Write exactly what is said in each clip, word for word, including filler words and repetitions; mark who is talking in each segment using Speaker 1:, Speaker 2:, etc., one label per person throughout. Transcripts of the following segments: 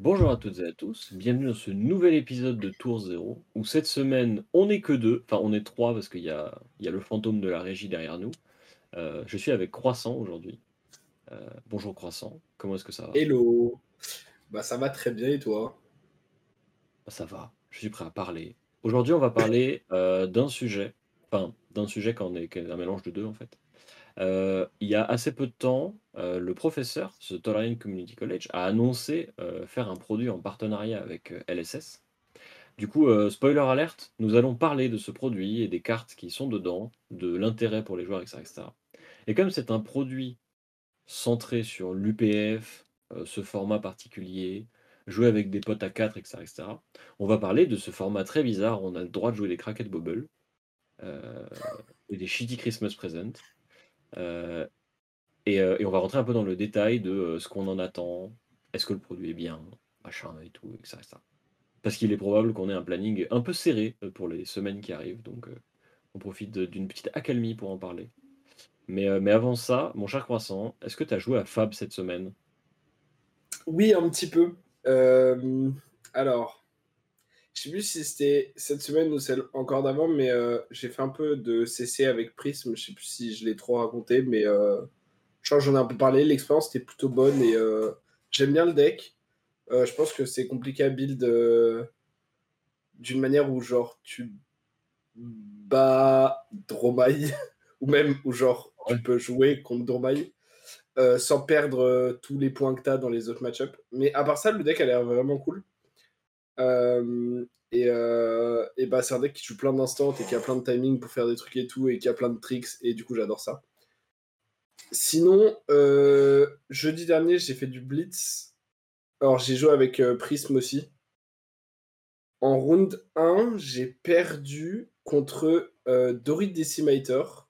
Speaker 1: Bonjour à toutes et à tous, bienvenue dans ce nouvel épisode de Tour Zéro, où cette semaine on n'est que deux, enfin on est trois parce qu'il y a, il y a le fantôme de la régie derrière nous. Euh, je suis avec Croissant aujourd'hui. Euh, bonjour Croissant, comment est-ce que ça va?
Speaker 2: Hello. Bah ça va très bien et toi?
Speaker 1: Bah, ça va, je suis prêt à parler. Aujourd'hui on va parler euh, d'un sujet, enfin d'un sujet quand on est qu'un mélange de deux en fait. Euh, il y a assez peu de temps, euh, le professeur, ce Tolarian Community College, a annoncé euh, faire un produit en partenariat avec euh, L S S. Du coup, euh, spoiler alerte, nous allons parler de ce produit et des cartes qui sont dedans, de l'intérêt pour les joueurs, et cetera, et cetera. Et comme c'est un produit centré sur l'U P F, euh, ce format particulier, jouer avec des potes à quatre, et cetera, et cetera, on va parler de ce format très bizarre où on a le droit de jouer des Cracked Bubble euh, et des Shitty Christmas Present. Euh, et, euh, et on va rentrer un peu dans le détail de euh, ce qu'on en attend, est-ce que le produit est bien, machin et tout, et cetera, et cetera. Parce qu'il est probable qu'on ait un planning un peu serré euh, pour les semaines qui arrivent, donc euh, on profite de- d'une petite accalmie pour en parler. Mais, euh, mais avant ça, mon cher Croissant, est-ce que tu as joué à Fab cette semaine?
Speaker 2: Oui, un petit peu. Euh, alors, je sais plus si c'était cette semaine ou celle encore d'avant, mais euh, j'ai fait un peu de C C avec Prism. Je sais plus si je l'ai trop raconté, mais euh, je crois que j'en ai un peu parlé. L'expérience était plutôt bonne et euh, j'aime bien le deck. Euh, je pense que c'est compliqué à build euh, d'une manière où genre tu bats Dromai ou même où genre
Speaker 1: Ouais.
Speaker 2: tu peux jouer contre Dromai. Euh, sans perdre euh, tous les points que tu as dans les autres match-ups. Mais à part ça, le deck a l'air vraiment cool. Euh, et euh, et bah, c'est un deck qui joue plein d'instants et qui a plein de timing pour faire des trucs et tout, et qui a plein de tricks, et du coup, j'adore ça. Sinon, euh, jeudi dernier, j'ai fait du Blitz. Alors, j'ai joué avec euh, Prism aussi. En round un, j'ai perdu contre euh, Dorit Decimator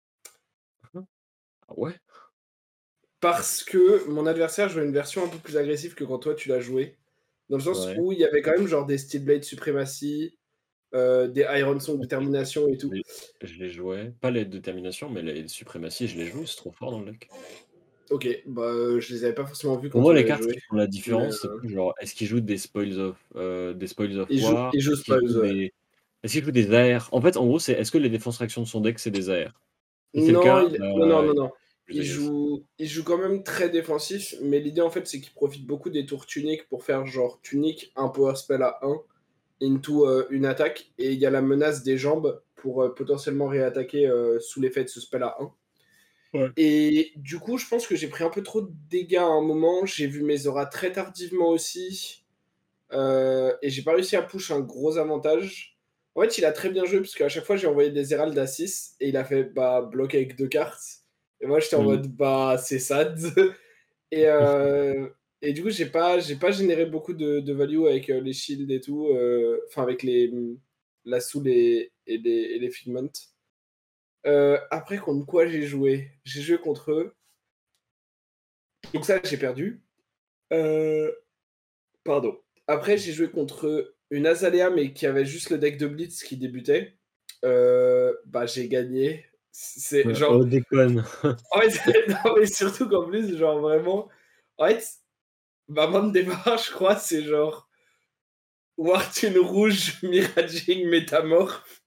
Speaker 1: Ah ouais?
Speaker 2: parce que mon adversaire jouait une version un peu plus agressive que quand toi tu l'as joué. Dans le sens
Speaker 1: Ouais.
Speaker 2: où il y avait quand même genre des Steelblade Supremacy, euh, des Iron Song Détermination et
Speaker 1: Je
Speaker 2: tout.
Speaker 1: les, je les jouais, pas les déterminations, mais les suprématies, je les joue, c'est trop fort dans le deck.
Speaker 2: Ok, bah euh, je les avais pas forcément vus
Speaker 1: Pour
Speaker 2: quand
Speaker 1: moi,
Speaker 2: tu
Speaker 1: les
Speaker 2: l'avais
Speaker 1: cartes
Speaker 2: joué.
Speaker 1: qui font la
Speaker 2: Mais
Speaker 1: différence, c'est
Speaker 2: euh,
Speaker 1: plus genre, est-ce qu'ils jouent des spoils of, euh, des spoils of
Speaker 2: il joue,
Speaker 1: war,
Speaker 2: il joue
Speaker 1: est-ce qu'ils
Speaker 2: Spoils,
Speaker 1: jouent
Speaker 2: ouais.
Speaker 1: des, est-ce qu'ils jouent des A R? En fait, en gros, c'est est-ce que les défenses réactions de son deck, c'est des A R? Si c'est le
Speaker 2: Non,
Speaker 1: cas,
Speaker 2: il... non, non,
Speaker 1: bah,
Speaker 2: non,
Speaker 1: il
Speaker 2: non.
Speaker 1: plus
Speaker 2: Il
Speaker 1: de guess.
Speaker 2: joue, il joue quand même très défensif, mais l'idée en fait c'est qu'il profite beaucoup des tours tuniques pour faire genre tunique, un power spell à un into euh, une attaque, et il y a la menace des jambes pour euh, potentiellement réattaquer euh, sous l'effet de ce spell à un.
Speaker 1: Ouais.
Speaker 2: Et du coup, je pense que j'ai pris un peu trop de dégâts à un moment. J'ai vu mes auras très tardivement aussi. Euh, et j'ai pas réussi à push un gros avantage. En fait, il a très bien joué parce qu'à chaque fois, j'ai envoyé des Herald à six et il a fait bah, bloc avec deux cartes. Et moi, j'étais en
Speaker 1: Hmm.
Speaker 2: mode bah, c'est sad. Et, euh, et du coup, j'ai pas, j'ai pas généré beaucoup de, de value avec euh, les shields et tout. euh, Enfin, avec les, la soul et, et les, et les figments. Euh, après, contre quoi j'ai joué? J'ai joué contre eux. Donc ça, j'ai perdu. Euh, Pardon. Après, j'ai joué contre une Azalea, mais qui avait juste le deck de Blitz qui débutait. Euh, bah, j'ai gagné. C'est
Speaker 1: Ouais, oh,
Speaker 2: genre.
Speaker 1: déconne.
Speaker 2: En fait, non, mais surtout qu'en plus, genre vraiment. En fait, ma main de départ, je crois, c'est genre. Wartune rouge, Miraging, Métamorph,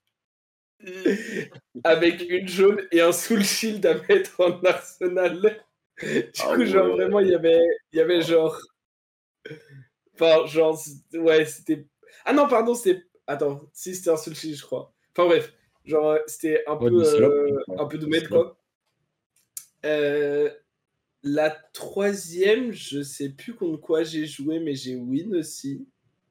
Speaker 2: avec une jaune et un Soul Shield à mettre en arsenal. Du
Speaker 1: Ah
Speaker 2: coup, genre
Speaker 1: ouais.
Speaker 2: vraiment, il y avait, il y avait
Speaker 1: Oh,
Speaker 2: genre. Enfin, genre, c'est- ouais, c'était. Ah non, pardon, c'était. Attends, si c'était un sushi, je crois. Enfin bref, genre, euh, c'était un
Speaker 1: ouais, des
Speaker 2: peu,
Speaker 1: salopes.
Speaker 2: euh,
Speaker 1: Ouais,
Speaker 2: un peu de
Speaker 1: des
Speaker 2: med,
Speaker 1: salopes.
Speaker 2: quoi. Euh, la troisième, je sais plus contre quoi j'ai joué, mais j'ai win aussi.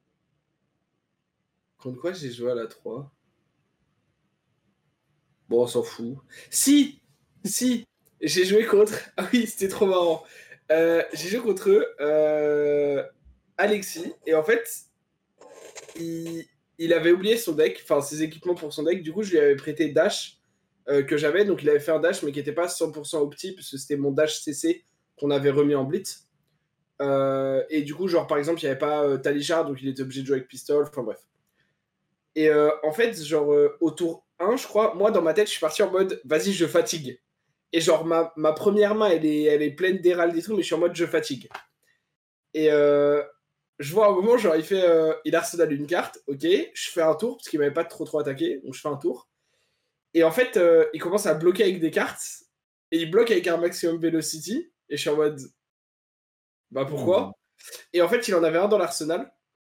Speaker 2: Contre quoi j'ai joué à la trois? Bon, on s'en fout. Si! Si! J'ai joué contre. Ah oui, c'était trop marrant. Euh, j'ai joué contre eux, euh, Alexis, et en fait, il, il avait oublié son deck, enfin ses équipements pour son deck. Du coup, je lui avais prêté Dash euh, que j'avais. Donc, il avait fait un Dash, mais qui n'était pas cent pour cent opti, parce que c'était mon Dash C C qu'on avait remis en Blitz. Euh, et du coup, genre, par exemple, il n'y avait pas euh, Talishard, donc il était obligé de jouer avec Pistol. Enfin, bref. Et euh, en fait, genre, euh, au tour un, je crois, moi, dans ma tête, je suis parti en mode, vas-y, je fatigue. Et genre, ma, ma première main, elle est, elle est pleine d'Herald et tout, mais je suis en mode, je fatigue. Et, euh, je vois un moment, genre, il fait, euh, il Arsenal une carte, ok, je fais un tour, parce qu'il m'avait pas trop trop attaqué, donc je fais un tour. Et en fait, euh, il commence à bloquer avec des cartes, et il bloque avec un maximum velocity, et je suis en mode, bah
Speaker 1: Hmm.
Speaker 2: pourquoi? Et en fait, il en avait un dans l'Arsenal,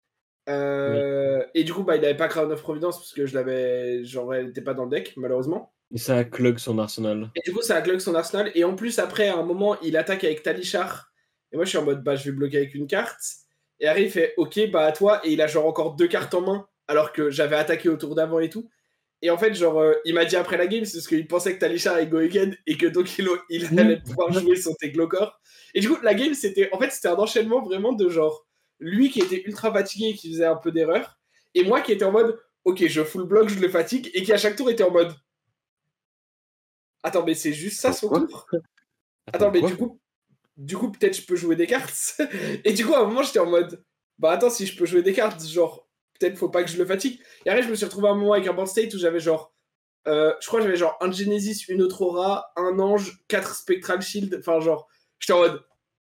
Speaker 1: Oui.
Speaker 2: euh, et du coup, bah, il avait pas Crown of Providence, parce que je l'avais, genre, elle était pas dans le deck, malheureusement.
Speaker 1: Et ça a clog son arsenal.
Speaker 2: Et du coup, ça a glug son Arsenal, et en plus, après, à un moment, il attaque avec Talishar, et moi, je suis en mode, bah, je vais bloquer avec une carte, et Harry il fait, ok, bah, à toi, et il a genre encore deux cartes en main, alors que j'avais attaqué au tour d'avant et tout. Et en fait, genre, euh, il m'a dit après la game, c'est parce qu'il pensait que Talishar allait go again et que donc il, il
Speaker 1: Hmm.
Speaker 2: allait pouvoir jouer son Teglocor. Et du coup, la game, c'était en fait, c'était un enchaînement vraiment de genre, lui qui était ultra fatigué et qui faisait un peu d'erreur, et moi qui était en mode, ok, je full block, je le fatigue, et qui à chaque tour était en mode, attends, mais c'est juste ça
Speaker 1: Attends,
Speaker 2: son
Speaker 1: quoi?
Speaker 2: tour? Attends,
Speaker 1: Attends,
Speaker 2: mais du
Speaker 1: quoi?
Speaker 2: coup, du coup peut-être je peux jouer des cartes. Et du coup, à un moment, j'étais en mode, bah attends, si je peux jouer des cartes, genre, peut-être faut pas que je le fatigue. Et après, je me suis retrouvé à un moment avec un board state où j'avais genre, Euh, je crois que j'avais genre un Genesis, une autre Aura, un Ange, quatre Spectral Shield. Enfin, genre, j'étais en mode,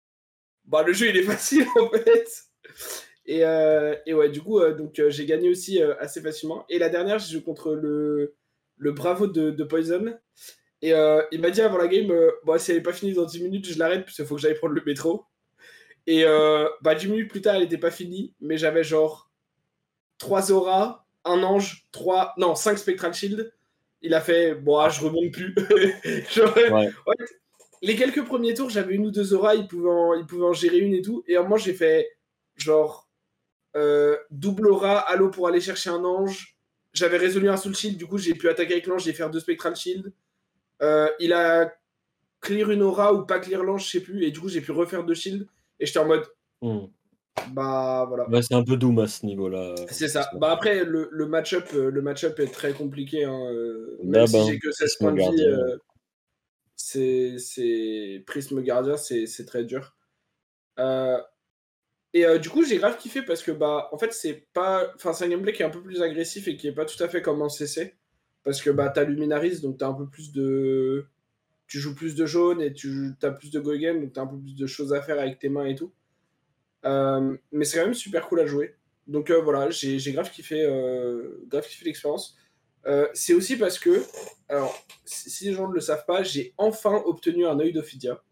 Speaker 2: bah le jeu il est facile en fait. Et, euh, et ouais, du coup, euh, donc euh, j'ai gagné aussi euh, assez facilement. Et la dernière, j'ai joué contre le, le Bravo de, de Poison. Et euh, il m'a dit avant la game, euh, bon, si elle n'est pas finie dans dix minutes, je l'arrête parce qu'il faut que j'aille prendre le métro. Et euh, bah dix minutes plus tard, elle n'était pas finie, mais j'avais genre trois Aura, un Ange, trois non, cinq Spectral Shield. Il a fait, bon, ah,
Speaker 1: Ah,
Speaker 2: je remonte plus. Genre,
Speaker 1: ouais.
Speaker 2: ouais, les quelques premiers tours, j'avais une ou deux auras, il pouvait en, il pouvait en gérer une et tout. Et à moi, j'ai fait genre euh, double aura, halo pour aller chercher un ange. J'avais résolu un soul shield, du coup, j'ai pu attaquer avec l'ange, j'ai fait deux spectral shield. Euh, il a clear une aura ou pas clear l'ange, je sais plus. Et du coup, j'ai pu refaire deux shields. Et j'étais en mode,
Speaker 1: Hmm.
Speaker 2: bah voilà.
Speaker 1: Ouais, c'est un peu doom à ce niveau-là. euh,
Speaker 2: C'est
Speaker 1: on va se
Speaker 2: ça. Bah
Speaker 1: mentir.
Speaker 2: après, le, le match-up euh, le match-up est très compliqué. Hein, euh, même
Speaker 1: D'hab,
Speaker 2: si
Speaker 1: hein,
Speaker 2: j'ai que seize
Speaker 1: Prisme
Speaker 2: points de vie,
Speaker 1: Gardien.
Speaker 2: euh, c'est, c'est Prisme Gardien, c'est, c'est très dur. Euh, Et euh, du coup, j'ai grave kiffé parce que, bah, en fait, c'est pas. Enfin, c'est un gameplay qui est un peu plus agressif et qui est pas tout à fait comme en C C. Parce que, bah, t'as Luminaris, donc t'as un peu plus de. Tu joues plus de jaune et tu as plus de go game, donc t'as un peu plus de choses à faire avec tes mains et tout. Euh, mais c'est quand même super cool à jouer. Donc euh, voilà, j'ai j'ai grave kiffé, euh, grave kiffé l'expérience. Euh, c'est aussi parce que, alors, si si les gens ne le savent pas, j'ai enfin obtenu un œil d'Ophidia.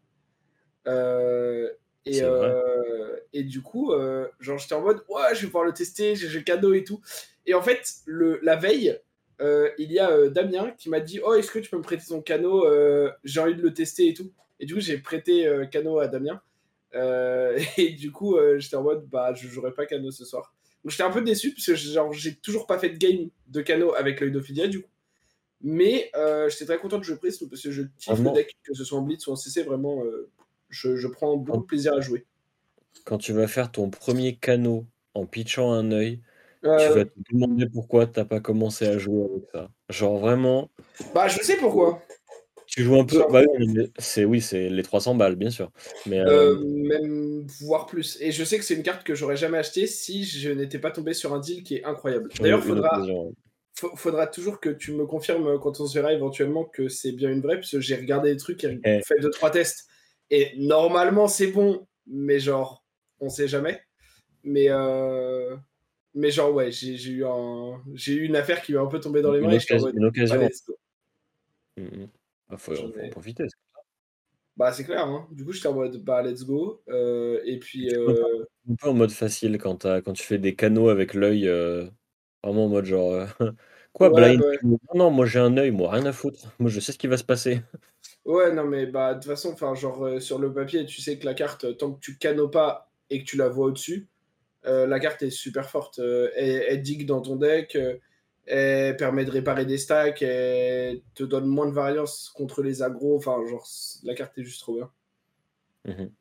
Speaker 2: Euh, et,
Speaker 1: C'est vrai.
Speaker 2: euh, et du coup, euh, genre, j'étais en mode, ouais, je vais pouvoir le tester, j'ai le cadeau et tout. Et en fait, le, la veille, euh, il y a euh, Damien qui m'a dit, oh, est-ce que tu peux me prêter ton canot? Euh, j'ai envie de le tester et tout. Et du coup, j'ai prêté euh, canot à Damien. Euh, et du coup, euh, j'étais en mode, bah, je jouerai pas canot ce soir. Donc j'étais un peu déçu parce que genre, j'ai toujours pas fait de game de canot avec l'œil d'Ophidia, du coup. Mais euh, j'étais très content de jouer Prism parce que je kiffe le
Speaker 1: Vraiment,
Speaker 2: deck, que ce soit en Blitz ou en C C, vraiment, euh, je, je prends beaucoup
Speaker 1: quand,
Speaker 2: de plaisir à jouer.
Speaker 1: quand tu vas faire ton premier canot en pitchant un œil, tu vas
Speaker 2: Euh,
Speaker 1: te demander pourquoi t'as pas commencé à jouer avec ça. Genre vraiment,
Speaker 2: bah, je sais pourquoi.
Speaker 1: tu joues un peu.
Speaker 2: Genre,
Speaker 1: Bah oui, mais c'est oui, c'est les trois cents balles, bien sûr. Mais euh,
Speaker 2: euh, même voire plus. Et je sais que c'est une carte que j'aurais jamais achetée si je n'étais pas tombé sur un deal qui est incroyable.
Speaker 1: sur
Speaker 2: D'ailleurs,
Speaker 1: une, une
Speaker 2: faudra,
Speaker 1: occasion.
Speaker 2: fa- faudra toujours que tu me confirmes quand on se verra éventuellement que c'est bien une vraie, parce que j'ai regardé des trucs et
Speaker 1: Eh,
Speaker 2: fait deux, trois tests. Et normalement, c'est bon, mais genre, on sait jamais. Mais, euh, mais genre, ouais, j'ai j'ai eu, un... j'ai eu une affaire qui m'a un peu tombé dans les mains
Speaker 1: une
Speaker 2: et j'étais en
Speaker 1: occasion,
Speaker 2: mode,
Speaker 1: une
Speaker 2: bah,
Speaker 1: occasion.
Speaker 2: let's go.
Speaker 1: Mhm. Ah, faut,
Speaker 2: J'en
Speaker 1: faut en
Speaker 2: ai-
Speaker 1: profiter.
Speaker 2: Bah, c'est clair, hein. Du coup, j'étais en mode, bah, let's go. Euh, et puis,
Speaker 1: Tu peux pas
Speaker 2: euh,
Speaker 1: un peu en mode facile quand, t'as- quand tu fais des canaux avec l'œil, euh, vraiment en mode genre. euh, Quoi,
Speaker 2: ouais,
Speaker 1: blind?
Speaker 2: bah, ouais.
Speaker 1: Non, non, moi j'ai un œil, moi, rien à foutre. Moi je sais ce qui va se passer.
Speaker 2: Ouais, non, mais bah, de toute façon, enfin, genre, euh, sur le papier, tu sais que la carte, euh, tant que tu cano pas et que tu la vois au-dessus, euh, la carte est super forte. Euh, elle, elle digue dans ton deck, euh, elle permet de réparer des stacks, elle te donne moins de variance contre les agros. Enfin, genre, c- la carte est juste trop bien.
Speaker 1: Mhm.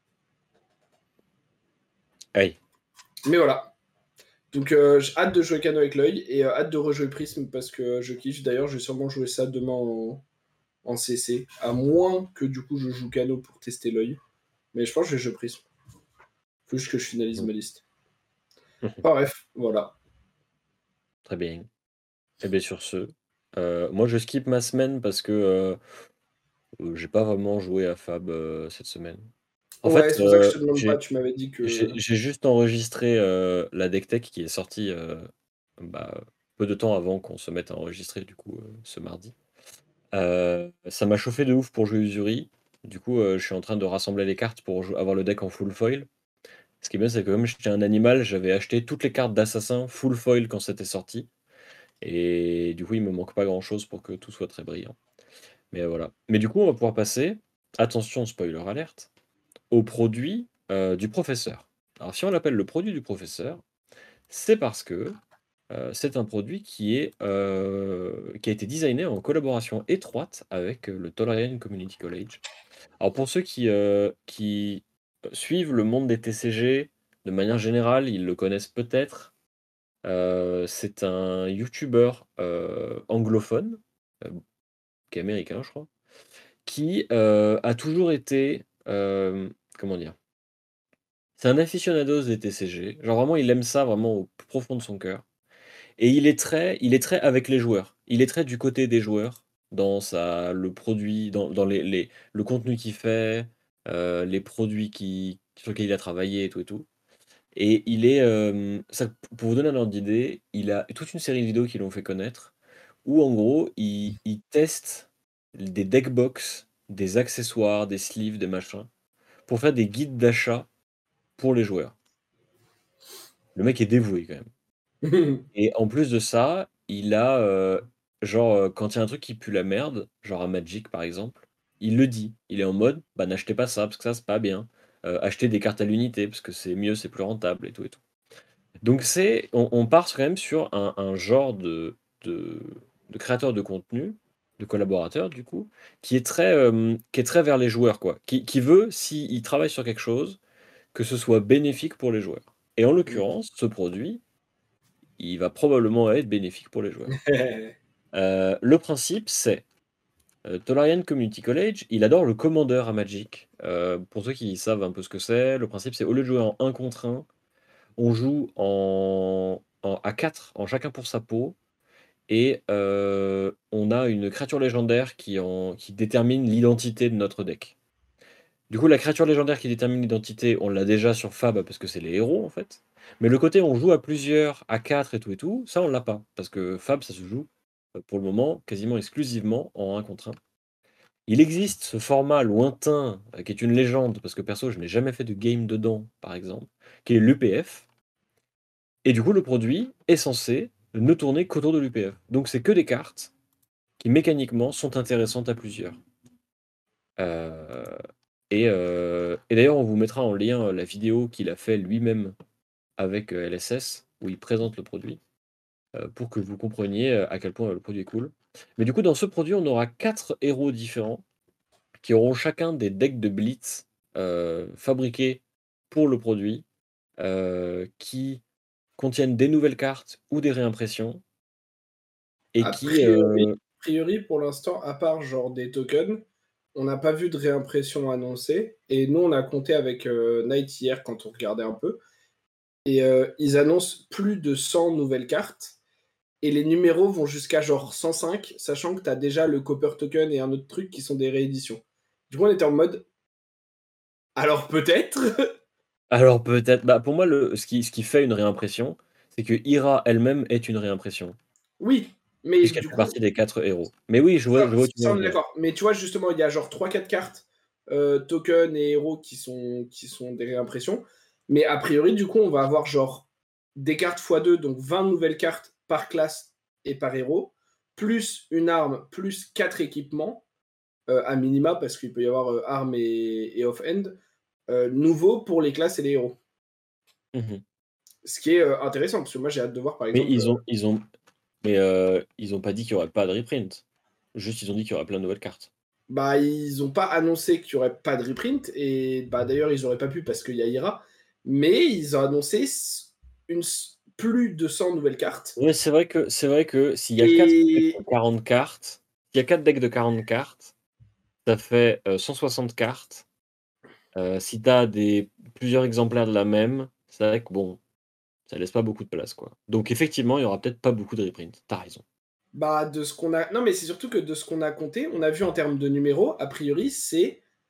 Speaker 1: Aïe.
Speaker 2: Mais voilà. Donc, euh, j'ai hâte de jouer Cano avec l'œil et euh, hâte de rejouer Prism parce que je kiffe. D'ailleurs, je vais sûrement jouer ça demain en, en C C, à moins que du coup je joue Cano pour tester l'œil. Mais je pense que je vais jouer Prism. Faut juste que je finalise
Speaker 1: Mhm.
Speaker 2: ma liste.
Speaker 1: Mhm.
Speaker 2: Enfin, bref, voilà.
Speaker 1: Très bien. Et bien sur ce, euh, moi je skip ma semaine parce que euh, euh, j'ai pas vraiment joué à Fab euh, cette semaine. En fait,
Speaker 2: Ouais, c'est pour ça que je
Speaker 1: heu,
Speaker 2: te demande
Speaker 1: j'ai
Speaker 2: pas, tu m'avais dit
Speaker 1: j'ai
Speaker 2: que
Speaker 1: j'ai juste enregistré, heu, la deck tech qui est sortie, heu, bah, peu de temps avant qu'on se mette à enregistrer du coup, heu, ce mardi. Heu, ça m'a chauffé de ouf pour jouer Uzuri. Du coup, heu, je suis en train de rassembler les cartes pour jou avoir le deck en full foil. Ce qui est bien, c'est que comme j'étais un animal, j'avais acheté toutes les cartes d'assassin full foil quand c'était sorti et du coup, il me manque pas grand-chose pour que tout soit très brillant. Mais voilà. Mais du coup, on va pouvoir passer, attention spoiler alert, au produit, heu, du professeur. Alors si on l'appelle le produit du professeur, c'est parce que, heu, c'est un produit qui est, heu, qui a été designé en collaboration étroite avec, heu, le Tolarian Community College. Alors pour ceux qui, heu, qui, suivent le monde des T C G de manière générale, ils le connaissent peut-être. Heu, c'est un youtubeur, heu, anglophone, heu, qui est américain je crois, qui, heu, a toujours été, hem, comment dire? C'est un aficionados des T C G, genre vraiment il aime ça vraiment au plus profond de son cœur et il est très il est très avec les joueurs. Il est très du côté des joueurs dans sa le produit, dans dans les les le contenu qu'il fait, heu, les produits qui sur lesquels il a travaillé et tout et tout et il est, hem, ça pour vous donner un ordre d'idée, il a toute une série de vidéos qui l'ont fait connaître où en gros il il teste des deck box, des accessoires, des sleeves, des machins, pour faire des guides d'achat pour les joueurs. Le mec est dévoué quand même. Et en plus de ça, il a, heu, genre, heu, quand il y a un truc qui pue la merde, genre à Magic par exemple, il le dit. Il est en mode: «Bah n'achetez pas ça parce que ça c'est pas bien. Heu, achetez des cartes à l'unité parce que c'est mieux, c'est plus rentable» et tout et tout. Donc c'est on on part quand même sur un un genre de de de créateur de contenu, de collaborateur du coup, qui est très, hem, qui est très vers les joueurs quoi. Qui qui veut, s'il travaille sur quelque chose, que ce soit bénéfique pour les joueurs. Et en l'occurrence, ce produit, il va probablement être bénéfique pour les joueurs. Heu, le principe, c'est, heu, Tolarian Community College, il adore le commandeur à Magic. Heu, pour ceux qui savent un peu ce que c'est, le principe, c'est au lieu de jouer en un contre un, on joue en en à quatre, en chacun pour sa peau et heu, on a une créature légendaire qui en qui détermine l'identité de notre deck. Du coup, la créature légendaire qui détermine l'identité, on l'a déjà sur Fab parce que c'est les héros en fait. Mais le côté on joue à plusieurs, à quatre et tout et tout, ça on l'a pas. Parce que Fab, ça se joue euh, pour le moment quasiment exclusivement en un contre un. Il existe ce format lointain euh, qui est une légende, parce que perso je n'ai jamais fait de game dedans par exemple, qui est l'U P F. Et du coup le produit est censé ne tourner qu'autour de l'U P F. Donc c'est que des cartes qui mécaniquement sont intéressantes à plusieurs. Euh, Et, heu et d'ailleurs, on vous mettra en lien, heu, la vidéo qu'il a fait lui-même avec, heu, L S S, où il présente le produit, heu, pour que vous compreniez, heu, à quel point, heu, le produit est cool. Mais du coup, dans ce produit, on aura quatre héros différents qui auront chacun des decks de blitz, heu, fabriqués pour le produit, heu, qui contiennent des nouvelles cartes ou des réimpressions et
Speaker 2: A
Speaker 1: qui,
Speaker 2: priori
Speaker 1: heu
Speaker 2: a priori, pour l'instant, à part genre des tokens, on n'a pas vu de réimpression annoncée et nous, on a compté avec, heu, Night hier quand on regardait un peu et heu, ils annoncent plus de cent nouvelles cartes et les numéros vont jusqu'à genre cent cinq, sachant que tu as déjà le Copper Token et un autre truc qui sont des rééditions. Du coup, on était en mode: «Alors peut-être?»
Speaker 1: alors peut-être, bah, pour moi, le ce qui ce qui fait une réimpression, c'est que Ira elle-même est une réimpression.
Speaker 2: Oui, mais
Speaker 1: Puisqu'elle
Speaker 2: du
Speaker 1: fait
Speaker 2: coup
Speaker 1: partie des quatre héros. Mais oui, je vois
Speaker 2: ça
Speaker 1: je vois où tu veux
Speaker 2: ça
Speaker 1: en
Speaker 2: on est
Speaker 1: venir.
Speaker 2: d'accord. Mais tu vois, justement, il y a genre trois quatre cartes, heu, tokens et héros qui sont qui sont des réimpressions. Mais a priori, du coup, on va avoir genre des cartes fois deux, donc vingt nouvelles cartes par classe et par héros, plus une arme, plus quatre équipements, heu, à minima, parce qu'il peut y avoir, heu, armes et et off-end, heu, nouveaux pour les classes et les héros.
Speaker 1: Mmh mh.
Speaker 2: Ce qui est, heu, intéressant, parce que moi j'ai hâte de voir par
Speaker 1: Mais
Speaker 2: exemple,
Speaker 1: ils
Speaker 2: heu
Speaker 1: ont ils ont mais heu, ils ont pas dit qu'il y aurait pas de reprint. Juste, ils ont dit qu'il y aurait plein de nouvelles cartes.
Speaker 2: bah, ils ont pas annoncé qu'il y aurait pas de reprint et bah, d'ailleurs, ils auraient pas pu parce qu'il y a Ira, mais ils ont annoncé s une s plus de cent nouvelles cartes
Speaker 1: Ouais, c'est vrai que c'est vrai que s'il y a quatre decks de
Speaker 2: et
Speaker 1: quarante cartes, s'il y a quatre decks de quarante cartes, ça fait, heu, cent soixante cartes. Heu, si tu as des plusieurs exemplaires de la même, c'est vrai que bon, ça laisse pas beaucoup de place, quoi. Donc effectivement, il y aura peut-être pas beaucoup de reprint. Tu as raison.
Speaker 2: bah, de ce qu'on a non, mais c'est surtout que de ce qu'on a compté, on a vu en termes de numéros, a priori, c'est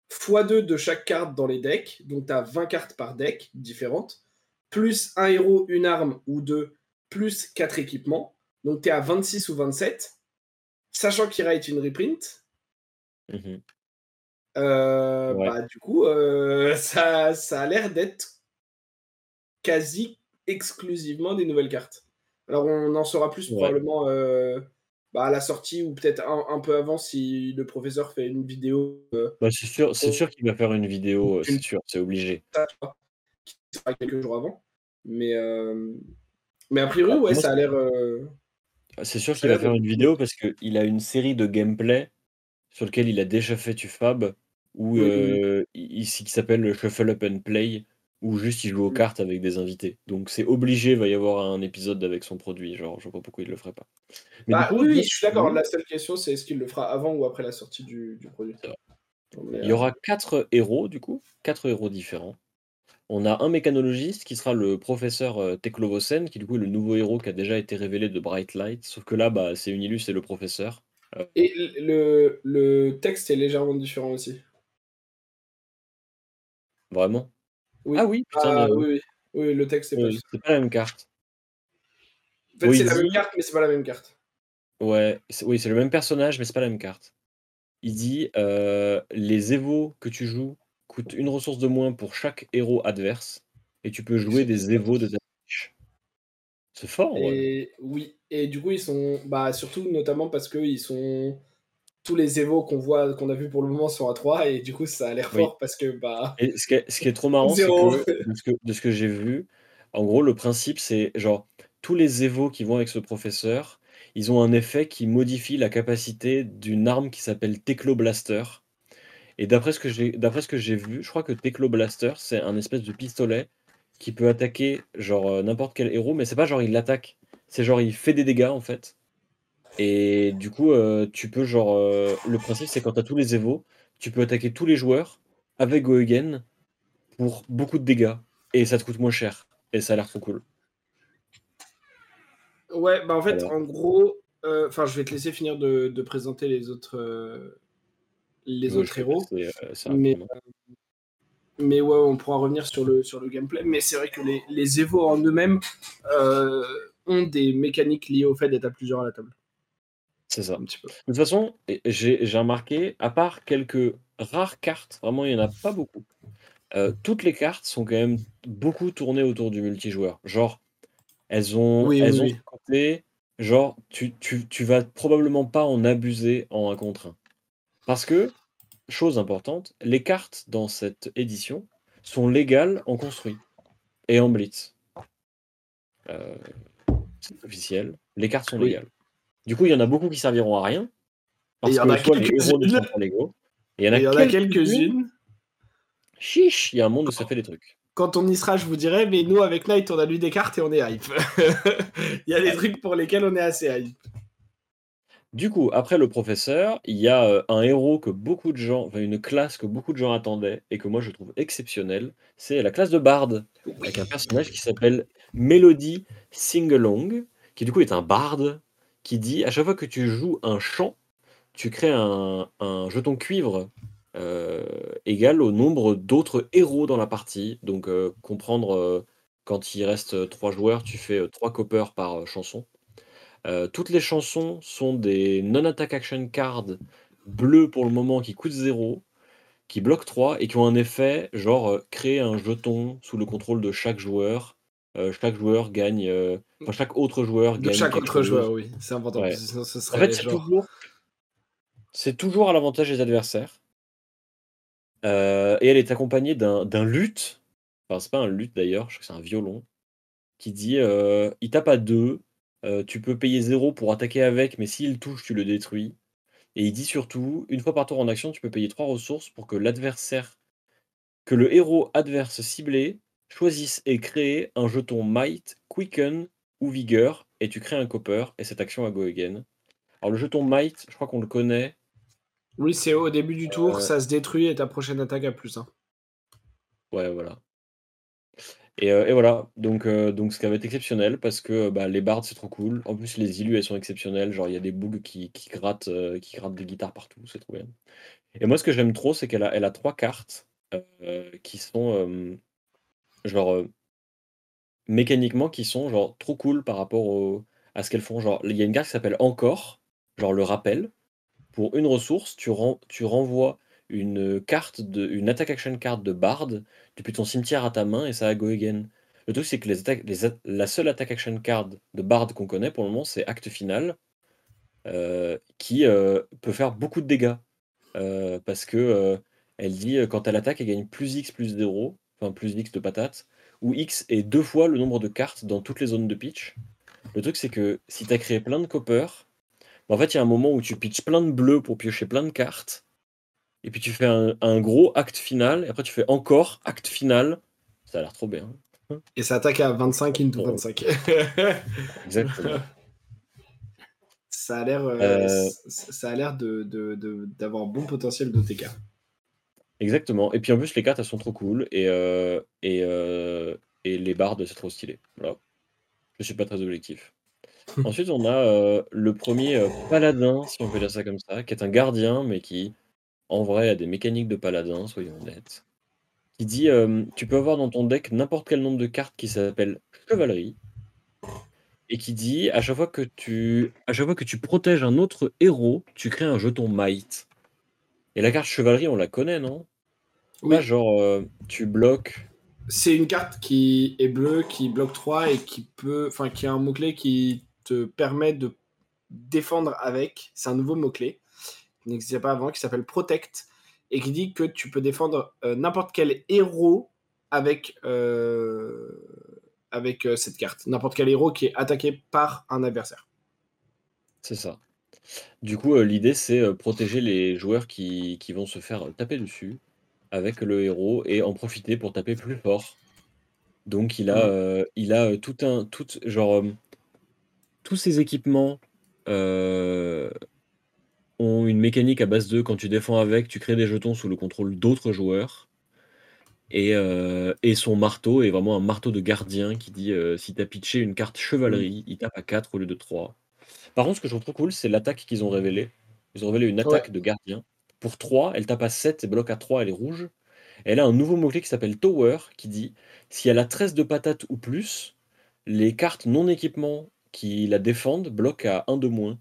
Speaker 2: fois deux de chaque carte dans les decks, donc tu as vingt cartes par deck différentes, plus un héros, une arme ou deux, plus quatre équipements, donc tu es à vingt-six ou vingt-sept, sachant qu'il est une reprint.
Speaker 1: Mmh.
Speaker 2: Euh,
Speaker 1: Ouais.
Speaker 2: bah du coup, euh, ça, ça a l'air d'être quasi exclusivement des nouvelles cartes. Alors on en saura plus
Speaker 1: Ouais.
Speaker 2: probablement euh, bah, à la sortie ou peut-être un, un peu avant si le professeur fait une vidéo euh,
Speaker 1: Bah, c'est sûr c'est sûr qu'il va faire une vidéo, heu, c'est
Speaker 2: d'une
Speaker 1: sûr, c'est obligé.
Speaker 2: qui sera quelques jours avant. Mais, euh, mais a priori,
Speaker 1: Bah,
Speaker 2: ouais,
Speaker 1: moi,
Speaker 2: ça a
Speaker 1: c'est
Speaker 2: l'air euh,
Speaker 1: c'est sûr
Speaker 2: ça
Speaker 1: qu'il
Speaker 2: a
Speaker 1: va
Speaker 2: l'air
Speaker 1: faire
Speaker 2: d'être
Speaker 1: une vidéo parce qu'il a une série de gameplay sur lequel il a déjà fait du fab, où,
Speaker 2: oui, oui,
Speaker 1: heu, i ici qui s'appelle le Shuffle Up and Play, où juste il joue aux
Speaker 2: oui.
Speaker 1: cartes avec des invités. Donc c'est obligé, il va y avoir un épisode avec son produit, genre, je vois pas pourquoi il le ferait pas. Mais du
Speaker 2: Bah
Speaker 1: coup,
Speaker 2: oui,
Speaker 1: de
Speaker 2: oui,
Speaker 1: ce
Speaker 2: je suis
Speaker 1: que j'ai
Speaker 2: d'accord.
Speaker 1: vu,
Speaker 2: La seule question, c'est est-ce qu'il le fera avant ou après la sortie du, du produit.
Speaker 1: ça va.
Speaker 2: Mais,
Speaker 1: Il y
Speaker 2: euh,
Speaker 1: aura quatre héros du coup, quatre héros différents. On a un mécanologiste qui sera le professeur, heu, Teklovosen, qui du coup est le nouveau héros qui a déjà été révélé de Bright Light, sauf que là, bah, c'est Unilus et le professeur. Heu,
Speaker 2: Et le, le texte est légèrement différent aussi.
Speaker 1: vraiment? Ah
Speaker 2: Oui,
Speaker 1: oui, putain,
Speaker 2: ah,
Speaker 1: bien vu.
Speaker 2: oui, oui, oui, le texte est pas du
Speaker 1: Oui,
Speaker 2: tout.
Speaker 1: c'est pas la même carte.
Speaker 2: En fait,
Speaker 1: Bon, il
Speaker 2: c'est la même
Speaker 1: dit
Speaker 2: carte, mais c'est pas la même carte.
Speaker 1: ouais, c'est oui, c'est le même personnage, mais c'est pas la même carte. Il dit, heu: «Les évos que tu joues coûtent une ressource de moins pour chaque héros adverse et tu peux jouer des évos de ta fiche». C'est fort en vrai.
Speaker 2: Et oui, et du coup, ils sont, bah, surtout notamment parce que ils sont tous les évos qu'on voit, qu'on a vu pour le moment sont à trois, et du coup, ça a l'air
Speaker 1: Oui.
Speaker 2: fort parce que, bah,
Speaker 1: Et ce qui est ce qui est trop marrant, c'est
Speaker 2: zéro.
Speaker 1: que de ce que de ce que j'ai vu, en gros, le principe, c'est genre tous les évos qui vont avec ce professeur, ils ont un effet qui modifie la capacité d'une arme qui s'appelle Tecloblaster. Et d'après ce que j'ai d'après ce que j'ai vu, je crois que Tecloblaster, c'est un espèce de pistolet qui peut attaquer genre, heu, n'importe quel héros, mais c'est pas genre il l'attaque, c'est genre il fait des dégâts en fait. Et du coup, heu, tu peux genre, heu, le principe c'est quand tu as tous les évos, tu peux attaquer tous les joueurs avec Go Again pour beaucoup de dégâts et ça te coûte moins cher et ça a l'air trop cool.
Speaker 2: Ouais, bah, en fait,
Speaker 1: Voilà.
Speaker 2: en gros, euh, enfin, je vais te laisser finir de, de présenter les autres, euh, les
Speaker 1: Moi, je
Speaker 2: autres
Speaker 1: vais
Speaker 2: héros,
Speaker 1: laisser, heu, Sarah
Speaker 2: mais,
Speaker 1: prendre.
Speaker 2: mais ouais, on pourra revenir sur le, sur le gameplay. Mais c'est vrai que les, les évos en eux-mêmes euh, ont des mécaniques liées au fait d'être à plusieurs à la table,
Speaker 1: C'est ça.
Speaker 2: un petit peu.
Speaker 1: De toute façon, et j'ai j'ai remarqué, à part quelques rares cartes, vraiment il y en a pas beaucoup. Heu, toutes les cartes sont quand même beaucoup tournées autour du multijoueur. Genre, elles ont
Speaker 2: Oui, oui,
Speaker 1: elles ont ce
Speaker 2: oui.
Speaker 1: côté, genre, tu tu tu vas probablement pas en abuser en un contre un. Parce que, chose importante, les cartes dans cette édition sont légales en construit et en blitz. Heu, c'est officiel, les cartes sont
Speaker 2: Oui.
Speaker 1: légales. Du coup, il y en a beaucoup qui serviront à rien,
Speaker 2: Et il
Speaker 1: parce
Speaker 2: y en
Speaker 1: que
Speaker 2: a
Speaker 1: soit les héros ne
Speaker 2: quelques-unes,
Speaker 1: sont pas légaux, et il y en
Speaker 2: et
Speaker 1: a
Speaker 2: il y en a
Speaker 1: quelques-unes,
Speaker 2: quelques-unes.
Speaker 1: chiche, il y a un monde où ça fait des trucs.
Speaker 2: Quand on y sera, je vous dirai, mais nous, avec Night, on a lu des cartes et on est hype. Il y a des
Speaker 1: Ouais.
Speaker 2: trucs pour lesquels on est assez hype.
Speaker 1: Du coup, après le professeur, il y a, heu, un héros que beaucoup de gens enfin une classe que beaucoup de gens attendaient et que moi je trouve exceptionnelle, c'est la classe de Bard, avec un personnage qui s'appelle Melody Singalong, qui du coup est un barde, qui dit: «À chaque fois que tu joues un chant, tu crées un un jeton cuivre, heu, égal au nombre d'autres héros dans la partie». Donc, heu, comprendre, heu, quand il reste, heu, trois joueurs, tu fais, heu, trois copper par, heu, chanson. Heu, toutes les chansons sont des non attack action cards bleus pour le moment qui coûtent zéro, qui bloquent trois et qui ont un effet genre, heu, créer un jeton sous le contrôle de chaque joueur. Heu, chaque joueur gagne, heu, enfin chaque autre joueur
Speaker 2: De
Speaker 1: gagne
Speaker 2: chaque
Speaker 1: quelque
Speaker 2: autre
Speaker 1: chose.
Speaker 2: joueur, oui, c'est important, parce
Speaker 1: Ouais.
Speaker 2: que sinon ce
Speaker 1: En fait,
Speaker 2: serait
Speaker 1: c'est
Speaker 2: genre.
Speaker 1: toujours c'est toujours à l'avantage des adversaires. Heu et elle est accompagnée d'un d'un luth, enfin c'est pas un luth d'ailleurs, je crois que c'est un violon, qui dit, heu, il tape à deux, heu, tu peux payer zéro pour attaquer avec, mais s'il touche, tu le détruis. Et il dit surtout: «Une fois par tour en action, tu peux payer trois ressources pour que l'adversaire que le héros adverse ciblé choisisse et crée un jeton Might, Quicken ou Vigueur et tu crées un copper et cette action a go again». Alors le jeton Might, je crois qu'on le connaît,
Speaker 2: Oui, c'est au début du tour,
Speaker 1: heu,
Speaker 2: ça se détruit et ta prochaine attaque a plus un.
Speaker 1: ouais, voilà. Et, euh, et voilà, donc, euh, donc ce qui va être exceptionnel parce que bah, les bards c'est trop cool. En plus les illus elles sont exceptionnelles, genre il y a des boogs qui, qui, grattent, euh, qui grattent des guitares partout, c'est trop bien. Et moi ce que j'aime trop c'est qu'elle a, elle a trois cartes euh, qui sont euh, genre euh, mécaniquement qui sont genre trop cool par rapport au- à ce qu'elles font. Genre il y a une carte qui s'appelle Encore, genre le rappel. Pour une ressource, tu, ren- tu renvoies une carte de, une attack action card de Bard depuis ton cimetière à ta main et ça a go again. Le truc, c'est que les attaques, les a- la seule attack action card de Bard qu'on connaît pour le moment, c'est Acte Final, euh, qui euh, peut faire beaucoup de dégâts. Euh, parce que euh, elle dit euh, quand elle attaque, elle gagne plus X plus zéro, enfin plus X de patate, où X est deux fois le nombre de cartes dans toutes les zones de pitch. Le truc, c'est que si tu as créé plein de copper, en fait, il y a un moment où tu pitches plein de bleus pour piocher plein de cartes. Et puis tu fais un, un gros acte final, et après tu fais encore acte final. Ça a l'air trop bien.
Speaker 2: Et ça attaque à vingt-cinq into
Speaker 1: Bon,
Speaker 2: vingt-cinq.
Speaker 1: exactement.
Speaker 2: Ça a l'air euh,
Speaker 1: Euh,
Speaker 2: c- ça a l'air de, de- de- d'avoir bon potentiel d'O T K.
Speaker 1: exactement. Et puis en plus, les cartes, elles sont trop cool. Et, euh, et, euh, et les bardes, c'est trop stylé. Voilà. Je suis pas très objectif. Ensuite, on a euh, le premier euh, paladin, si on peut dire ça comme ça, qui est un gardien, mais qui, en vrai, a des mécaniques de paladin, soyons honnêtes. Qui dit, euh, tu peux avoir dans ton deck n'importe quel nombre de cartes qui s'appelle chevalerie. Et qui dit à chaque fois que tu à chaque fois que tu protèges un autre héros, tu crées un jeton Might. Et la carte chevalerie, on la connaît, non? C'est pas
Speaker 2: Oui,
Speaker 1: genre euh, tu bloques.
Speaker 2: c'est une carte qui est bleue, qui bloque trois et qui peut, enfin, qui a un mot-clé qui te permet de défendre avec. C'est un nouveau mot-clé qui n'existait pas avant, qui s'appelle Protect et qui dit que tu peux défendre euh, n'importe quel héros avec, euh, avec euh, cette carte. N'importe quel héros qui est attaqué par un adversaire.
Speaker 1: C'est ça. Du coup, euh, l'idée c'est euh, protéger les joueurs qui, qui vont se faire taper dessus avec le héros et en profiter pour taper plus fort. Donc il a
Speaker 2: Mm.
Speaker 1: euh, il a euh, tout un tout genre euh, tous ces équipements euh, ont une mécanique à base de quand tu défends avec, tu crées des jetons sous le contrôle d'autres joueurs. Et, euh, et son marteau est vraiment un marteau de gardien qui dit euh, si t'as pitché une carte
Speaker 2: Mm.
Speaker 1: chevalerie, il tape à quatre au lieu de trois. Par contre, ce que je trouve trop cool, c'est l'attaque qu'ils ont révélée. Ils ont révélé une
Speaker 2: Ouais.
Speaker 1: attaque de gardien. Pour trois, elle tape à sept et bloque à trois, elle est rouge. Et elle a un nouveau mot-clé qui s'appelle Tower qui dit si elle a treize de patates ou plus, les cartes non équipement qui la défendent bloquent à un de moins.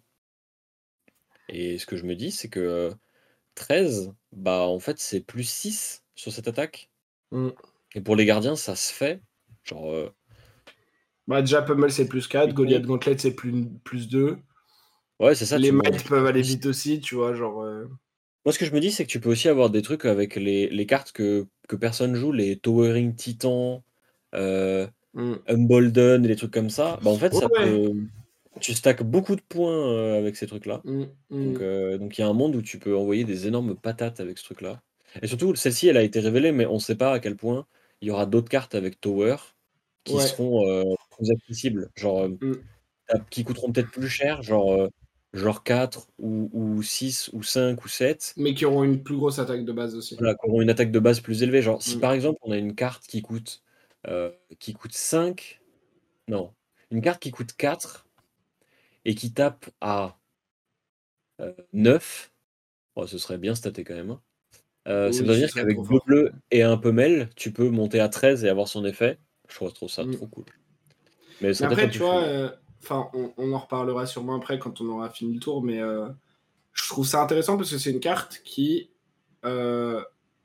Speaker 1: Et ce que je me dis, c'est que euh, treize, bah en fait, c'est plus six sur cette attaque.
Speaker 2: Mm.
Speaker 1: Et pour les gardiens, ça se fait. Genre, euh,
Speaker 2: Bah, déjà, Pummel, c'est plus quatre.
Speaker 1: ils
Speaker 2: Goliath
Speaker 1: font-
Speaker 2: Gauntlet, c'est plus, plus deux.
Speaker 1: ouais, c'est ça,
Speaker 2: Les
Speaker 1: tu montes.
Speaker 2: Might peuvent aller vite aussi, tu vois, genre... euh,
Speaker 1: Moi, ce que je me dis, c'est que tu peux aussi avoir des trucs avec les, les cartes que, que personne joue, les Towering Titan, euh,
Speaker 2: mm.
Speaker 1: Embolden, et les trucs comme ça. Bah, en fait, ça
Speaker 2: Ouais.
Speaker 1: peut. Tu stacks beaucoup de points euh, avec ces trucs-là.
Speaker 2: Mm,
Speaker 1: Donc,
Speaker 2: mm.
Speaker 1: euh, donc il y a un monde où tu peux envoyer des énormes patates avec ce truc-là. Et surtout, celle-ci, elle a été révélée, mais on ne sait pas à quel point il y aura d'autres cartes avec Tower qui
Speaker 2: Ouais.
Speaker 1: seront euh, plus accessibles. Genre, euh,
Speaker 2: Mm.
Speaker 1: euh, qui coûteront peut-être plus cher, genre, euh, genre quatre ou, ou six ou cinq ou sept,
Speaker 2: Mais qui auront une plus grosse attaque de base aussi.
Speaker 1: voilà, qui auront une attaque de base plus élevée. Genre, si
Speaker 2: Mm.
Speaker 1: par exemple on a une carte qui coûte, euh, qui coûte cinq, non, une carte qui coûte quatre et qui tape à euh, neuf, bon, ce serait bien staté quand même, hein. Euh, ça
Speaker 2: Oui,
Speaker 1: veut
Speaker 2: ce
Speaker 1: dire
Speaker 2: serait trop
Speaker 1: qu'avec deux
Speaker 2: fort.
Speaker 1: bleus et un Pummel, tu peux monter à treize et avoir son effet. Je trouve, je trouve ça
Speaker 2: Mm.
Speaker 1: trop cool. Mais ce
Speaker 2: Mais
Speaker 1: serait peut-être un
Speaker 2: après,
Speaker 1: peu
Speaker 2: tu vois,
Speaker 1: fou.
Speaker 2: euh, enfin, on, on en reparlera sûrement après quand on aura fini le tour, mais euh, je trouve ça intéressant parce que c'est une carte qui, euh,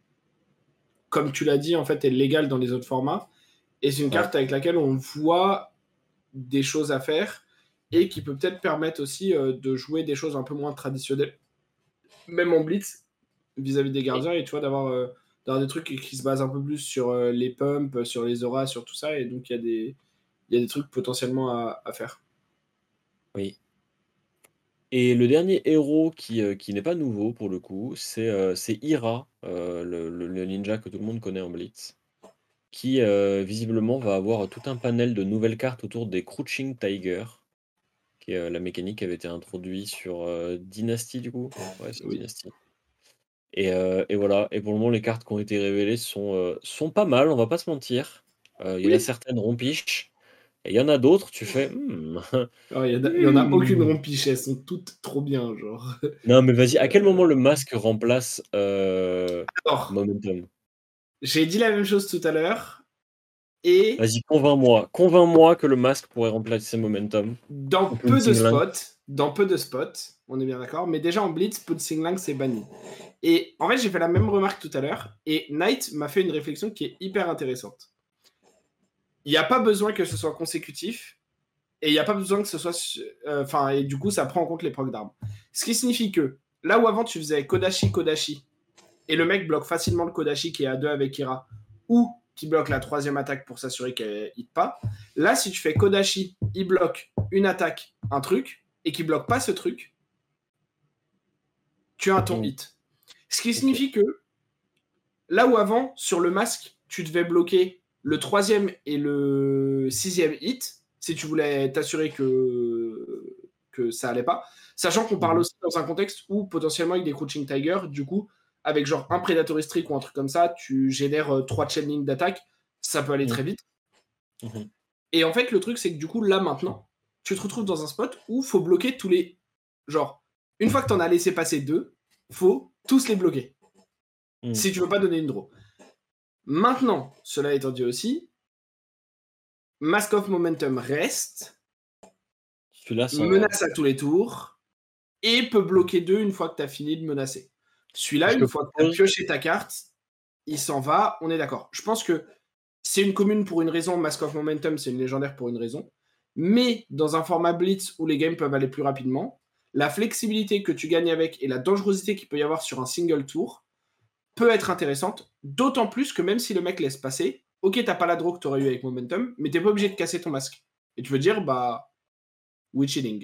Speaker 2: comme tu l'as dit, en fait, est légale dans les autres formats. Et c'est une
Speaker 1: Ouais.
Speaker 2: carte avec laquelle on voit des choses à faire et qui peut peut-être permettre aussi euh, de jouer des choses un peu moins traditionnelles, même en blitz, vis-à-vis des
Speaker 1: Et-
Speaker 2: gardiens, et tu vois, d'avoir euh, d'avoir des trucs qui se basent un peu plus sur euh, les pumps, sur les auras, sur tout ça, et donc il y a des, il y a des trucs potentiellement à, à faire.
Speaker 1: oui. Et le dernier héros qui, euh, qui n'est pas nouveau pour le coup, c'est euh, c'est Ira, euh, le, le- le ninja que tout le monde connaît en Blitz, qui euh, visiblement va avoir tout un panel de nouvelles cartes autour des Crouching Tiger, qui est euh, la mécanique qui avait été introduite sur euh, Dynasty du coup. Ouais, c'est
Speaker 2: Oui.
Speaker 1: Dynasty. Et, euh, et voilà, et pour le moment les cartes qui ont été révélées sont, euh, sont pas mal, on va pas se mentir. Heu, il y en a
Speaker 2: Oui.
Speaker 1: certaines rompiches et il y en a d'autres, tu fais: «Mmh,
Speaker 2: Oh, il y en a il y en a aucune
Speaker 1: mmh».
Speaker 2: rompiche, elles sont toutes trop bien, genre.
Speaker 1: Non, mais vas-y, à quel moment le
Speaker 2: Heu,
Speaker 1: masque remplace, heu,
Speaker 2: alors,
Speaker 1: Momentum?
Speaker 2: j'ai dit la même chose tout à l'heure et
Speaker 1: Vas-y, convainc-moi, convainc-moi que le masque pourrait remplacer Momentum
Speaker 2: dans
Speaker 1: ou
Speaker 2: peu de
Speaker 1: Pouncing Link.
Speaker 2: spots dans peu de spots, on est bien d'accord, mais déjà en blitz, Pouncing Link, c'est banni et en fait, j'ai fait la même remarque tout à l'heure et Knight m'a fait une réflexion qui est hyper intéressante. Il y a pas besoin que ce soit consécutif et il y a pas besoin que ce soit euh, enfin et du coup, ça prend en compte les procs d'armes. Ce qui signifie que là où avant tu faisais Kodachi Kodachi et le mec bloque facilement le Kodachi qui est à deux avec Ira ou qui bloque la troisième attaque pour s'assurer qu'elle hit pas. Là, si tu fais Kodachi, il bloque une attaque, un truc, et qui bloque pas ce truc, tu as un ton
Speaker 1: Mmh.
Speaker 2: hit. Ce qui
Speaker 1: OK.
Speaker 2: signifie que là où avant, sur le masque, tu devais bloquer le troisième et le sixième hit, si tu voulais t'assurer que, que ça allait pas. Sachant qu'on parle
Speaker 1: Mmh.
Speaker 2: aussi dans un contexte où potentiellement avec des Crouching Tiger, du coup, avec genre un Predatory Streak ou un truc comme ça, tu génères euh, trois chainings d'attaque, ça peut aller
Speaker 1: Mmh.
Speaker 2: très vite.
Speaker 1: Mmh.
Speaker 2: Et en fait, le truc, c'est que du coup, là maintenant, tu te retrouves dans un spot où faut bloquer tous les. Genre, une fois que t'en as laissé passer deux, faut tous les bloquer.
Speaker 1: Mmh.
Speaker 2: Si tu veux pas donner une draw. Maintenant, cela étant dit aussi, Mask of Momentum reste,
Speaker 1: Celui-là s'en va.
Speaker 2: menace à tous les tours, et peut bloquer deux une fois que tu as fini de menacer. Celui-là,
Speaker 1: Je te
Speaker 2: une fois que tu as
Speaker 1: propose
Speaker 2: pioché ta carte, il s'en va, on est d'accord. Je pense que c'est une commune pour une raison, Mask of Momentum, c'est une légendaire pour une raison. Mais dans un format Blitz où les games peuvent aller plus rapidement, la flexibilité que tu gagnes avec et la dangerosité qu'il peut y avoir sur un single tour peut être intéressante, d'autant plus que même si le mec laisse passer, ok, t'as pas la draw que t'aurais eu avec Momentum, mais t'es pas obligé de casser ton masque. Et tu veux dire, bah, we chilling.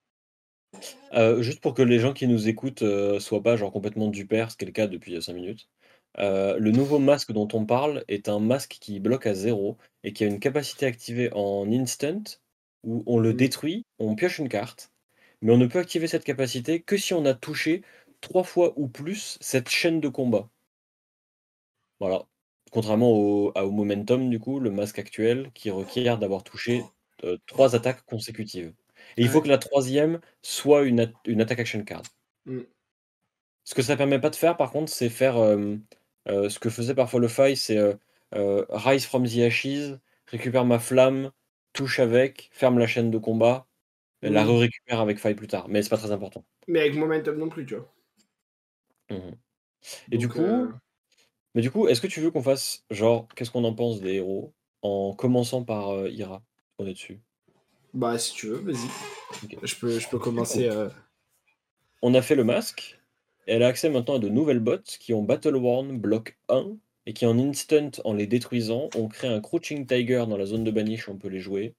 Speaker 1: Heu, juste pour que les gens qui nous écoutent, heu, soient pas genre complètement dupers, ce qui est le cas depuis, heu, cinq minutes. Heu, le nouveau masque dont on parle est un masque qui bloque à zéro et qui a une capacité activée en instant où on le
Speaker 2: Mm.
Speaker 1: détruit, on pioche une carte, mais on ne peut activer cette capacité que si on a touché trois fois ou plus cette chaîne de combat. Voilà. Contrairement au à au Momentum du coup, le masque actuel qui requiert d'avoir touché, heu, trois attaques consécutives et il faut que
Speaker 2: Ouais.
Speaker 1: la troisième soit une at une attack action card.
Speaker 2: Mm.
Speaker 1: Ce que ça permet pas de faire par contre, c'est faire, hem, heu, ce que faisait parfois le Fai, c'est, heu heu, Rise from the Ashes, récupère ma flamme, touche avec, ferme la chaîne de combat, et la
Speaker 2: Oui.
Speaker 1: re-récupère avec Fai plus tard, mais c'est pas très important.
Speaker 2: Mais avec Momentum non plus, tu vois.
Speaker 1: Mmh. Et du
Speaker 2: Donc, euh,
Speaker 1: coup mais du coup, est-ce que tu veux qu'on fasse genre, qu'est-ce qu'on en pense des héros? En commençant par, heu, Ira? On est dessus.
Speaker 2: bah, si tu veux, vas-y.
Speaker 1: OK.
Speaker 2: Je peux, je peux
Speaker 1: Du coup,
Speaker 2: commencer. euh,
Speaker 1: on a fait le masque. Elle a accès maintenant à de nouvelles bots qui ont Battle Worn bloc un et qui en instant, en les détruisant, on crée un Crouching Tiger dans la zone de banish, on peut les jouer.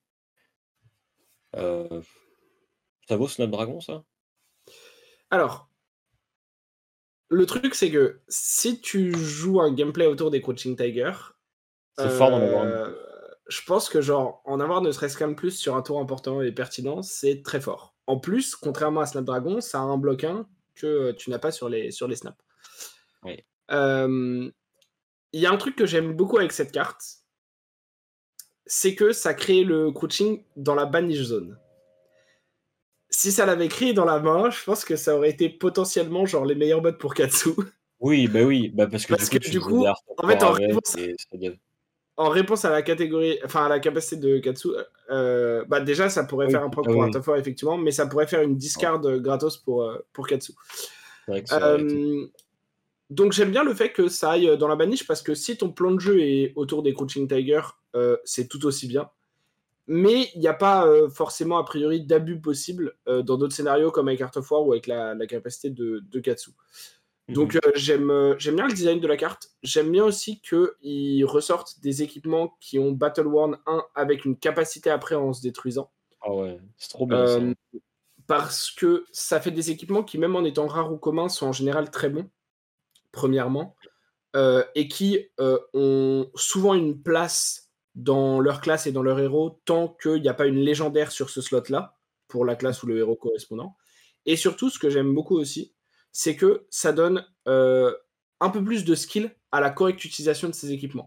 Speaker 1: Heu, Ça vaut Snapdragon ça?
Speaker 2: Alors, le truc, c'est que si tu joues un gameplay autour des Crouching Tiger,
Speaker 1: C'est fort d'en avoir un de
Speaker 2: euh,
Speaker 1: plus.
Speaker 2: je pense que genre en avoir ne serait-ce qu'un de plus sur un tour important et pertinent, c'est très fort. En plus, contrairement à Snapdragon, ça a un bloc un que euh, tu n'as pas sur les, sur les snaps.
Speaker 1: Ouais.
Speaker 2: Euh, Il y a un truc que j'aime beaucoup avec cette carte, c'est que ça crée le crouching dans la banish zone. Si ça l'avait créé dans la main, je pense que ça aurait été potentiellement genre les meilleurs bots pour Katsu.
Speaker 1: Oui, bah oui, bah parce que du
Speaker 2: Parce
Speaker 1: coup
Speaker 2: que
Speaker 1: tu
Speaker 2: du
Speaker 1: faisais des
Speaker 2: coup,
Speaker 1: Heart of
Speaker 2: en fait,
Speaker 1: War
Speaker 2: en
Speaker 1: avec
Speaker 2: réponse,
Speaker 1: et ça dev
Speaker 2: en réponse à la catégorie, enfin à la capacité de Katsu, euh, bah déjà ça pourrait
Speaker 1: oui,
Speaker 2: faire un proc
Speaker 1: ah
Speaker 2: pour un
Speaker 1: oui,
Speaker 2: top four effectivement, mais ça pourrait faire une
Speaker 1: ah,
Speaker 2: discard gratos pour, euh, pour Katsu.
Speaker 1: c'est vrai que ça aurait été
Speaker 2: Euh, donc j'aime bien le fait que ça aille dans la baniche parce que si ton plan de jeu est autour des Crouching Tiger, euh, c'est tout aussi bien. Mais il n'y a pas euh, forcément a priori d'abus possible euh, dans d'autres scénarios comme avec Art of War ou avec la, la capacité de, de Katsu. Donc
Speaker 1: mmh.
Speaker 2: euh, j'aime euh, j'aime bien le design de la carte. J'aime bien aussi qu'ils ressortent des équipements qui ont Battle Worn un avec une capacité après en se détruisant.
Speaker 1: Ah ouais, c'est trop bien ça,
Speaker 2: Euh,
Speaker 1: hein.
Speaker 2: Parce que ça fait des équipements qui, même en étant rares ou communs, sont en général très bons, premièrement, euh, et qui euh, ont souvent une place dans leur classe et dans leur héros tant qu'il n'y a pas une légendaire sur ce slot-là, pour la classe ou le héros correspondant. Et surtout, ce que j'aime beaucoup aussi, c'est que ça donne euh, un peu plus de skill à la correcte utilisation de ces équipements.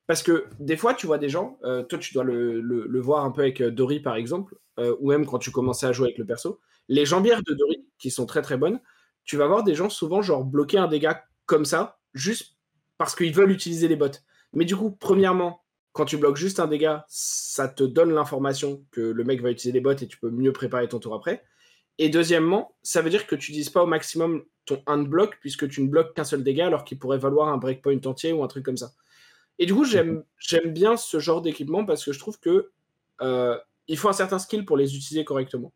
Speaker 2: Parce que des fois, tu vois des gens, euh, toi tu dois le, le- le voir un peu avec euh, Dory par exemple, euh, ou même quand tu commençais à jouer avec le perso. Les jambières de Dory, qui sont très très bonnes, tu vas voir des gens souvent genre bloquer un dégât comme ça, juste parce qu'ils veulent utiliser les bots. Mais du coup, premièrement, quand tu bloques juste un dégât, ça te donne l'information que le mec va utiliser les bots et tu peux mieux préparer ton tour après. Et deuxièmement, ça veut dire que tu n'utilises pas au maximum ton hand block puisque tu ne bloques qu'un seul dégât alors qu'il pourrait valoir un breakpoint entier ou un truc comme ça. Et du coup,
Speaker 1: Mhm.
Speaker 2: j'aime j'aime bien ce genre d'équipement parce que je trouve que euh, il faut un certain skill pour les utiliser correctement.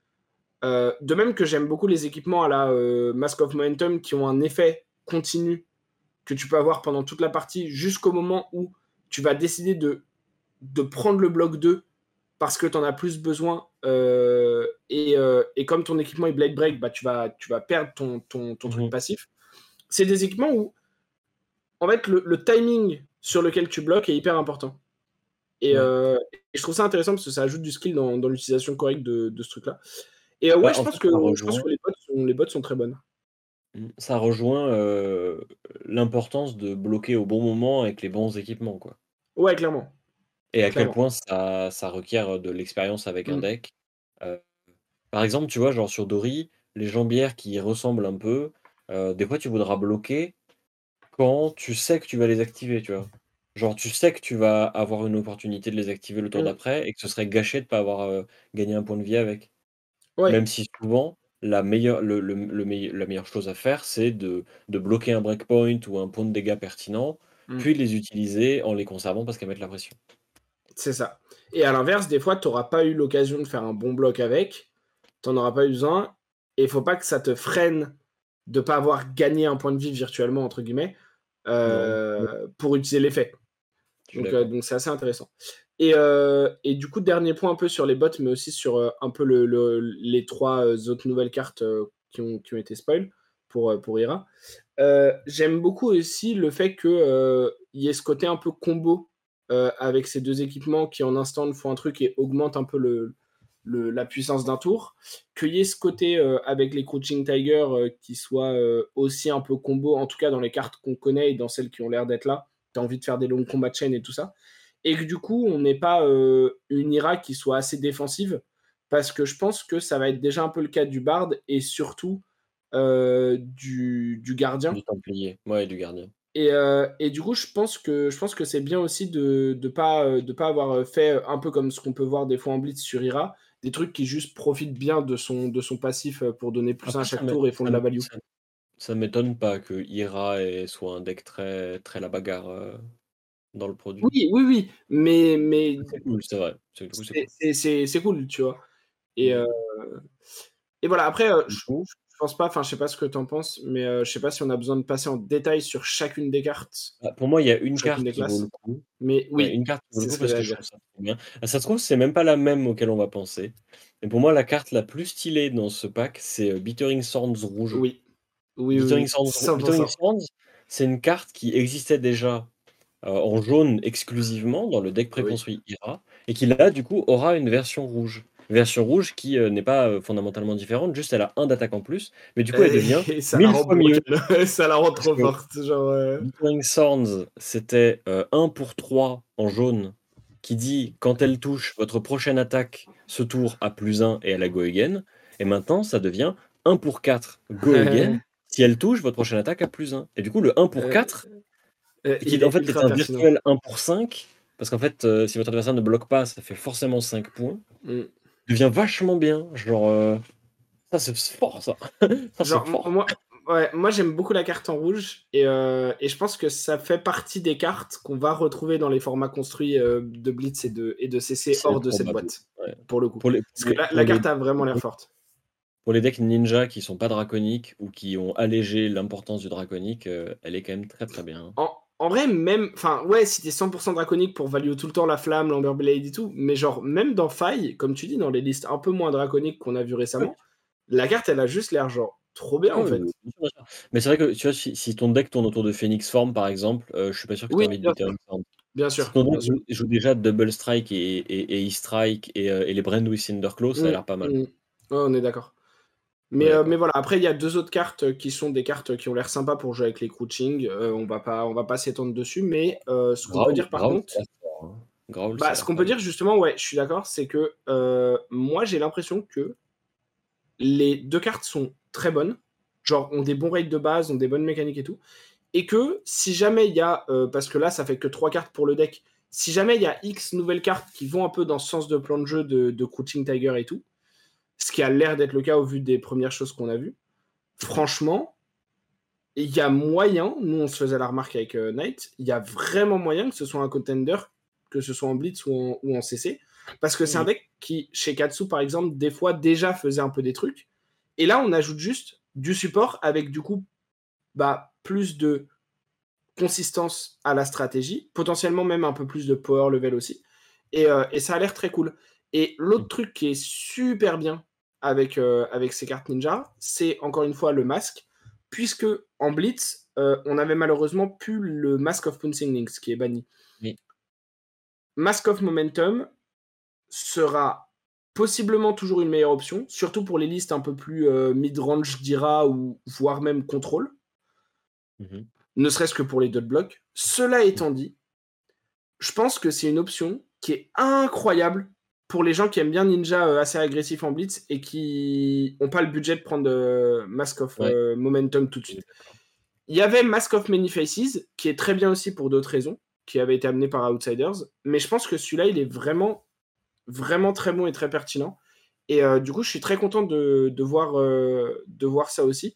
Speaker 2: Euh, de même que j'aime beaucoup les équipements à la euh, Mask of Momentum qui ont un effet continu que tu peux avoir pendant toute la partie jusqu'au moment où tu vas décider de, de prendre le bloc deux parce que tu en as plus besoin. Euh, et, euh, et comme ton équipement est Blade Break, bah, tu, vas, tu vas perdre ton, ton, ton truc
Speaker 1: Mhm.
Speaker 2: passif. C'est des équipements où, en fait, le, le timing sur lequel tu bloques est hyper important. Et,
Speaker 1: Ouais.
Speaker 2: euh, et je trouve ça intéressant parce que ça ajoute du skill dans, dans l'utilisation correcte de, de ce truc-là. Et euh, ouais,
Speaker 1: Bah,
Speaker 2: je
Speaker 1: en
Speaker 2: pense
Speaker 1: fait,
Speaker 2: que,
Speaker 1: ça
Speaker 2: je pense
Speaker 1: rejoint,
Speaker 2: que les bots sont, les bots sont très bonnes.
Speaker 1: mmh, ça rejoint euh, l'importance de bloquer au bon moment avec les bons équipements, quoi.
Speaker 2: Ouais, clairement.
Speaker 1: Et à quel
Speaker 2: Clairement.
Speaker 1: point ça, ça requiert de l'expérience avec un
Speaker 2: Mm.
Speaker 1: deck. Euh, Par exemple, tu vois, genre sur Dory, les jambières qui y ressemblent un peu, euh, des fois tu voudras bloquer quand tu sais que tu vas les activer, tu vois. Genre, tu sais que tu vas avoir une opportunité de les activer le tour
Speaker 2: Mm.
Speaker 1: d'après et que ce serait gâché de pas avoir euh, gagné un point de vie avec.
Speaker 2: Ouais,
Speaker 1: Même si souvent, la meilleure, le, le- le meille- la meilleure chose à faire, c'est de, de bloquer un breakpoint ou un point de dégâts pertinent,
Speaker 2: mm.
Speaker 1: puis de les utiliser en les conservant parce qu'elles mettent la pression.
Speaker 2: C'est ça. Et à l'inverse, des fois, tu n'auras pas eu l'occasion de faire un bon bloc avec, tu n'en auras pas eu besoin, et il faut pas que ça te freine de pas avoir gagné un point de vie virtuellement, entre guillemets,
Speaker 1: Non, oui,
Speaker 2: euh, pour utiliser l'effet.
Speaker 1: je suis
Speaker 2: Donc, euh,
Speaker 1: d'accord.
Speaker 2: donc c'est assez intéressant. Et, euh, et du coup, dernier point un peu sur les bots, mais aussi sur euh, un peu le, le- les trois euh, autres nouvelles cartes euh, qui, ont, qui ont été spoil pour, euh, pour Ira. Euh, j'aime beaucoup aussi le fait qu'il euh, y ait ce côté un peu combo euh, avec ces deux équipements qui en instant font un truc et augmentent un peu le, le- la puissance d'un tour. Qu'il y ait ce côté euh, avec les Crouching Tiger euh, qui soit euh, aussi un peu combo, en tout cas dans les cartes qu'on connaît et dans celles qui ont l'air d'être là. Tu as envie de faire des longs combats de chaîne et tout ça. Et que du coup, on n'ait pas euh, une Ira qui soit assez défensive parce que je pense que ça va être déjà un peu le cas du Bard et surtout euh, du, du gardien.
Speaker 1: Du Templier, ouais, du gardien.
Speaker 2: Et, euh, et du coup, je pense que, je pense que c'est bien aussi de ne de pas, euh, de pas avoir fait un peu comme ce qu'on peut voir des fois en Blitz sur Ira, des trucs qui juste profitent bien de son, de son passif euh, pour donner plus un à
Speaker 1: Après, ça
Speaker 2: chaque
Speaker 1: m'é-
Speaker 2: tour et font
Speaker 1: ça
Speaker 2: de la
Speaker 1: m-
Speaker 2: value.
Speaker 1: ça- ça m'étonne pas que Ira ait- soit un deck très, très la bagarre euh, dans le produit.
Speaker 2: Oui, oui, oui, mais, mais
Speaker 1: C'est cool, c'est vrai. C'est- Du coup, c'est
Speaker 2: c'est
Speaker 1: cool.
Speaker 2: c'est- c'est- c'est cool, tu vois. Et, euh,
Speaker 1: Mais
Speaker 2: et voilà, après, euh,
Speaker 1: du
Speaker 2: je,
Speaker 1: coup,
Speaker 2: je pense pas, enfin, je sais pas ce que tu en penses, mais euh, je sais pas si on a besoin de passer en détail sur chacune des cartes,
Speaker 1: bah, pour moi, il y a
Speaker 2: ou
Speaker 1: une
Speaker 2: chacune
Speaker 1: carte
Speaker 2: des
Speaker 1: qui vaut le
Speaker 2: classes.
Speaker 1: coup.
Speaker 2: Mais
Speaker 1: Ouais,
Speaker 2: oui,
Speaker 1: une carte qui vaut le
Speaker 2: c'est
Speaker 1: coup
Speaker 2: ce que
Speaker 1: parce que
Speaker 2: j'allais
Speaker 1: je trouve
Speaker 2: dire.
Speaker 1: ça trop bien. Ah, ça se trouve, c'est même pas la même auquel on va penser. Mais pour moi, la carte la plus stylée dans ce pack, c'est euh, Bittering Sands rouge.
Speaker 2: Oui, oui, oui,
Speaker 1: Bittering
Speaker 2: oui,
Speaker 1: Sands, rou- Bittering
Speaker 2: cent pour cent.
Speaker 1: Sands, c'est une carte qui existait déjà euh, en jaune exclusivement dans le deck
Speaker 2: Oui.
Speaker 1: préconstruit Ira, et qui là, du coup, aura une version rouge. Version rouge qui euh, n'est pas euh, fondamentalement différente, juste elle a un d'attaque en plus, mais du coup, elle
Speaker 2: Et,
Speaker 1: devient
Speaker 2: et ça la
Speaker 1: mille
Speaker 2: rend
Speaker 1: fois mieux.
Speaker 2: broken. Ça la rend
Speaker 1: Parce
Speaker 2: trop
Speaker 1: que
Speaker 2: forte. Genre, euh,
Speaker 1: Bittering Sands, c'était euh, un pour trois en jaune, qui dit quand elle touche, votre prochaine attaque ce tour a plus un et elle a go again. Et maintenant, ça devient un pour quatre go again. Si elle touche, votre prochaine attaque a plus un. Et du coup, le un pour
Speaker 2: euh,
Speaker 1: quatre,
Speaker 2: euh,
Speaker 1: qui
Speaker 2: il
Speaker 1: en
Speaker 2: est
Speaker 1: fait est
Speaker 2: ultra
Speaker 1: un
Speaker 2: pertinent.
Speaker 1: virtuel un pour cinq, parce qu'en fait, euh, si votre adversaire ne bloque pas, ça fait forcément cinq points,
Speaker 2: Mm.
Speaker 1: devient vachement bien. Genre, euh, ça c'est fort, ça. Ça c'est
Speaker 2: Genre, m-
Speaker 1: fort.
Speaker 2: moi, ouais, moi j'aime beaucoup la carte en rouge. Et, euh, et je pense que ça fait partie des cartes qu'on va retrouver dans les formats construits euh, de Blitz et de, et de C C
Speaker 1: C'est
Speaker 2: hors de cette
Speaker 1: probable.
Speaker 2: boîte.
Speaker 1: Ouais.
Speaker 2: Pour le coup.
Speaker 1: Pour les, pour
Speaker 2: Parce que
Speaker 1: les,
Speaker 2: la,
Speaker 1: pour
Speaker 2: la
Speaker 1: les
Speaker 2: carte a vraiment l'air forte.
Speaker 1: Pour les decks ninja qui sont pas draconiques ou qui ont allégé l'importance du draconique, euh, elle est quand même très très bien.
Speaker 2: En, en vrai, même. Enfin, ouais, si t'es cent pour cent draconique pour value tout le temps la flamme, l'Amberblade et tout. Mais genre, même dans Faille, comme tu dis, dans les listes un peu moins draconiques qu'on a vu
Speaker 1: Ouais.
Speaker 2: récemment, la carte, elle a juste l'air genre trop bien
Speaker 1: Ah
Speaker 2: en
Speaker 1: oui,
Speaker 2: fait.
Speaker 1: oui, bien sûr, bien sûr. Mais c'est vrai que tu vois, si, si ton deck tourne autour de Phoenix Form par exemple, euh, je suis pas sûr que tu
Speaker 2: Oui,
Speaker 1: aies envie de
Speaker 2: bien
Speaker 1: Bittering
Speaker 2: sûr.
Speaker 1: Form.
Speaker 2: Bien
Speaker 1: Si
Speaker 2: sûr.
Speaker 1: ton
Speaker 2: Bien
Speaker 1: deck
Speaker 2: sûr.
Speaker 1: joue, joue déjà Double Strike et, et, et E-Strike et, euh, et les Brand with Cinderclaw, ça a
Speaker 2: Mm,
Speaker 1: l'air pas mal.
Speaker 2: mm. Ouais, on est d'accord. Mais,
Speaker 1: Ouais,
Speaker 2: heu, mais
Speaker 1: d'accord.
Speaker 2: voilà, après il y a deux autres cartes qui sont des cartes qui ont l'air sympas pour jouer avec les Crouching, heu, on va pas on va pas s'étendre dessus, mais, heu, ce qu'on peut
Speaker 1: Grawl
Speaker 2: dire par
Speaker 1: Grawl, ça a
Speaker 2: contre
Speaker 1: l'air fort, hein. Grawl, ça
Speaker 2: bah,
Speaker 1: a
Speaker 2: ce
Speaker 1: l'air
Speaker 2: qu'on
Speaker 1: pas
Speaker 2: peut
Speaker 1: mal.
Speaker 2: dire justement, ouais, je suis d'accord, c'est que, heu, moi j'ai l'impression que les deux cartes sont très bonnes, genre ont des bons rates de base, ont des bonnes mécaniques et tout, et que si jamais il y a, heu, parce que là ça fait que trois cartes pour le deck, si jamais il y a X nouvelles cartes qui vont un peu dans ce sens de plan de jeu de de Crouching Tiger et tout, ce qui a l'air d'être le cas au vu des premières choses qu'on a vues,
Speaker 1: Mmh mh.
Speaker 2: franchement, il y a moyen, nous on se faisait la remarque avec, heu, Knight, il y a vraiment moyen que ce soit un contender, que ce soit en blitz ou en ou en C C. Parce que c'est un
Speaker 1: Mmh.
Speaker 2: deck qui, chez Katsu par exemple, des fois déjà faisait un peu des trucs. Et là, on ajoute juste du support avec du coup, bah, plus de consistance à la stratégie, potentiellement même un peu plus de power level aussi. Et, euh, et ça a l'air très cool. Et
Speaker 1: Mmh.
Speaker 2: l'autre truc qui est super bien avec, euh, avec ces cartes ninja, c'est encore une fois le masque, puisque en Blitz, euh, on avait malheureusement plus le Mask of Pouncing Links qui est banni.
Speaker 1: Oui.
Speaker 2: Mask of Momentum sera possiblement toujours une meilleure option, surtout pour les listes un peu plus euh, mid-range d'Ira ou voire même contrôle,
Speaker 1: Mmh mh.
Speaker 2: ne serait-ce que pour les dot blocs. Cela
Speaker 1: Mmh.
Speaker 2: étant dit, je pense que c'est une option qui est incroyable pour les gens qui aiment bien Ninja euh, assez agressif en blitz et qui n'ont pas le budget de prendre euh, Mask of
Speaker 1: Ouais,
Speaker 2: euh, Momentum tout de
Speaker 1: on est
Speaker 2: suite.
Speaker 1: d'accord.
Speaker 2: Il y avait Mask of Many Faces, qui est très bien aussi pour d'autres raisons, qui avait été amené par Outsiders, mais je pense que celui-là, il est vraiment, vraiment très bon et très pertinent. Et euh, du coup, je suis très content de, de voir, euh, de voir ça aussi,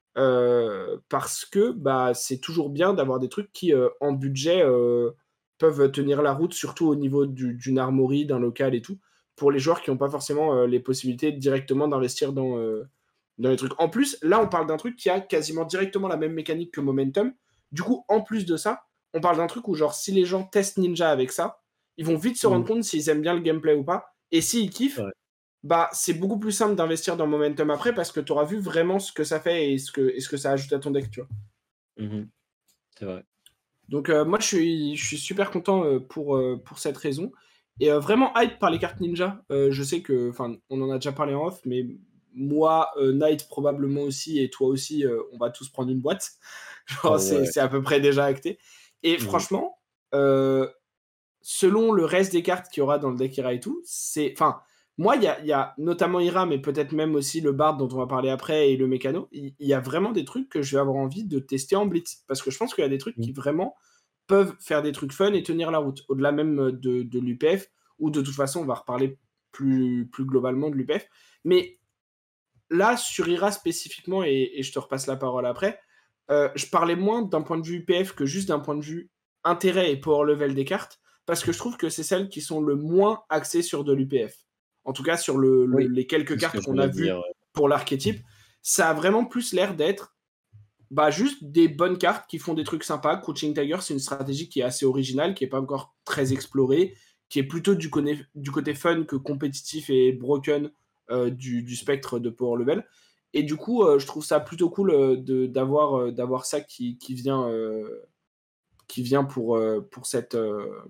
Speaker 2: euh, parce que bah, c'est toujours bien d'avoir des trucs qui, euh, en budget, euh, peuvent tenir la route, surtout au niveau du- d'une armory, d'un local et tout, pour les joueurs qui n'ont pas forcément euh, les possibilités directement d'investir dans, euh, dans les trucs. En plus, là, on parle d'un truc qui a quasiment directement la même mécanique que Momentum. Du coup, en plus de ça, on parle d'un truc où, genre, si les gens testent Ninja avec ça, ils vont vite se rendre
Speaker 1: Mmh.
Speaker 2: compte s'ils aiment bien le gameplay ou pas. Et s'ils kiffent,
Speaker 1: Ouais.
Speaker 2: bah, c'est beaucoup plus simple d'investir dans Momentum après parce que tu auras vu vraiment ce que ça fait et ce que, et ce que ça ajoute à ton deck, tu vois.
Speaker 1: Mmh mh. C'est vrai.
Speaker 2: Donc, euh, moi, je suis, je suis super content euh, pour, euh, pour cette raison. Et euh, vraiment hype par les cartes ninja. Euh, je sais que, enfin, on en a déjà parlé en off, mais moi, euh, Knight probablement aussi, et toi aussi, euh, on va tous prendre une boîte. Genre,
Speaker 1: Oh
Speaker 2: c'est,
Speaker 1: ouais.
Speaker 2: c'est à peu près déjà acté. Et
Speaker 1: Mmh mh.
Speaker 2: franchement, euh, selon le reste des cartes qu'il y aura dans le deck Ira et tout, c'est. Enfin, moi, il y a, il y a notamment Ira, mais peut-être même aussi le Bard dont on va parler après et le Mécano. Il il y, a vraiment des trucs que je vais avoir envie de tester en Blitz. Parce que je pense qu'il y a des trucs qui
Speaker 1: Mmh.
Speaker 2: vraiment peuvent faire des trucs fun et tenir la route, au-delà même de, de l'U P F, ou de toute façon, on va reparler plus, plus globalement de l'U P F. Mais là, sur Ira spécifiquement, et, et je te repasse la parole après, euh, je parlais moins d'un point de vue U P F que juste d'un point de vue intérêt et power level des cartes, parce que je trouve que c'est celles qui sont le moins axées sur de l'U P F. En tout cas, sur le, le,
Speaker 1: Oui,
Speaker 2: les quelques
Speaker 1: c'est ce que
Speaker 2: cartes qu'on a
Speaker 1: j'allais dire,
Speaker 2: vues
Speaker 1: ouais.
Speaker 2: pour l'archétype, ça a vraiment plus l'air d'être bah, juste des bonnes cartes qui font des trucs sympas. Crouching Tiger, c'est une stratégie qui est assez originale, qui n'est pas encore très explorée, qui est plutôt du, côté, du côté fun que compétitif et broken euh, du, du spectre de Power Level. Et du coup, euh, je trouve ça plutôt cool euh, de, d'avoir, euh, d'avoir ça qui, qui vient, euh, qui vient pour, euh, pour cette. euh,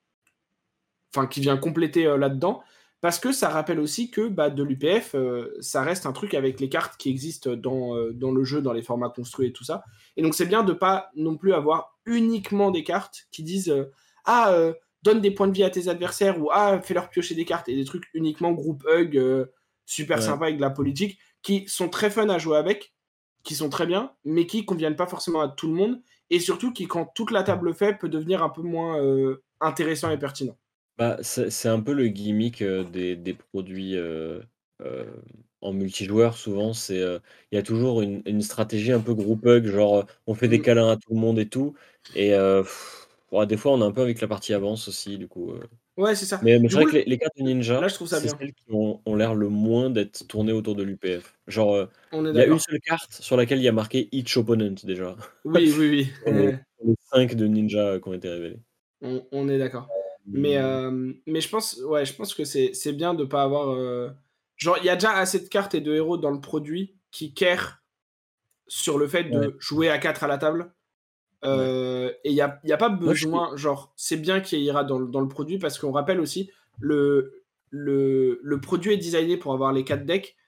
Speaker 2: Enfin, qui vient compléter euh, là-dedans. Parce que ça rappelle aussi que bah, de l'U P F, euh, ça reste un truc avec les cartes qui existent dans, euh, dans le jeu, dans les formats construits et tout ça. Et donc c'est bien de pas non plus avoir uniquement des cartes qui disent euh, ah euh, donne des points de vie à tes adversaires ou ah fais-leur piocher des cartes et des trucs uniquement groupe hug euh, super
Speaker 1: Ouais.
Speaker 2: sympa avec de la politique qui sont très fun à jouer avec, qui sont très bien, mais qui conviennent pas forcément à tout le monde et surtout qui quand toute la table le fait peut devenir un peu moins euh, intéressant et pertinent.
Speaker 1: Bah, c'est c'est un peu le gimmick, heu, des des produits, heu, heu, en multijoueur souvent, c'est, heu, il y a toujours une une stratégie un peu group hug, genre, heu, on fait des
Speaker 2: Mm.
Speaker 1: câlins à tout le monde et tout et heu, ouais, des fois on a un peu envie que la partie avance aussi du coup, heu,
Speaker 2: Ouais, c'est ça.
Speaker 1: mais mais
Speaker 2: Du
Speaker 1: c'est vrai
Speaker 2: coup,
Speaker 1: que les les cartes de
Speaker 2: là,
Speaker 1: ninja,
Speaker 2: je trouve ça
Speaker 1: c'est
Speaker 2: bien.
Speaker 1: celles qui ont ont l'air le moins d'être tournées autour de l'U P F. Genre, heu,
Speaker 2: On est
Speaker 1: il y a une
Speaker 2: d'accord.
Speaker 1: seule carte sur laquelle il y a marqué each opponent déjà,
Speaker 2: Oui, oui,
Speaker 1: sur les
Speaker 2: oui.
Speaker 1: sur les cinq de ninja, qui ont été révélés.
Speaker 2: on, on est d'accord. Mais,
Speaker 1: Mmh,
Speaker 2: euh, mais je pense, ouais, je pense que c'est c'est bien de pas avoir. euh, Genre, il y a déjà assez de cartes et de héros dans le produit qui care sur le fait
Speaker 1: ouais,
Speaker 2: de jouer à quatre à la table.
Speaker 1: ouais.
Speaker 2: Euh, et il n'y a, y a pas
Speaker 1: Moi je suis
Speaker 2: besoin, genre, c'est bien qu'il y ira dans, le- dans le produit parce qu'on rappelle aussi, le, le, le produit est designé pour avoir les quatre decks.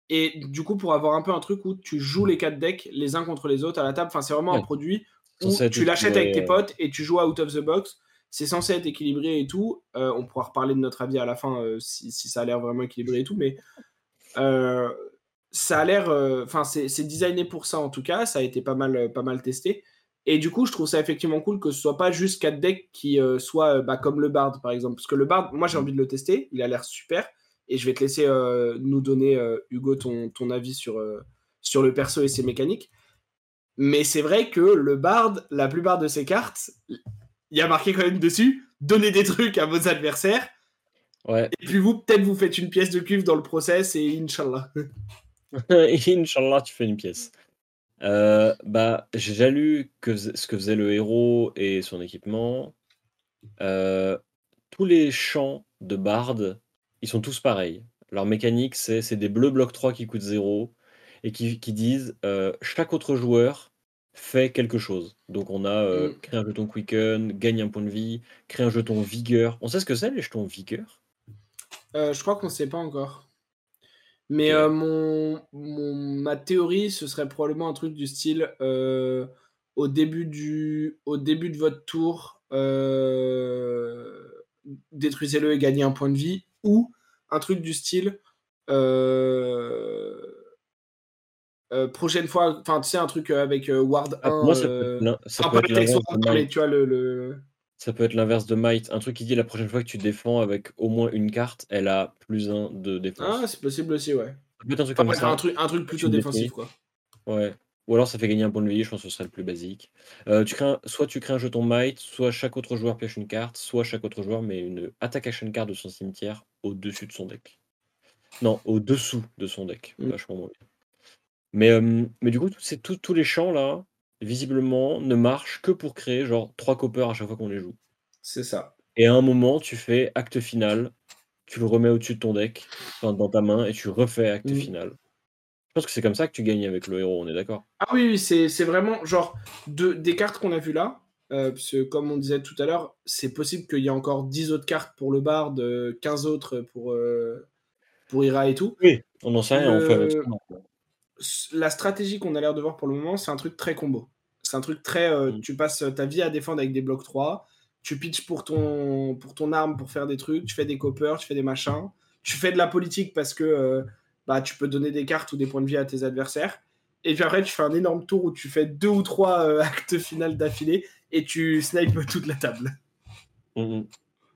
Speaker 2: Et du coup, pour avoir un peu un truc où tu joues les quatre decks les uns contre les autres à la table, enfin, c'est vraiment un
Speaker 1: Ouais.
Speaker 2: produit où
Speaker 1: Censé être
Speaker 2: tu l'achètes avec
Speaker 1: équilibré.
Speaker 2: tes
Speaker 1: euh.
Speaker 2: potes et tu joues out of the box. C'est censé être équilibré et tout. Euh, on pourra reparler de notre avis à la fin euh, si, si ça a l'air vraiment équilibré et tout, mais euh, ça a l'air. Enfin, euh, c'est, c'est designé pour ça en tout cas. Ça a été pas mal, pas mal testé. Et du coup, je trouve ça effectivement cool que ce soit pas juste quatre decks qui euh, soient euh, bah, comme le Bard par exemple. Parce que le Bard, moi j'ai
Speaker 1: Mm.
Speaker 2: envie de le tester. Il a l'air super. Et je vais te laisser euh, nous donner, euh, Hugo, ton, ton avis sur, euh, sur le perso et ses mécaniques. Mais c'est vrai que le Bard, la plupart de ses cartes, il y a marqué quand même dessus donnez des trucs à vos adversaires.
Speaker 1: Ouais.
Speaker 2: Et puis vous, peut-être vous faites une pièce de cuivre dans le process et Inch'Allah.
Speaker 1: Inch'Allah, tu fais une pièce. Euh, bah, j'ai déjà lu que, ce que faisait le héros et son équipement. Euh, tous les champs de Bard, ils sont tous pareils. Leur mécanique, c'est c'est des bleus bloc trois qui coûtent zéro et qui, qui disent euh, chaque autre joueur fait quelque chose. Donc on a euh,
Speaker 2: Mm.
Speaker 1: créé un jeton Quicken, gagne un point de vie, créé un jeton Vigueur. On sait ce que c'est les jetons Vigueur?
Speaker 2: Euh, je crois qu'on ne sait pas encore. Mais euh,
Speaker 1: Ok.
Speaker 2: mon, mon- ma théorie, ce serait probablement un truc du style euh, au, début du, au début de votre tour, euh, détruisez-le et gagnez un point de vie. Ou un truc du style euh, euh, prochaine fois, enfin, tu sais, un truc avec euh, Ward
Speaker 1: Ah, pour
Speaker 2: un.
Speaker 1: moi, ça peut être
Speaker 2: Euh,
Speaker 1: l'in- ça
Speaker 2: Enfin,
Speaker 1: peut
Speaker 2: pas
Speaker 1: être
Speaker 2: le texte
Speaker 1: l'inverse
Speaker 2: Ward
Speaker 1: de
Speaker 2: un, mais
Speaker 1: Might.
Speaker 2: tu vois, le. le...
Speaker 1: Ça peut être l'inverse de Might. Un truc qui dit la prochaine fois que tu défends avec au moins une carte, elle a plus un de
Speaker 2: Ah,
Speaker 1: défense.
Speaker 2: c'est possible aussi, ouais.
Speaker 1: Ça peut être un truc
Speaker 2: Enfin,
Speaker 1: comme
Speaker 2: bref, un
Speaker 1: ça.
Speaker 2: truc, un truc
Speaker 1: Tu
Speaker 2: plutôt
Speaker 1: le
Speaker 2: défensif,
Speaker 1: détruis.
Speaker 2: quoi.
Speaker 1: Ouais. Ou alors ça fait gagner un point de vie, je pense que ce serait le plus basique. Euh, tu crées un- soit tu crées un jeton Might, soit chaque autre joueur pioche une carte, soit chaque autre joueur met une attack action card de son cimetière au-dessus de son deck. Non, au-dessous de son deck.
Speaker 2: Mm.
Speaker 1: Vachement moins bien. Mais, euh, mais du coup, tous ces- tous tous les champs là, visiblement, ne marchent que pour créer genre trois coppers à chaque fois qu'on les joue.
Speaker 2: C'est ça.
Speaker 1: Et à un moment, tu fais acte final, tu le remets au-dessus de ton deck, enfin dans ta main, et tu refais acte
Speaker 2: Mm.
Speaker 1: final. Je pense que c'est comme ça que tu gagnes avec le héros, on est d'accord?
Speaker 2: Ah oui, oui, c'est c'est vraiment genre de, des cartes qu'on a vues là. Euh, parce que comme on disait tout à l'heure, c'est possible qu'il y ait encore dix autres cartes pour le Bard, euh, quinze autres pour, euh, pour Ira et tout.
Speaker 1: Oui. On n'en sait rien, on fait avec ce
Speaker 2: Le,
Speaker 1: qu'on a.
Speaker 2: la stratégie qu'on a l'air de voir pour le moment, c'est un truc très combo. C'est un truc très. Euh,
Speaker 1: Mm.
Speaker 2: tu passes ta vie à défendre avec des blocs trois, tu pitches pour ton, pour ton arme pour faire des trucs, tu fais des coppers, tu fais des machins, tu fais de la politique parce que euh, bah, tu peux donner des cartes ou des points de vie à tes adversaires. Et puis après, tu fais un énorme tour où tu fais deux ou trois euh, actes finaux d'affilée et tu snipes toute la table.
Speaker 1: Mm, mm.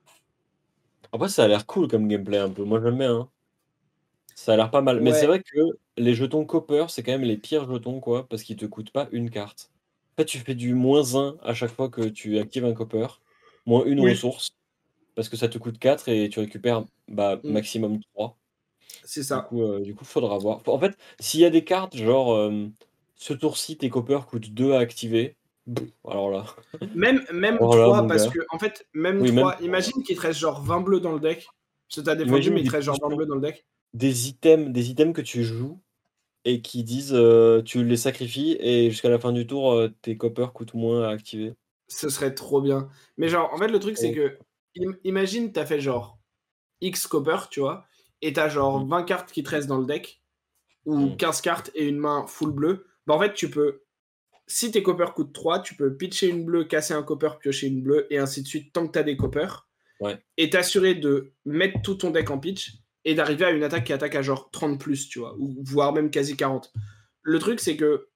Speaker 1: Après, ça a l'air cool comme gameplay un peu. Moi, j'aime bien, hein. Ça a l'air pas mal. Mais c'est
Speaker 2: Ouais,
Speaker 1: vrai que les jetons Copper, c'est quand même les pires jetons, quoi, parce qu'ils te coûtent pas une carte. En fait, tu fais du moins un à chaque fois que tu actives un Copper, moins une
Speaker 2: oui,
Speaker 1: ressource, parce que ça te coûte quatre et tu récupères bah,
Speaker 2: mm,
Speaker 1: maximum trois.
Speaker 2: c'est
Speaker 1: Du
Speaker 2: ça.
Speaker 1: coup, euh, du coup, faudra voir. En fait, s'il y a des cartes, genre euh, ce tour-ci, tes Copper coûtent deux à activer, pff, alors là,
Speaker 2: Même, même
Speaker 1: alors là,
Speaker 2: trois
Speaker 1: mon
Speaker 2: parce
Speaker 1: gars.
Speaker 2: que, en fait, même
Speaker 1: Oui, même
Speaker 2: trois imagine qu'il te reste genre vingt bleus dans le deck. Parce que t'as défendu,
Speaker 1: imagine
Speaker 2: mais il
Speaker 1: des
Speaker 2: te reste genre vingt
Speaker 1: potions,
Speaker 2: bleus dans le deck.
Speaker 1: des items, des items que tu joues et qui disent euh, tu les sacrifies et jusqu'à la fin du tour, euh, tes coppers coûtent moins à activer.
Speaker 2: Ce serait trop bien. Mais genre, en fait, le truc, c'est
Speaker 1: Oh.
Speaker 2: que, im- imagine, t'as fait genre X copper, tu vois, et t'as genre
Speaker 1: Mm,
Speaker 2: vingt cartes qui te restent dans le deck, ou
Speaker 1: mm.
Speaker 2: quinze cartes et une main full bleu. Bah, en fait, tu peux, si tes coppers coûtent trois, tu peux pitcher une bleue, casser un copper, piocher une bleue, et ainsi de suite, tant que t'as des coppers,
Speaker 1: Ouais.
Speaker 2: et t'assurer de mettre tout ton deck en pitch, et d'arriver à une attaque qui attaque à genre trente plus, tu vois, ou voire même quasi quarante. Le truc, c'est que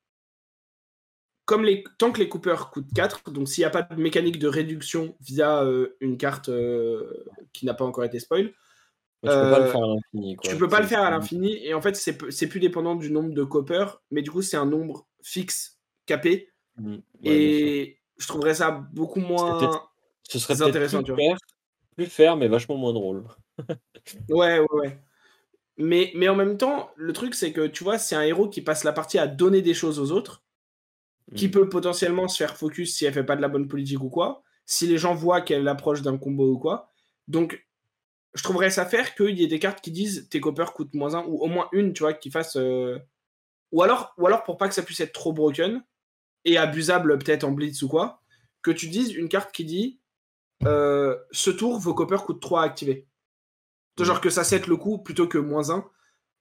Speaker 2: comme les, tant que les coupeurs coûtent quatre, donc s'il n'y a pas de mécanique de réduction via euh, une carte euh, qui n'a pas encore été spoil,
Speaker 1: Mais tu peux pas le
Speaker 2: euh,
Speaker 1: faire à l'infini,
Speaker 2: tu
Speaker 1: quoi.
Speaker 2: peux pas le
Speaker 1: C'est
Speaker 2: faire
Speaker 1: c'est
Speaker 2: à
Speaker 1: limité.
Speaker 2: l'infini, et en fait, c'est, c'est plus dépendant du nombre de coppers, mais du coup, c'est un nombre fixe, capé,
Speaker 1: Mm. Ouais, bien sûr.
Speaker 2: et je trouverais ça beaucoup
Speaker 1: C'est peut-être,
Speaker 2: moins
Speaker 1: ce serait peut-être
Speaker 2: intéressant,
Speaker 1: plus
Speaker 2: tu vois.
Speaker 1: fair, plus fair, mais vachement moins drôle.
Speaker 2: Ouais, ouais, ouais. Mais, mais en même temps, le truc, c'est que, tu vois, c'est un héros qui passe la partie à donner des choses aux autres, qui
Speaker 1: Mm.
Speaker 2: peut potentiellement se faire focus si elle fait pas de la bonne politique ou quoi, si les gens voient qu'elle approche d'un combo ou quoi. Donc, je trouverais ça faire qu'il y ait des cartes qui disent tes coppers coûtent moins un, ou au moins une, tu vois, qui fasse. Euh... Ou, alors, ou alors, pour pas que ça puisse être trop broken, et abusable peut-être en blitz ou quoi, que tu dises une carte qui dit euh, ce tour, vos coppers coûtent trois à activer.
Speaker 1: Mm.
Speaker 2: Genre que ça set le coup plutôt que moins un.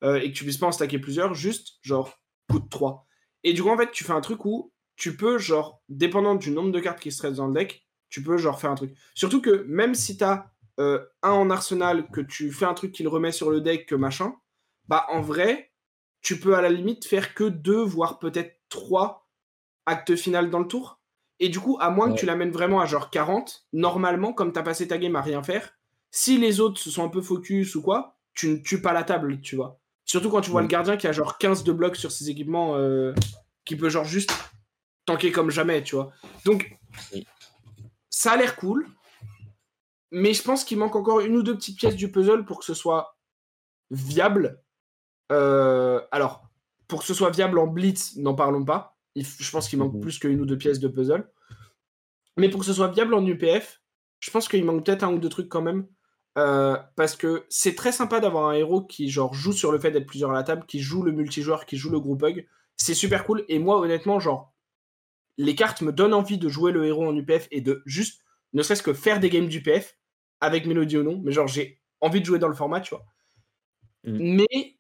Speaker 2: euh, et que tu puisses pas en stacker plusieurs, juste genre coûte trois. Et du coup, en fait, tu fais un truc où tu peux, genre, dépendant du nombre de cartes qui se restent dans le deck, tu peux, genre, faire un truc. Surtout que même si t'as euh, un en arsenal, que tu fais un truc qui le remet sur le deck, que machin, bah, en vrai, tu peux à la limite faire que deux, voire peut-être trois actes finales dans le tour. Et du coup, à moins que
Speaker 1: Ouais.
Speaker 2: tu l'amènes vraiment à genre quarante, normalement, comme t'as passé ta game à rien faire, si les autres se sont un peu focus ou quoi, tu ne tues pas la table, tu vois. Surtout quand tu vois
Speaker 1: Mm.
Speaker 2: le gardien qui a genre quinze de blocs sur ses équipements, euh, qui peut genre juste tanker comme jamais, tu vois. Donc,
Speaker 1: Oui.
Speaker 2: ça a l'air cool, mais je pense qu'il manque encore une ou deux petites pièces du puzzle pour que ce soit viable. Euh, alors, pour que ce soit viable en blitz, n'en parlons pas. Il, je pense qu'il manque
Speaker 1: Mhm.
Speaker 2: plus qu'une ou deux pièces de puzzle. Mais pour que ce soit viable en U P F, je pense qu'il manque peut-être un ou deux trucs quand même. Euh, parce que c'est très sympa d'avoir un héros qui genre joue sur le fait d'être plusieurs à la table, qui joue le multijoueur, qui joue le group hug. C'est super cool. Et moi, honnêtement, genre, les cartes me donnent envie de jouer le héros en U P F et de juste, ne serait-ce que faire des games d'U P F avec Mélodie ou non. Mais genre, j'ai envie de jouer dans le format, tu vois.
Speaker 1: Mm.
Speaker 2: Mais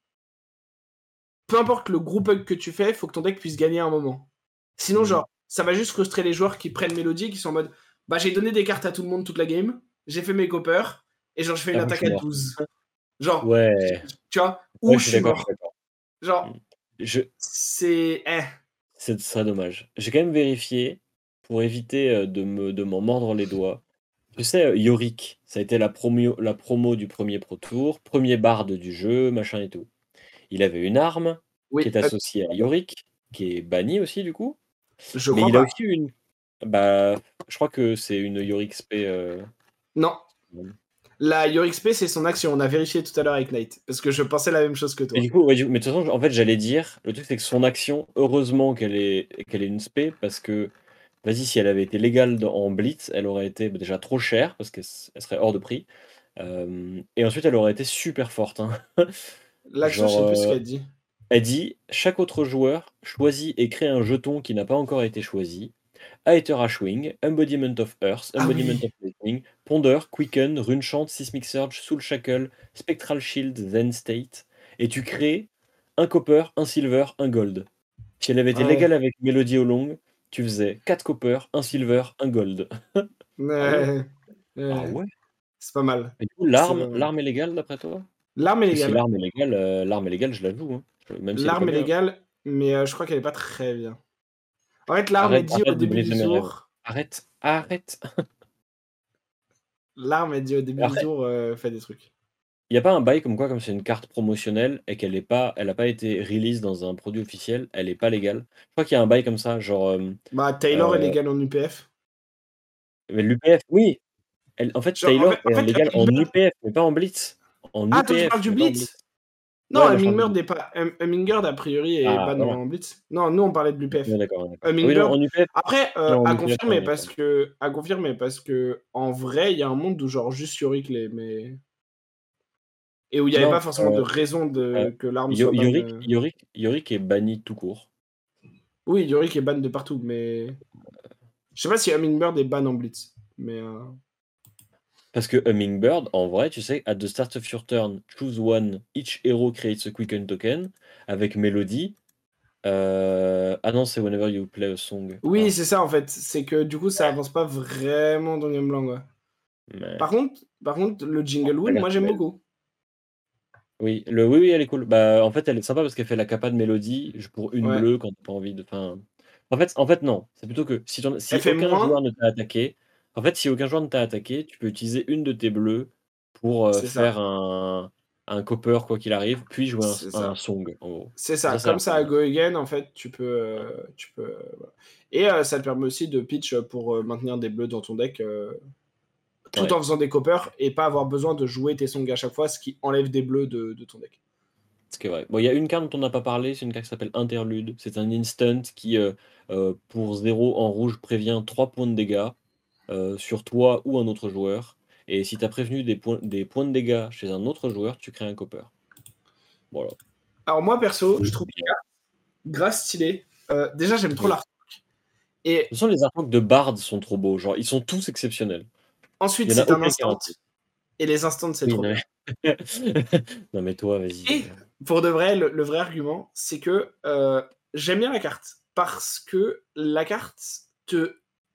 Speaker 2: peu importe le group hug que tu fais, il faut que ton deck puisse gagner à un moment. Sinon,
Speaker 1: Mm.
Speaker 2: genre, ça va juste frustrer les joueurs qui prennent Mélodie, qui sont en mode bah, j'ai donné des cartes à tout le monde toute la game, j'ai fait mes coppers, et genre, je fais une
Speaker 1: Après, je
Speaker 2: attaque
Speaker 1: suis
Speaker 2: à
Speaker 1: mort.
Speaker 2: douze. Genre,
Speaker 1: Ouais.
Speaker 2: tu vois,
Speaker 1: Ouais,
Speaker 2: ou
Speaker 1: je
Speaker 2: je
Speaker 1: suis
Speaker 2: suis
Speaker 1: d'accord, je suis
Speaker 2: mort.
Speaker 1: d'accord. Mm.
Speaker 2: Genre,
Speaker 1: Je...
Speaker 2: c'est. Eh.
Speaker 1: Ce serait dommage. J'ai quand même vérifié pour éviter euh, de me, de m'en mordre les doigts. Tu sais, euh, Yorick, ça a été la promo, la promo du premier Pro Tour, premier barde du jeu, machin et tout. Il avait une arme qui
Speaker 2: Oui,
Speaker 1: est
Speaker 2: euh,
Speaker 1: associée à Yorick, qui est bannie aussi du coup.
Speaker 2: je
Speaker 1: Mais
Speaker 2: crois
Speaker 1: il a
Speaker 2: pas.
Speaker 1: aussi une. Bah, je crois que c'est une Yorick spé. euh,
Speaker 2: Non. La Your X P, c'est son action. On a vérifié tout à l'heure avec Nate. Parce que je pensais la même chose que
Speaker 1: Mais
Speaker 2: toi.
Speaker 1: du coup, ouais, du- mais de toute façon, en fait, j'allais dire, le truc c'est que son action, heureusement qu'elle est, qu'elle est une spé, parce que, vas-y, si elle avait été légale dans- en Blitz, elle aurait été bah, déjà trop chère, parce qu'elle s- elle serait hors de prix. Euh, et ensuite, elle aurait été super forte, hein.
Speaker 2: L'action, je
Speaker 1: Genre,
Speaker 2: sais plus ce
Speaker 1: euh,
Speaker 2: qu'elle dit.
Speaker 1: elle dit, chaque autre joueur choisit et crée un jeton qui n'a pas encore été choisi. Aether Ashwing, Embodiment of Earth,
Speaker 2: Ah
Speaker 1: Embodiment
Speaker 2: oui.
Speaker 1: of Lightning, Ponder, Quicken, Runechant, Seismic Surge, Soul Shackle, Spectral Shield, Zen State. Et tu crées un copper, un silver, un gold. Si elle avait été
Speaker 2: Ouais.
Speaker 1: légale avec Melody Long, tu faisais quatre copper, un silver, un gold. Ah ouais?
Speaker 2: Ouais.
Speaker 1: Ah
Speaker 2: Ouais.
Speaker 1: ouais?
Speaker 2: C'est pas mal.
Speaker 1: Et du coup,
Speaker 2: C'est
Speaker 1: l'arme,
Speaker 2: pas mal.
Speaker 1: l'arme est légale d'après toi?
Speaker 2: L'arme est
Speaker 1: Parce que si
Speaker 2: légale.
Speaker 1: l'arme est légale, euh, l'arme est légale, je la joue, hein. Je- Même si elle est pas
Speaker 2: L'arme est
Speaker 1: bien.
Speaker 2: légale, mais euh, je crois qu'elle est pas très bien. En fait, l'arme est
Speaker 1: Arrête,
Speaker 2: dit au
Speaker 1: arrête de
Speaker 2: début du
Speaker 1: briser mes rêves.
Speaker 2: tour.
Speaker 1: Arrête, arrête.
Speaker 2: L'arme est dit au début du
Speaker 1: Après,
Speaker 2: tour, euh, fait des trucs.
Speaker 1: il y a pas un bail comme quoi, comme c'est une carte promotionnelle et qu'elle est pas, elle a pas été release dans un produit officiel, elle est pas légale. Je crois qu'il y a un bail comme ça, genre euh,
Speaker 2: Bah, Taylor est
Speaker 1: euh,
Speaker 2: légal en U P F.
Speaker 1: mais l'U P F, oui. Elle, en fait,
Speaker 2: Genre, en fait,
Speaker 1: Taylor
Speaker 2: en
Speaker 1: est
Speaker 2: fait
Speaker 1: légal en
Speaker 2: Hummingbird.
Speaker 1: U P F, mais pas en Blitz. En
Speaker 2: Ah, toi, tu parles
Speaker 1: U P F,
Speaker 2: du
Speaker 1: mais pas en
Speaker 2: Blitz?
Speaker 1: Blitz.
Speaker 2: Non,
Speaker 1: Ouais, là, je parle de
Speaker 2: Hummingbird
Speaker 1: Blitz.
Speaker 2: est pas. Hum- Hummingbird, a priori, est
Speaker 1: Ah,
Speaker 2: ban
Speaker 1: voilà.
Speaker 2: en Blitz. Non, nous, on parlait de l'U P F.
Speaker 1: Ouais, d'accord, ouais, d'accord. Ah oui, non,
Speaker 2: Hummingbird.
Speaker 1: en U P F,
Speaker 2: Après, euh,
Speaker 1: non, en
Speaker 2: à
Speaker 1: U P F, ouais,
Speaker 2: confirmer, parce
Speaker 1: d'accord.
Speaker 2: que. À confirmer, parce que. En vrai, il y a un monde où, genre, juste Yorick l'est, mais. Et où il n'y avait pas
Speaker 1: Non,
Speaker 2: forcément de
Speaker 1: euh,
Speaker 2: raison
Speaker 1: euh,
Speaker 2: de... que l'arme
Speaker 1: Yo-
Speaker 2: soit ban.
Speaker 1: Yorick,
Speaker 2: euh.
Speaker 1: Yorick, Yorick est banni tout court.
Speaker 2: Oui, Yorick est ban de partout, mais. Je sais pas si Hummingbird est ban en Blitz. Mais. euh,
Speaker 1: Parce que Hummingbird, en vrai, tu sais, at the start of your turn, choose one, each hero creates a quicken token, avec Melody. Euh, Ah non, c'est whenever you play a song.
Speaker 2: Oui,
Speaker 1: Ah,
Speaker 2: c'est ça en fait. C'est que du coup, ça avance pas vraiment dans Gamelang. Ouais.
Speaker 1: mais...
Speaker 2: Par contre, par contre, le Jingle
Speaker 1: La
Speaker 2: Wheel, moi
Speaker 1: carte est
Speaker 2: j'aime
Speaker 1: belle.
Speaker 2: beaucoup.
Speaker 1: Oui, le... oui, oui, elle est cool. Bah, en fait, elle est sympa parce qu'elle fait la capa de Melody je- pour une
Speaker 2: Ouais.
Speaker 1: bleue quand t'as pas envie de... Enfin... En fait, en fait, non. C'est plutôt que si, t'en-
Speaker 2: Elle
Speaker 1: si
Speaker 2: fait
Speaker 1: aucun joueur
Speaker 2: moins,
Speaker 1: ne t'a attaqué, en fait, si aucun joueur ne t'a attaqué, tu peux utiliser une de tes bleus pour euh,
Speaker 2: c'est ça.
Speaker 1: faire un, un copper quoi qu'il arrive, puis jouer un,
Speaker 2: C'est
Speaker 1: un
Speaker 2: ça.
Speaker 1: song, en gros.
Speaker 2: C'est
Speaker 1: Et
Speaker 2: ça.
Speaker 1: ça, ça a
Speaker 2: Comme
Speaker 1: l'air cool,
Speaker 2: ça, à
Speaker 1: ouais.
Speaker 2: Go Again, en fait, tu peux. euh, tu peux euh, voilà. Et euh, ça te permet aussi de pitch pour euh, maintenir des bleus dans ton deck euh, tout en
Speaker 1: Ouais,
Speaker 2: faisant des coppers et pas avoir besoin de jouer tes songs à chaque fois, ce qui enlève des bleus de, de ton deck.
Speaker 1: c'est vrai. Bon, il y a une carte dont on n'a pas parlé, c'est une carte qui s'appelle Interlude. C'est un instant qui, euh, euh, pour zéro en rouge, prévient trois points de dégâts euh, sur toi ou un autre joueur. Et si tu as prévenu des points, des points de dégâts chez un autre joueur, tu crées un copper. Voilà.
Speaker 2: Alors, moi, perso, je trouve
Speaker 1: Bien.
Speaker 2: grave stylé. Euh, déjà, j'aime trop
Speaker 1: Oui.
Speaker 2: l'art.
Speaker 1: De
Speaker 2: Et
Speaker 1: toute façon, les artworks de Bard sont trop beaux. Genre, ils sont tous exceptionnels.
Speaker 2: ensuite,
Speaker 1: Il n'y en a
Speaker 2: c'est un
Speaker 1: aucun qui est
Speaker 2: instant.
Speaker 1: raté.
Speaker 2: Et les instants, c'est
Speaker 1: Oui,
Speaker 2: trop
Speaker 1: non
Speaker 2: bien.
Speaker 1: mais... non mais toi, vas-y.
Speaker 2: Et
Speaker 1: euh.
Speaker 2: pour de vrai, le, le vrai argument, c'est que euh, j'aime bien la carte. Parce que la carte te.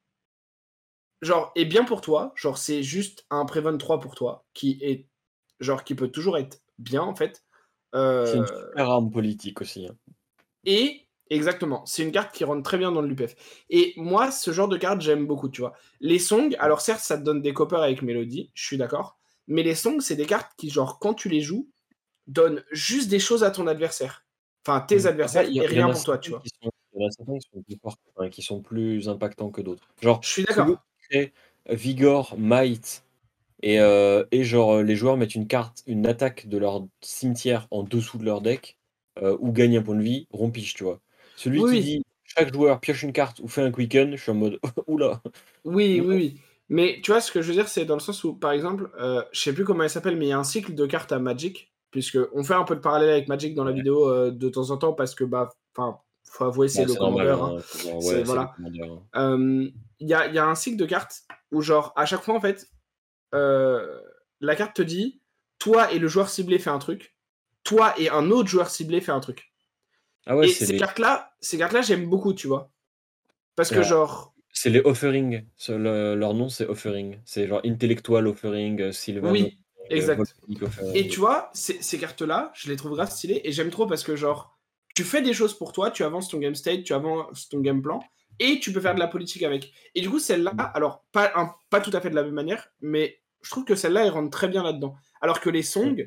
Speaker 2: Genre, est bien pour toi. Genre, c'est juste un Prevent trois pour toi. Qui est. Genre, qui peut toujours être bien, en fait.
Speaker 1: C'est une
Speaker 2: Euh,
Speaker 1: super arme politique aussi, hein.
Speaker 2: Et. Exactement. C'est une carte qui rentre très bien dans le l'U P F. Et moi, ce genre de carte, j'aime beaucoup, tu vois. Les songs, alors certes, ça te donne des coppers avec Mélodie, je suis d'accord. Mais les songs, c'est des cartes qui, genre, quand tu les joues, donnent juste des choses à ton adversaire. Enfin, tes
Speaker 1: Mmh. Après,
Speaker 2: adversaires,
Speaker 1: il y,
Speaker 2: et
Speaker 1: il y en
Speaker 2: rien
Speaker 1: a
Speaker 2: pour toi, tu
Speaker 1: certains
Speaker 2: vois.
Speaker 1: qui sont, il y en a certains qui sont plus forts, enfin, qui sont plus impactants que d'autres. Genre,
Speaker 2: Je suis
Speaker 1: celui
Speaker 2: d'accord.
Speaker 1: qui fait Vigor, Might, et, euh, et genre euh, les joueurs mettent une carte, une attaque de leur cimetière en dessous de leur deck, euh, ou gagnent un point de vie, rompiche, tu vois. Celui
Speaker 2: Oui,
Speaker 1: qui
Speaker 2: oui.
Speaker 1: dit chaque joueur pioche une carte ou fait un quicken, je suis en mode oula.
Speaker 2: Oui,
Speaker 1: oula.
Speaker 2: oui, oui. Mais tu vois, ce que je veux dire, c'est dans le sens où, par exemple, euh, je sais plus comment elle s'appelle, mais il y a un cycle de cartes à Magic, puisque on fait un peu de parallèle avec Magic dans la
Speaker 1: Ouais.
Speaker 2: vidéo euh, de temps en temps, parce que, bah, enfin, faut avouer, c'est
Speaker 1: Bah,
Speaker 2: le
Speaker 1: c'est normal,
Speaker 2: commandeur. Hein.
Speaker 1: hein. Genre,
Speaker 2: C'est,
Speaker 1: ouais, c'est le
Speaker 2: voilà.
Speaker 1: commandeur, hein.
Speaker 2: Euh, Il y a, il y a un cycle de cartes où, genre, à chaque fois, en fait, euh, la carte te dit, toi et le joueur ciblé fait un truc, toi et un autre joueur ciblé fait un truc.
Speaker 1: Ah ouais,
Speaker 2: Et
Speaker 1: c'est
Speaker 2: ces
Speaker 1: les,
Speaker 2: cartes-là, ces cartes-là, j'aime beaucoup, tu vois. Parce que,
Speaker 1: euh,
Speaker 2: genre,
Speaker 1: c'est les offering. Ce- le- leur nom, c'est offering. C'est genre Intellectual Offering, euh, Sylvan
Speaker 2: oui,
Speaker 1: Offering, euh,
Speaker 2: exact.
Speaker 1: Volcanic
Speaker 2: Et
Speaker 1: Offering.
Speaker 2: tu vois, ces, ces cartes-là, je les trouve grave stylées et j'aime trop parce que, genre, tu fais des choses pour toi, tu avances ton game state, tu avances ton game plan et tu peux faire de la politique avec. Et du coup, celle-là, alors, pas, un- pas tout à fait de la même manière, mais je trouve que celle-là, elle rentre très bien là-dedans. Alors que les songs,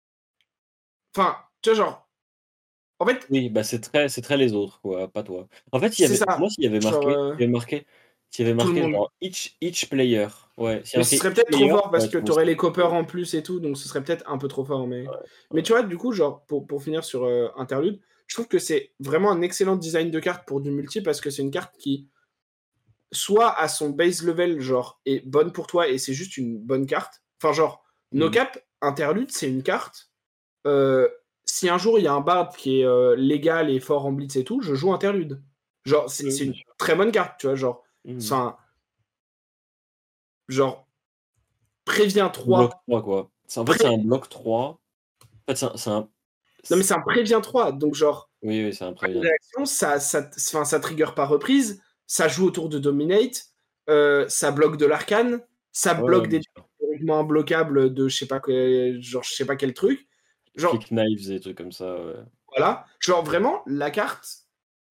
Speaker 2: enfin, tu vois, genre, en fait,
Speaker 1: Oui, bah c'est très, c'est très les autres, quoi, pas toi. En fait, il y
Speaker 2: c'est
Speaker 1: avait,
Speaker 2: ça.
Speaker 1: moi, s'il y avait
Speaker 2: Genre,
Speaker 1: marqué,
Speaker 2: euh,
Speaker 1: s'il y avait marqué, s'il y avait
Speaker 2: tout le
Speaker 1: marqué
Speaker 2: monde.
Speaker 1: genre each, each player, ouais, s'il y a
Speaker 2: Mais ce
Speaker 1: marqué
Speaker 2: serait
Speaker 1: each
Speaker 2: peut-être trop
Speaker 1: player,
Speaker 2: fort parce
Speaker 1: j'aurais
Speaker 2: que
Speaker 1: trouvé
Speaker 2: tu aurais
Speaker 1: ça
Speaker 2: les coppers
Speaker 1: cool.
Speaker 2: en plus et tout, donc ce serait peut-être un peu trop fort. Mais,
Speaker 1: Ouais,
Speaker 2: mais
Speaker 1: ouais.
Speaker 2: tu vois, du coup, genre, pour, pour finir sur euh, Interlude, je trouve que c'est vraiment un excellent design de carte pour du multi parce que c'est une carte qui, soit à son base level, genre, est bonne pour toi et c'est juste une bonne carte. Enfin, genre, No
Speaker 1: Mhm.
Speaker 2: Cap Interlude, c'est une carte. Euh, si un jour il y a un bard qui est euh, légal et fort en blitz et tout, je joue Interlude. Genre, c'est
Speaker 1: Oui,
Speaker 2: c'est
Speaker 1: bien
Speaker 2: une
Speaker 1: sûr.
Speaker 2: très bonne carte, tu vois. Genre,
Speaker 1: Mhm.
Speaker 2: enfin, genre, préviens
Speaker 1: Bloc
Speaker 2: trois.
Speaker 1: trois, quoi. C'est- En fait, c'est
Speaker 2: Pré...
Speaker 1: un bloc trois. En fait, c'est un, c'est un-
Speaker 2: Non, mais
Speaker 1: c'est-
Speaker 2: c'est un préviens trois. Donc, genre,
Speaker 1: oui, oui, c'est un prévient.
Speaker 2: réaction, ça, ça, enfin, ça trigger par reprise, ça joue autour de Dominate, euh, ça bloque de l'arcane, ça
Speaker 1: Ouais, ouais,
Speaker 2: bloque
Speaker 1: bien
Speaker 2: des
Speaker 1: sûr.
Speaker 2: théoriquement imbloquables de je sais pas que, genre je sais pas quel truc. Genre,
Speaker 1: Flick knives et des trucs comme ça, ouais.
Speaker 2: voilà. Genre vraiment, la carte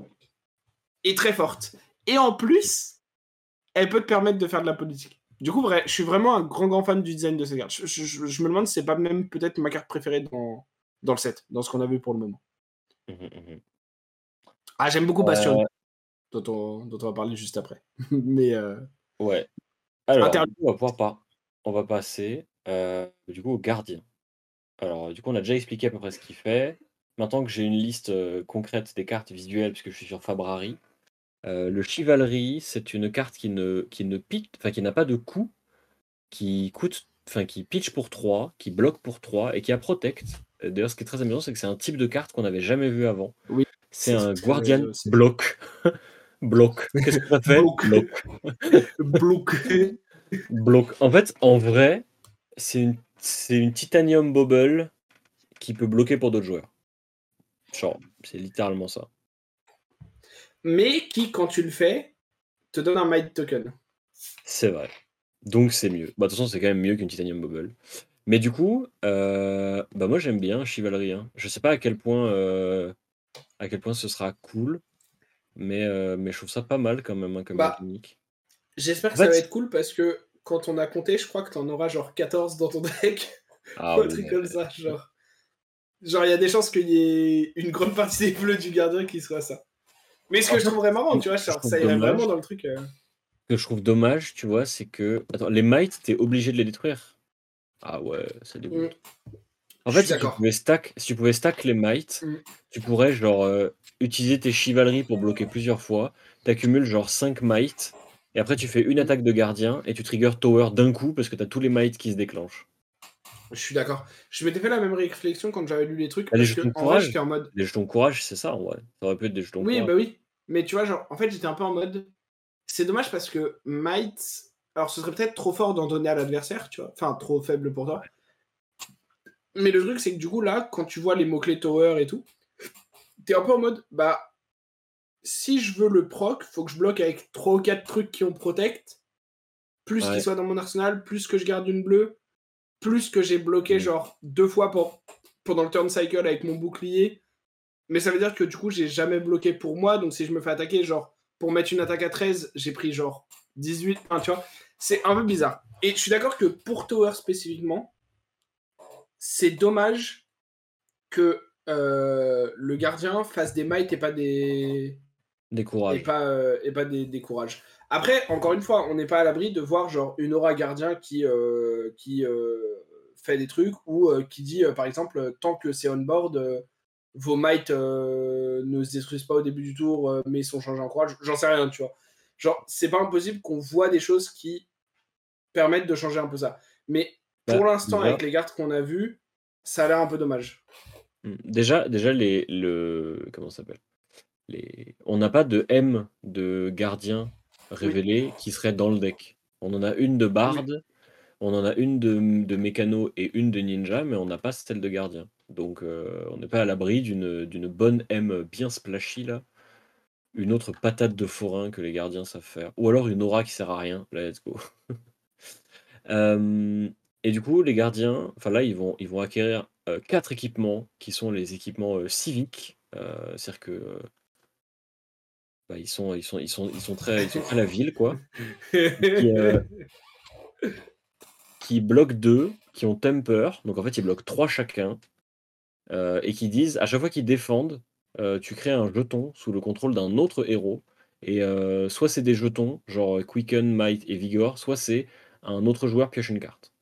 Speaker 2: est très forte. Et en plus, elle peut te permettre de faire de la politique. Du coup, vrai, je suis vraiment un grand grand fan du design de cette carte. Je, je- je- je me demande si c'est pas même peut-être ma carte préférée dans, dans le set, dans ce qu'on a vu pour le moment.
Speaker 1: Mhm, mhm.
Speaker 2: Ah, j'aime beaucoup Bastion,
Speaker 1: Euh,
Speaker 2: dont on, dont on va parler juste après. Mais euh,
Speaker 1: ouais. Alors,
Speaker 2: Inter
Speaker 1: du coup, on va pouvoir pas. On va passer, euh, du coup, au gardien. Alors, du coup, on a déjà expliqué à peu près ce qu'il fait. Maintenant que j'ai une liste euh, concrète des cartes visuelles, puisque je suis sur Fabrari, euh, le Chivalry, c'est une carte qui ne, qui ne pitch, enfin, qui n'a pas de coût, qui coûte, enfin, qui pitch pour trois, qui bloque pour trois et qui a Protect. Euh, D'ailleurs, ce qui est très amusant, c'est que c'est un type de carte qu'on n'avait jamais vu avant.
Speaker 2: Oui,
Speaker 1: C'est
Speaker 2: c'est
Speaker 1: un
Speaker 2: ce que j'allais
Speaker 1: Guardian
Speaker 2: dire aussi.
Speaker 1: bloc. Bloc. Qu'est-ce que ça fait?
Speaker 2: Bloqué.
Speaker 1: Bloc.
Speaker 2: Bloqué.
Speaker 1: Bloc. En fait, en vrai, c'est une, c'est une Titanium Bobble qui peut bloquer pour d'autres joueurs. Genre, c'est littéralement ça.
Speaker 2: Mais qui, quand tu le fais, te donne un Might Token.
Speaker 1: C'est vrai. Donc c'est mieux. Bah, de toute façon, c'est quand même mieux qu'une Titanium Bubble. Mais du coup, euh, bah moi j'aime bien Chivalry, hein. Je sais pas à quel point, euh, à quel point ce sera cool, mais, euh, mais je trouve ça pas mal quand même, hein, comme
Speaker 2: Bah,
Speaker 1: mécanique.
Speaker 2: j'espère
Speaker 1: En
Speaker 2: que ça va
Speaker 1: fait,
Speaker 2: être cool parce que quand on a compté, je crois que t'en auras genre quatorze dans ton deck.
Speaker 1: ah
Speaker 2: Ou un truc comme
Speaker 1: ouais.
Speaker 2: ça, genre. Genre, il y a des chances qu'il y ait une grande partie des bleus du gardien qui soit ça. Mais ce
Speaker 1: En
Speaker 2: que je
Speaker 1: fait,
Speaker 2: trouverais
Speaker 1: ce
Speaker 2: marrant, tu vois,
Speaker 1: que je
Speaker 2: genre,
Speaker 1: trouve
Speaker 2: ça irait vraiment
Speaker 1: dommage,
Speaker 2: dans le truc. euh.
Speaker 1: ce que je trouve dommage, tu vois, c'est que. Attends, les mites, t'es obligé de les détruire. Ah ouais, ça
Speaker 2: Mm,
Speaker 1: dégoûte. En
Speaker 2: je
Speaker 1: fait,
Speaker 2: suis
Speaker 1: si tu
Speaker 2: d'accord.
Speaker 1: pouvais stack, si tu pouvais stack les mites,
Speaker 2: Mm.
Speaker 1: tu pourrais genre euh, utiliser tes chivaleries pour bloquer plusieurs fois. T'accumules genre cinq mites, et après tu fais une
Speaker 2: Mm.
Speaker 1: attaque de gardien, et tu trigger tower d'un coup parce que t'as tous les mites qui se déclenchent.
Speaker 2: Je suis d'accord. Je m'étais fait la même réflexion quand j'avais lu les trucs
Speaker 1: Bah, les
Speaker 2: parce
Speaker 1: jetons
Speaker 2: que,
Speaker 1: de
Speaker 2: en vrai,
Speaker 1: courage,
Speaker 2: j'étais en mode.
Speaker 1: les jetons de courage, c'est ça en vrai. Ça aurait pu être des jetons de
Speaker 2: Oui,
Speaker 1: courage.
Speaker 2: bah oui. Mais tu vois, genre, en fait, j'étais un peu en mode. C'est dommage parce que Might. Alors, ce serait peut-être trop fort d'en donner à l'adversaire, tu vois. Enfin, trop faible pour toi. Mais le truc, c'est que du coup, là, quand tu vois les mots-clés tower et tout, t'es un peu en mode, bah, si je veux le proc, faut que je bloque avec trois ou quatre trucs qui ont protect, plus qu'ils
Speaker 1: Ouais.
Speaker 2: soient dans mon arsenal, plus que je garde une bleue, plus que j'ai bloqué
Speaker 1: Mmh.
Speaker 2: genre deux fois pour, pendant le turn cycle avec mon bouclier. Mais ça veut dire que du coup, j'ai jamais bloqué pour moi, donc si je me fais attaquer, genre, pour mettre une attaque à treize, j'ai pris genre dix-huit, enfin, tu vois, c'est un peu bizarre. Et je suis d'accord que pour tower spécifiquement, c'est dommage que euh, le gardien fasse des might et pas des
Speaker 1: Des
Speaker 2: et
Speaker 1: courages.
Speaker 2: pas euh, et pas des, des courages. Après, encore une fois, on n'est pas à l'abri de voir genre une aura gardien qui euh, qui euh, fait des trucs ou euh, qui dit euh, par exemple tant que c'est on board, euh, vos might euh, ne se détruisent pas au début du tour, euh, mais sont changés en courage. J'en sais rien, tu vois. Genre, c'est pas impossible qu'on voit des choses qui permettent de changer un peu ça. Mais pour
Speaker 1: Bah,
Speaker 2: l'instant,
Speaker 1: déjà
Speaker 2: avec les gardes qu'on a vus, ça a l'air un peu dommage.
Speaker 1: mmh, déjà déjà les le comment ça s'appelle? Les on n'a pas de M de gardien
Speaker 2: Oui,
Speaker 1: révélé qui serait dans le deck. On en a une de bard,
Speaker 2: oui.
Speaker 1: on en a une de mmh, de mécano et une de ninja, mais on n'a pas celle de gardien. Donc heu, on n'est pas à l'abri d'une d'une bonne M bien splashy là, une autre patate de forain que les gardiens savent faire, ou alors une aura qui sert à rien, let's go. Hem et du coup, les gardiens, enfin là, ils vont ils vont acquérir, heu, quatre équipements qui sont les équipements, heu, civiques. Heu, c'est-à-dire que, heu, bah, ils sont ils sont ils sont ils sont très ils sont très la ville, quoi. Qui, heu, qui bloquent deux, qui ont temper, donc en fait, ils bloquent trois chacun, heu et qui disent à chaque fois qu'ils défendent, heu, tu crées un jeton sous le contrôle d'un autre héros et heu, soit c'est des jetons, genre, heu, Quicken, Might et Vigor, soit c'est un autre joueur pioche une carte.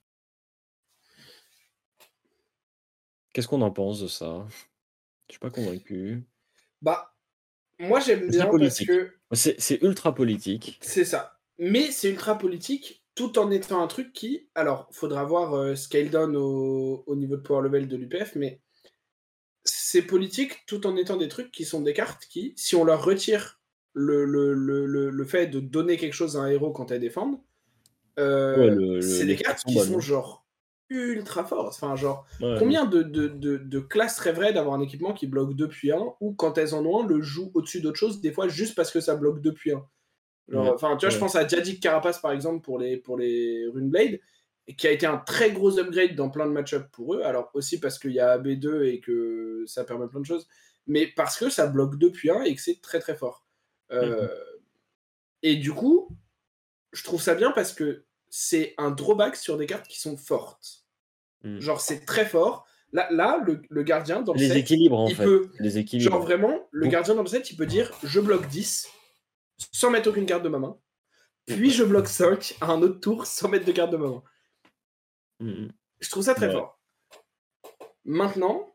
Speaker 1: Qu'est-ce qu'on en pense de ça? Je suis pas convaincu.
Speaker 2: Bah, moi j'aime
Speaker 1: C'est très
Speaker 2: bien parce
Speaker 1: politique.
Speaker 2: que
Speaker 1: C'est c'est ultra politique.
Speaker 2: c'est ça. Mais c'est ultra politique, tout en étant un truc qui, alors, faudra voir euh, scale down au, au niveau de power level de l'U P F, mais c'est politique tout en étant des trucs qui sont des cartes qui, si on leur retire le, le, le, le, le fait de donner quelque chose à un héros quand elles défendent,
Speaker 1: Ouais,
Speaker 2: euh,
Speaker 1: le le
Speaker 2: c'est des
Speaker 1: l'effet
Speaker 2: cartes qui
Speaker 1: trombone,
Speaker 2: sont
Speaker 1: hein.
Speaker 2: genre ultra fortes. Enfin, genre,
Speaker 1: Ouais, bien
Speaker 2: combien
Speaker 1: sûr.
Speaker 2: de, de, de, de classes rêveraient d'avoir un équipement qui bloque deux puis un, ou quand elles en ont un, le joue au-dessus d'autre chose, des fois juste parce que ça bloque deux puis un. Genre,
Speaker 1: Mmh.
Speaker 2: enfin, tu vois, je
Speaker 1: Ouais.
Speaker 2: pense à Diadic Carapace par exemple pour les, pour les Runeblade, qui a été un très gros upgrade dans plein de match-ups pour eux. Alors aussi parce qu'il y a A B deux et que ça permet plein de choses, mais parce que ça bloque deux puis un et que c'est très très fort.
Speaker 1: Mmh mh.
Speaker 2: Euh, et du coup, je trouve ça bien parce que c'est un drawback sur des cartes qui sont fortes.
Speaker 1: Mmh.
Speaker 2: Genre, c'est très fort. Là, là le, le gardien dans
Speaker 1: Ça
Speaker 2: le
Speaker 1: les
Speaker 2: set,
Speaker 1: équilibre, en
Speaker 2: il
Speaker 1: fait.
Speaker 2: peut.
Speaker 1: Ça les
Speaker 2: Genre,
Speaker 1: équilibre.
Speaker 2: vraiment, le
Speaker 1: Beaucoup.
Speaker 2: gardien dans le set, il peut dire je bloque dix sans mettre aucune carte de ma main.
Speaker 1: Mmh.
Speaker 2: Puis je bloque cinq à un autre tour sans mettre de carte de ma main.
Speaker 1: Mmh mh.
Speaker 2: Je trouve ça très
Speaker 1: Ouais.
Speaker 2: fort. Maintenant,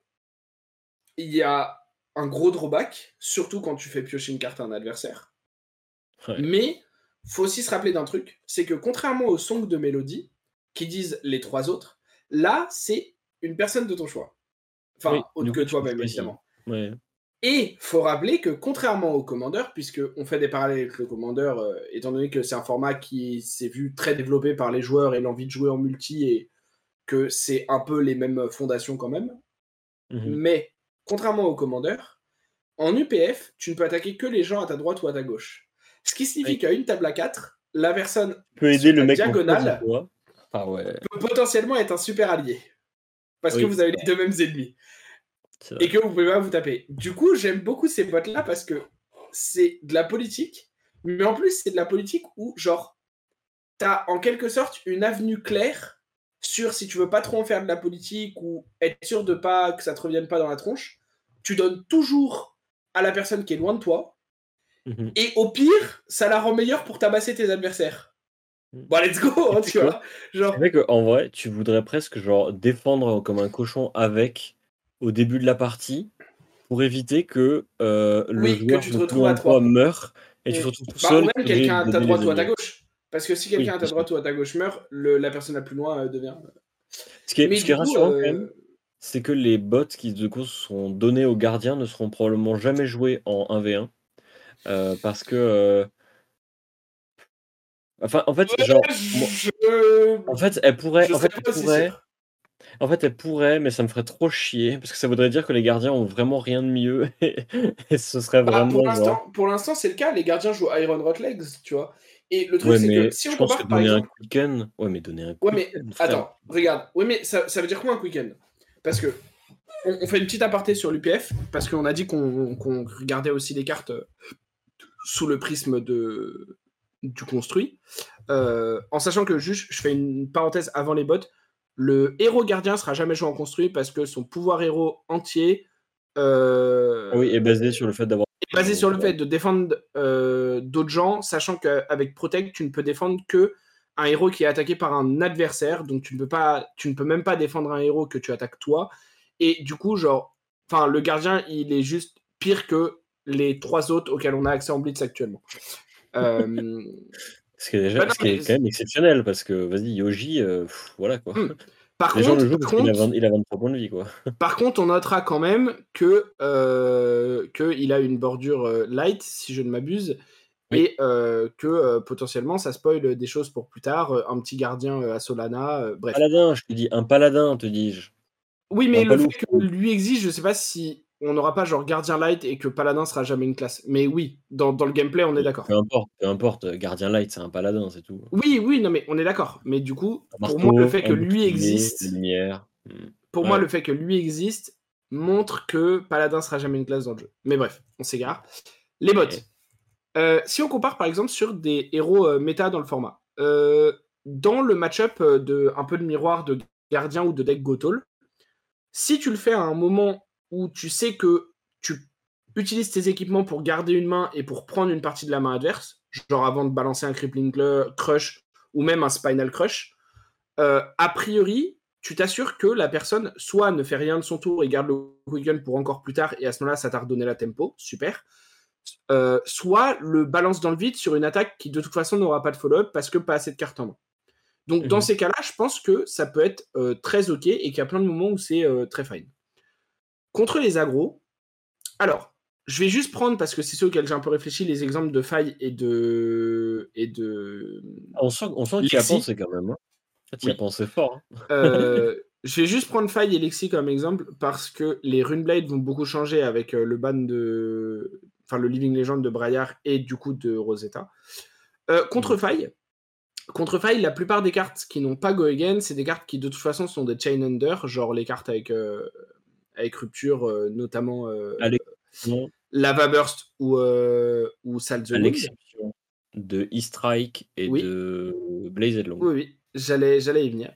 Speaker 2: il y a un gros drawback, surtout quand tu fais piocher une carte à un adversaire.
Speaker 1: Ouais.
Speaker 2: Mais faut aussi se rappeler d'un truc, c'est que contrairement aux songs de mélodie, qui disent les trois autres, là, c'est une personne de ton choix.
Speaker 1: Oui,
Speaker 2: Enfin, autre
Speaker 1: du
Speaker 2: que
Speaker 1: coup, tu
Speaker 2: toi-même,
Speaker 1: choisis.
Speaker 2: évidemment.
Speaker 1: Ouais.
Speaker 2: Et faut rappeler que contrairement au commandeur, puisque on fait des parallèles avec le commandeur, euh, étant donné que c'est un format qui s'est vu très développé par les joueurs et l'envie de jouer en multi, et que c'est un peu les mêmes fondations quand même.
Speaker 1: Mmh mh.
Speaker 2: Mais contrairement au commandeur, en U P F, tu ne peux attaquer que les gens à ta droite ou à ta gauche. Ce qui signifie
Speaker 1: Oui.
Speaker 2: qu'à une table à quatre, la personne
Speaker 1: Tu peux aider
Speaker 2: sur
Speaker 1: le
Speaker 2: ta
Speaker 1: mec en face de
Speaker 2: diagonale
Speaker 1: toi. Ah ouais.
Speaker 2: peut potentiellement être un super allié. Parce que
Speaker 1: Oui,
Speaker 2: vous avez les deux mêmes ennemis.
Speaker 1: c'est
Speaker 2: Et
Speaker 1: vrai.
Speaker 2: que vous pouvez pas vous taper. Du coup, j'aime beaucoup ces bots-là parce que c'est de la politique, mais en plus, c'est de la politique où, genre, t'as en quelque sorte une avenue claire sur si tu veux pas trop en faire de la politique ou être sûr de pas que ça te revienne pas dans la tronche. Tu donnes toujours à la personne qui est loin de toi,
Speaker 1: Mmh mh.
Speaker 2: et au pire, ça la rend meilleure pour tabasser tes adversaires.
Speaker 1: Mmh.
Speaker 2: Bon, let's go,
Speaker 1: Ce
Speaker 2: hein,
Speaker 1: qui fait
Speaker 2: tu
Speaker 1: que
Speaker 2: vois.
Speaker 1: ce qui
Speaker 2: Genre,
Speaker 1: fait qu'en vrai, tu voudrais presque genre défendre comme un cochon avec, au début de la partie, pour éviter que, heu, le
Speaker 2: oui, que
Speaker 1: joueur
Speaker 2: tu te
Speaker 1: le plus
Speaker 2: retrouves
Speaker 1: loin
Speaker 2: à
Speaker 1: de toi
Speaker 2: trois.
Speaker 1: meure et tu te
Speaker 2: Mm.
Speaker 1: retrouves tout
Speaker 2: Bah, ou
Speaker 1: seul
Speaker 2: même
Speaker 1: qui est obligé
Speaker 2: quelqu'un à ta
Speaker 1: d'aider les
Speaker 2: droite ou à ta
Speaker 1: ennemis.
Speaker 2: gauche. Parce que si quelqu'un
Speaker 1: Oui,
Speaker 2: à
Speaker 1: bien
Speaker 2: ta
Speaker 1: sûr.
Speaker 2: droite ou à ta gauche meurt, le, la personne la plus loin euh, devient.
Speaker 1: Ce qui est
Speaker 2: Mais
Speaker 1: ce qui est
Speaker 2: du coup,
Speaker 1: rassurant quand même,
Speaker 2: euh,
Speaker 1: c'est que les bots qui du coup sont donnés aux gardiens ne seront probablement jamais joués en un v un, heu, parce que, heu, enfin, en fait, genre, moi
Speaker 2: je...
Speaker 1: en fait, elles pourraient
Speaker 2: je
Speaker 1: en
Speaker 2: serais
Speaker 1: fait, elles
Speaker 2: pas aussi
Speaker 1: pourraient
Speaker 2: sûr.
Speaker 1: En fait, elle pourrait, mais ça me ferait trop chier, parce que ça voudrait dire que les gardiens ont vraiment rien de mieux et et ce serait
Speaker 2: Bah, pour
Speaker 1: vraiment genre
Speaker 2: l'instant pour l'instant, c'est le cas, les gardiens jouent Iron Rot Legs, tu vois? Et le truc,
Speaker 1: ouais,
Speaker 2: c'est que
Speaker 1: mais
Speaker 2: si
Speaker 1: je
Speaker 2: on
Speaker 1: pense que
Speaker 2: compare, par
Speaker 1: donner un
Speaker 2: exemple
Speaker 1: quicken ouais, mais donner un
Speaker 2: ouais, mais
Speaker 1: quicken, frère.
Speaker 2: attends, regarde. Oui, mais ça ça veut dire quoi un quicken? Parce que on on fait une petite aparté sur l'U P F, parce qu'on a dit qu'on qu'on regardait aussi les cartes, heu, sous le prisme de du construit. Heu, en sachant que juste, je fais une parenthèse avant les bots, le héros gardien sera jamais joué en construit parce que son pouvoir héros entier,
Speaker 1: Ah oui,
Speaker 2: heu,
Speaker 1: et basé sur le fait d'avoir
Speaker 2: est basé sur
Speaker 1: donc
Speaker 2: le
Speaker 1: ouais.
Speaker 2: fait de défendre, heu, d'autres gens, sachant qu'avec Protect, tu ne peux défendre qu'un héros qui est attaqué par un adversaire, donc tu ne peux pas tu ne peux même pas défendre un héros que tu attaques toi et du coup, genre enfin, le gardien, il est juste pire que les trois autres auxquels on a accès en blitz actuellement. Hem,
Speaker 1: Ce qui est
Speaker 2: bah,
Speaker 1: déjà
Speaker 2: non,
Speaker 1: ce qui
Speaker 2: mais
Speaker 1: est quand même exceptionnel parce que vas-y, Yoji, heu, voilà quoi.
Speaker 2: Mmh. Par
Speaker 1: Les gens le
Speaker 2: contre
Speaker 1: jouent
Speaker 2: par
Speaker 1: parce qu'il a
Speaker 2: contre
Speaker 1: vingt il a vingt-trois points de vie, quoi.
Speaker 2: par contre, on notera quand même que, heu, qu'il a une bordure, heu, light, si je ne m'abuse
Speaker 1: Oui.
Speaker 2: et heu, que, heu, potentiellement ça spoil des choses pour plus tard, heu, un petit gardien, heu, à Solana, heu, bref.
Speaker 1: Paladin, je te dis, un paladin, te dis-je.
Speaker 2: Oui,
Speaker 1: Un
Speaker 2: mais le fait
Speaker 1: palouf.
Speaker 2: que lui existe, je sais pas si on n'aura pas genre gardien light et que paladin sera jamais une classe. Mais oui, dans dans le gameplay, on est
Speaker 1: Oui, peu
Speaker 2: d'accord.
Speaker 1: importe, peu importe, gardien light, c'est un paladin, c'est tout.
Speaker 2: Oui, oui, non, mais on est d'accord. Mais du coup,
Speaker 1: Un
Speaker 2: pour moi, le
Speaker 1: marteau,
Speaker 2: fait que
Speaker 1: un
Speaker 2: lui
Speaker 1: bouclier, la
Speaker 2: existe
Speaker 1: lumière. Mmh.
Speaker 2: pour moi,
Speaker 1: Ouais.
Speaker 2: le fait que lui existe montre que paladin sera jamais une classe dans le jeu. Mais bref, on s'égare. Les bots.
Speaker 1: Et
Speaker 2: Heu, si on compare par exemple sur des héros, heu, méta dans le format, heu, dans le match-up, heu, de un peu de miroir de gardien ou de deck Gothol, si tu le fais à un moment où tu sais que tu utilises tes équipements pour garder une main et pour prendre une partie de la main adverse, genre avant de balancer un Crippling Crush ou même un Spinal Crush, heu, a priori, tu t'assures que la personne soit ne fait rien de son tour et garde le Quicken pour encore plus tard et à ce moment-là, ça t'a redonné la tempo, super. Euh, soit le balance dans le vide sur une attaque qui de toute façon n'aura pas de follow-up parce que pas assez de cartes en main. Donc
Speaker 1: mmh
Speaker 2: dans
Speaker 1: mh.
Speaker 2: ces cas-là, je pense que ça peut être euh, très ok et qu'il y a plein de moments où c'est euh, très fine. Contre les agros, alors, je vais juste prendre, parce que c'est ceux auxquels j'ai un peu réfléchi, les exemples de Faille et de, et de
Speaker 1: On sent on sent qu'il y a
Speaker 2: Lexi.
Speaker 1: pensé quand même, hein. En fait, il y a
Speaker 2: Oui.
Speaker 1: pensé fort, hein.
Speaker 2: Euh, je vais juste prendre Faille et Lexi comme exemple parce que les Runeblade vont beaucoup changer avec euh, le ban de. Enfin, le Living Legend de Braillard et du coup de Rosetta. Euh, contre
Speaker 1: Mmh.
Speaker 2: Faille, contre Faille, la plupart des cartes qui n'ont pas Go Again, c'est des cartes qui de toute façon sont des Chain Under, genre les cartes avec, euh, avec rupture, euh, notamment euh,
Speaker 1: À l'exception
Speaker 2: Lava Burst ou, euh, ou Salt the
Speaker 1: à
Speaker 2: Wound.
Speaker 1: l'exception de E-Strike et
Speaker 2: Oui,
Speaker 1: de Blazed Long.
Speaker 2: oui, oui, j'allais, j'allais y venir.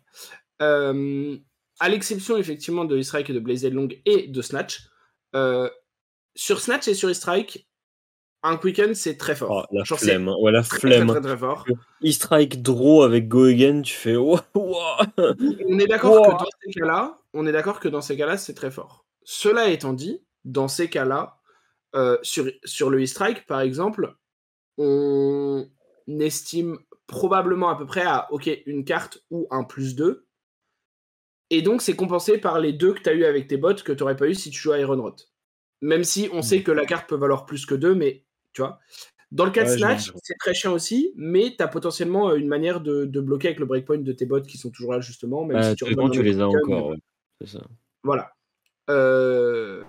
Speaker 2: Euh, à l'exception effectivement de E-Strike et de Blazed Long et de Snatch, euh, sur Snatch et sur E-Strike, un Quicken c'est très
Speaker 1: Oh,
Speaker 2: fort.
Speaker 1: la
Speaker 2: Genre
Speaker 1: flemme,
Speaker 2: c'est
Speaker 1: hein. Ouais, la
Speaker 2: très très
Speaker 1: flemme, hein.
Speaker 2: très très
Speaker 1: Parce
Speaker 2: fort.
Speaker 1: que E-Strike draw avec Go Again, tu fais: «Wouah, wouah,
Speaker 2: On est d'accord que
Speaker 1: wouah!»
Speaker 2: dans ces cas-là, on est d'accord que dans ces cas-là, c'est très fort. Cela étant dit, dans ces cas-là, euh, sur, sur le E-Strike, par exemple, on estime probablement à peu près à ok une carte ou un plus deux. Et donc, c'est compensé par les deux que tu as eu avec tes bots que tu n'aurais pas eu si tu jouais à Iron Rot. Même si on
Speaker 1: Mmh.
Speaker 2: sait que la carte peut valoir plus que deux, mais tu vois. Dans le cas de
Speaker 1: Ouais, je vois,
Speaker 2: Snatch,
Speaker 1: je vois.
Speaker 2: c'est très chiant aussi, mais tu as potentiellement une manière de, de bloquer avec le breakpoint de tes bots qui sont toujours là, justement, même si
Speaker 1: Bah,
Speaker 2: tu
Speaker 1: tout dépend,
Speaker 2: redonnes un
Speaker 1: tu
Speaker 2: autre
Speaker 1: les as
Speaker 2: token. Mais
Speaker 1: encore,
Speaker 2: voilà.
Speaker 1: ouais. C'est ça.
Speaker 2: Voilà. Euh,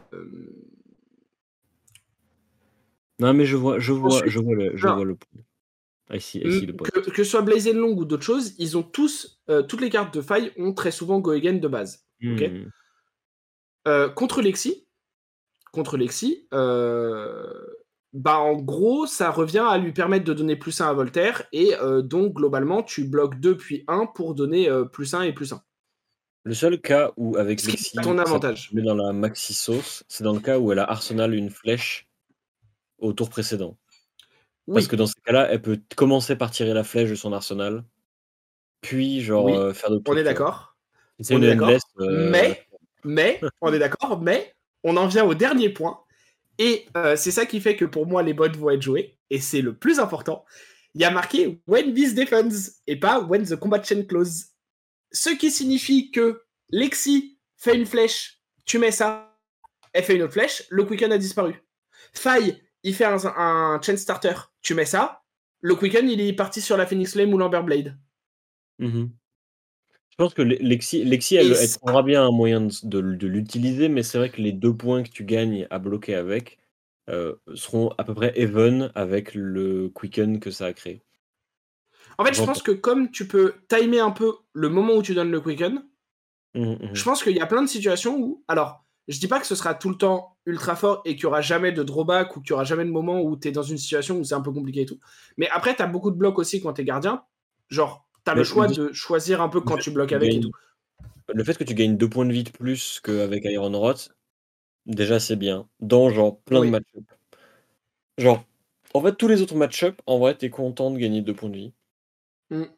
Speaker 1: Non, mais je vois je vois
Speaker 2: Ensuite,
Speaker 1: je vois le je
Speaker 2: alors,
Speaker 1: vois le point. I see I see the point.
Speaker 2: que, que ce soit Blazing Long ou d'autres choses, ils ont tous, euh, toutes les cartes de faille ont très souvent Go Again de base. Ok.
Speaker 1: Mmh.
Speaker 2: Euh, contre Lexi, contre Lexi, euh, bah en gros, ça revient à lui permettre de donner plus un à Voltaire, et euh, donc globalement, tu bloques deux puis un pour donner euh, plus un et plus un.
Speaker 1: Le seul cas où avec
Speaker 2: Ce qui est à ton
Speaker 1: Lexi, ça peut
Speaker 2: avantage.
Speaker 1: tomber dans la maxi sauce, c'est dans le cas où elle a Arsenal une flèche au tour précédent. Parce que
Speaker 2: Oui,
Speaker 1: dans ces cas-là, elle peut commencer par tirer la flèche de son arsenal, puis genre,
Speaker 2: oui,
Speaker 1: heu, faire d'autres
Speaker 2: on est
Speaker 1: trucs, tu vois?
Speaker 2: d'accord.
Speaker 1: Si c'est
Speaker 2: On
Speaker 1: une
Speaker 2: est
Speaker 1: endless,
Speaker 2: d'accord.
Speaker 1: heu,
Speaker 2: Mais, mais, on est d'accord, mais, on en vient au dernier point. Et euh, c'est ça qui fait que pour moi, les bots vont être joués. Et c'est le plus important. Il y a marqué When this defends et pas When the combat chain close. Ce qui signifie que Lexi fait une flèche, tu mets ça, elle fait une autre flèche, le Quicken a disparu. Faille, il fait un, un chain starter, tu mets ça, le Quicken il est parti sur la Phoenix Flame ou l'Amber Blade.
Speaker 1: mmh mh. Je pense que Le Lexi Lexi, elle
Speaker 2: Et
Speaker 1: elle
Speaker 2: ça
Speaker 1: trouvera bien un moyen de s de l de l'utiliser, mais c'est vrai que les deux points que tu gagnes à bloquer avec, heu, seront à peu près even avec le quicken que ça a créé.
Speaker 2: En fait, je pense
Speaker 1: J'entends.
Speaker 2: que comme tu peux timer un peu le moment où tu donnes le quicken
Speaker 1: Mmh mh, mmh
Speaker 2: je
Speaker 1: mh.
Speaker 2: pense qu'il y a plein de situations où alors, je dis pas que ce sera tout le temps ultra fort et qu'il y aura jamais de drawback ou qu'il y aura jamais de moment où tu es dans une situation où c'est un peu compliqué et tout. Mais après, tu as beaucoup de blocs aussi quand tu es gardien. Genre, tu as le
Speaker 1: Mais
Speaker 2: choix
Speaker 1: le
Speaker 2: de choisir un peu
Speaker 1: le
Speaker 2: quand
Speaker 1: fait
Speaker 2: tu
Speaker 1: que
Speaker 2: bloques
Speaker 1: tu
Speaker 2: avec et
Speaker 1: gagnes
Speaker 2: tout.
Speaker 1: le fait que tu gagnes deux points de vie de plus qu'avec Ironrot, déjà c'est bien, dans genre plein de
Speaker 2: Oui.
Speaker 1: match-up. Genre, en fait, tous les autres match-up, en vrai, tu es content de gagner deux points de vie.
Speaker 2: Mmh.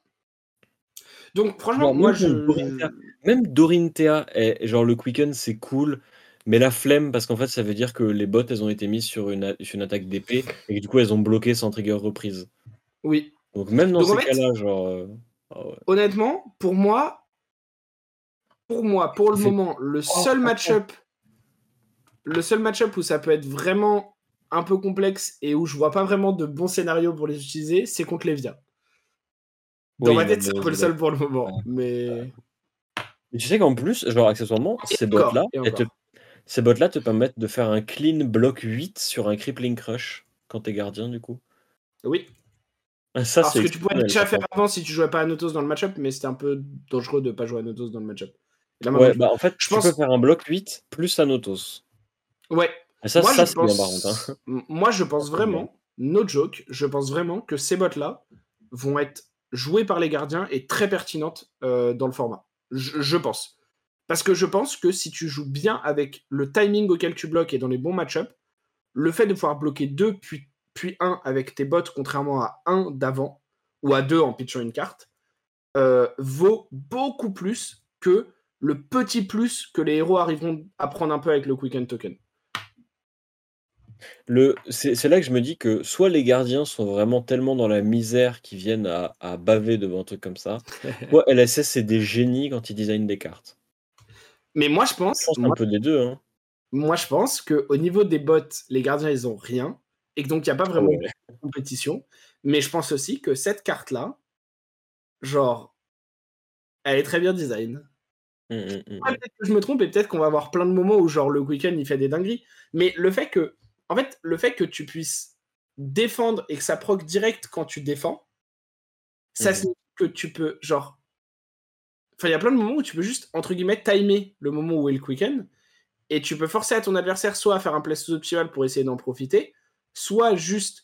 Speaker 2: Donc franchement,
Speaker 1: Genre
Speaker 2: moi
Speaker 1: même contre
Speaker 2: je
Speaker 1: Dorinthea
Speaker 2: je
Speaker 1: même Dorinthea est genre le quicken c'est cool, mais la flemme parce qu'en fait ça veut dire que les bots, elles ont été mises sur une a sur une attaque d'épée et que du coup elles ont bloqué sans trigger reprise.
Speaker 2: Oui.
Speaker 1: Donc même dans
Speaker 2: Donc en
Speaker 1: ces
Speaker 2: fait
Speaker 1: cas-là, genre, heu, ah ouais.
Speaker 2: honnêtement, pour moi pour moi, pour le
Speaker 1: C'est
Speaker 2: moment, le
Speaker 1: oh
Speaker 2: seul
Speaker 1: attends!
Speaker 2: match-up le seul match-up où ça peut être vraiment un peu complexe et où je vois pas vraiment de bons scénarios pour les utiliser, c'est contre Lévia. Dans
Speaker 1: Oui,
Speaker 2: ma
Speaker 1: non
Speaker 2: tête, c'est un
Speaker 1: mais
Speaker 2: peu le
Speaker 1: d'accord.
Speaker 2: seul pour le
Speaker 1: Ouais.
Speaker 2: moment, mais
Speaker 1: Mais tu sais qu'en plus, genre accessoirement,
Speaker 2: et
Speaker 1: ces bots-là,
Speaker 2: encore, et
Speaker 1: elles te
Speaker 2: encore.
Speaker 1: ces bots-là te permettent de faire un clean bloc huit sur un crippling crush quand tu es gardien du coup.
Speaker 2: Oui.
Speaker 1: Ah ça,
Speaker 2: Alors
Speaker 1: c'est
Speaker 2: ce que tu pourrais
Speaker 1: exceptionnel
Speaker 2: déjà
Speaker 1: par
Speaker 2: faire
Speaker 1: contre.
Speaker 2: avant si tu jouais pas à Notos dans le match-up, mais c'était un peu dangereux de pas jouer à Notos dans le match-up. Et là maintenant
Speaker 1: Ouais,
Speaker 2: tu peux.
Speaker 1: bah en fait,
Speaker 2: Je
Speaker 1: tu peux
Speaker 2: pense
Speaker 1: faire un bloc huit plus Thanatos.
Speaker 2: ouais,
Speaker 1: Et ça
Speaker 2: moi je
Speaker 1: ça c'est bien par contre, hein.
Speaker 2: pense m moi je
Speaker 1: Ça
Speaker 2: pense
Speaker 1: c'est bien.
Speaker 2: vraiment, no joke, je pense vraiment que ces bots-là vont être jouées par les gardiens et très pertinentes, heu, dans le format. Je je pense. Parce que je pense que si tu joues bien avec le timing auquel tu bloques et dans les bons match-up, le fait de pouvoir bloquer deux puis puis un avec tes bots contrairement à un d'avant ou à deux en pitchant une carte, heu, vaut beaucoup plus que le petit plus que les héros arriveront à prendre un peu avec le quicken token.
Speaker 1: Le c'est c'est là que je me dis que soit les gardiens sont vraiment tellement dans la misère qu'ils viennent à à baver devant un truc comme ça, soit L S S c'est des génies quand ils designent des cartes.
Speaker 2: Mais moi je
Speaker 1: Je
Speaker 2: pense
Speaker 1: pense un
Speaker 2: moi
Speaker 1: peu des deux, hein.
Speaker 2: moi je pense qu'au niveau des bots, les gardiens ils ont rien et que donc il y a pas
Speaker 1: Ah
Speaker 2: vraiment de
Speaker 1: ouais.
Speaker 2: compétition. Mais je pense aussi que cette carte-là genre elle est très bien design.
Speaker 1: Mmh mh, mmh
Speaker 2: Après
Speaker 1: mh.
Speaker 2: peut-être que je me trompe et peut-être qu'on va avoir plein de moments où genre le quicken il fait des dingueries. Mais le fait que en fait, le fait que tu puisses défendre et que ça proc direct quand tu défends ça
Speaker 1: Mmh mh.
Speaker 2: signifie que tu peux genre enfin il y a plein de moments où tu peux juste entre guillemets «timer» le moment où est le quicken et tu peux forcer à ton adversaire soit à faire un play sous-optimal pour essayer d'en profiter, soit juste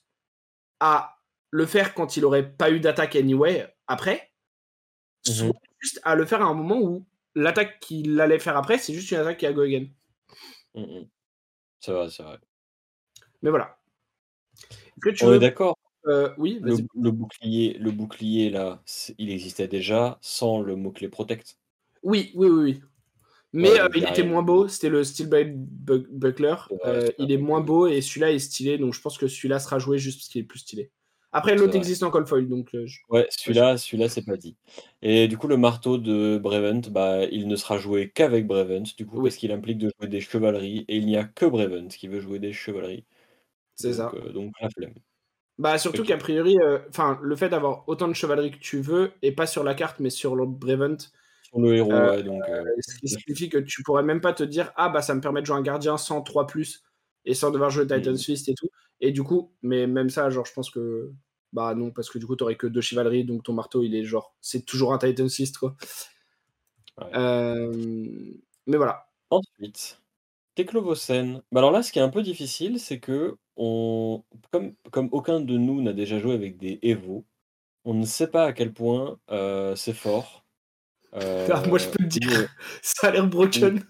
Speaker 2: à le faire quand il aurait pas eu d'attaque anyway après,
Speaker 1: Mmh
Speaker 2: soit
Speaker 1: mh.
Speaker 2: juste à le faire à un moment où l'attaque qu'il allait faire après, c'est juste une attaque qui a go again.
Speaker 1: Mmh mh. C'est vrai, c'est vrai.
Speaker 2: Mais voilà. Est-ce que tu
Speaker 1: On est
Speaker 2: veux
Speaker 1: d'accord,
Speaker 2: heu, oui,
Speaker 1: le
Speaker 2: vas-y.
Speaker 1: b le bouclier le bouclier là, c il existait déjà sans le mot clé protect?
Speaker 2: Oui, oui, oui, oui.
Speaker 1: Ouais,
Speaker 2: Mais heu,
Speaker 1: donc il y
Speaker 2: il
Speaker 1: a
Speaker 2: était
Speaker 1: rien
Speaker 2: moins beau, c'était le Steel Blade Buck Buckler,
Speaker 1: C'est vrai,
Speaker 2: heu,
Speaker 1: c'est vrai,
Speaker 2: il est
Speaker 1: donc
Speaker 2: moins
Speaker 1: heu
Speaker 2: beau et celui-là est stylé, donc je pense que celui-là sera joué juste parce qu'il est plus stylé. Après
Speaker 1: C'est
Speaker 2: l'autre
Speaker 1: vrai.
Speaker 2: existe en cold foil donc heu, je
Speaker 1: Ouais,
Speaker 2: pas sûr.
Speaker 1: celui-là celui-là c'est pas dit. Et du coup le marteau de Brevent, bah, il ne sera joué qu'avec Brevent du coup parce
Speaker 2: Oui.
Speaker 1: qu'il implique de jouer des chevaleries et il n'y a que Brevent qui veut jouer des chevaleries.
Speaker 2: C'est
Speaker 1: Donc
Speaker 2: ça.
Speaker 1: heu, donc la flemme.
Speaker 2: Bah, surtout qu'a
Speaker 1: OK.
Speaker 2: priori, heu, enfin le fait d'avoir autant de chevalerie que tu veux et pas sur la carte mais sur l'autre Brevent,
Speaker 1: Sur le
Speaker 2: heu,
Speaker 1: héros, ouais, donc heu,
Speaker 2: ce qui
Speaker 1: la flemme.
Speaker 2: signifie que tu pourrais même pas te dire: «Ah bah ça me permet de jouer un gardien sans trois plus et sans devoir jouer
Speaker 1: Mmh
Speaker 2: Titan's
Speaker 1: mh.
Speaker 2: Fist et tout» et du coup mais même ça genre je pense que bah non parce que du coup tu aurais que deux chevaleries donc ton marteau il est genre c'est toujours un Titan's Fist quoi.
Speaker 1: Ouais.
Speaker 2: Hem, mais voilà.
Speaker 1: Ensuite, Teclovocen. Bah, alors là, ce qui est un peu difficile, c'est qu'on comme comme aucun de nous n'a déjà joué avec des Evos, on ne sait pas à quel point, heu, c'est fort.
Speaker 2: Ah moi je
Speaker 1: Heu,
Speaker 2: peux te
Speaker 1: ou,
Speaker 2: dire,
Speaker 1: heu
Speaker 2: ça a l'air
Speaker 1: ou
Speaker 2: broken.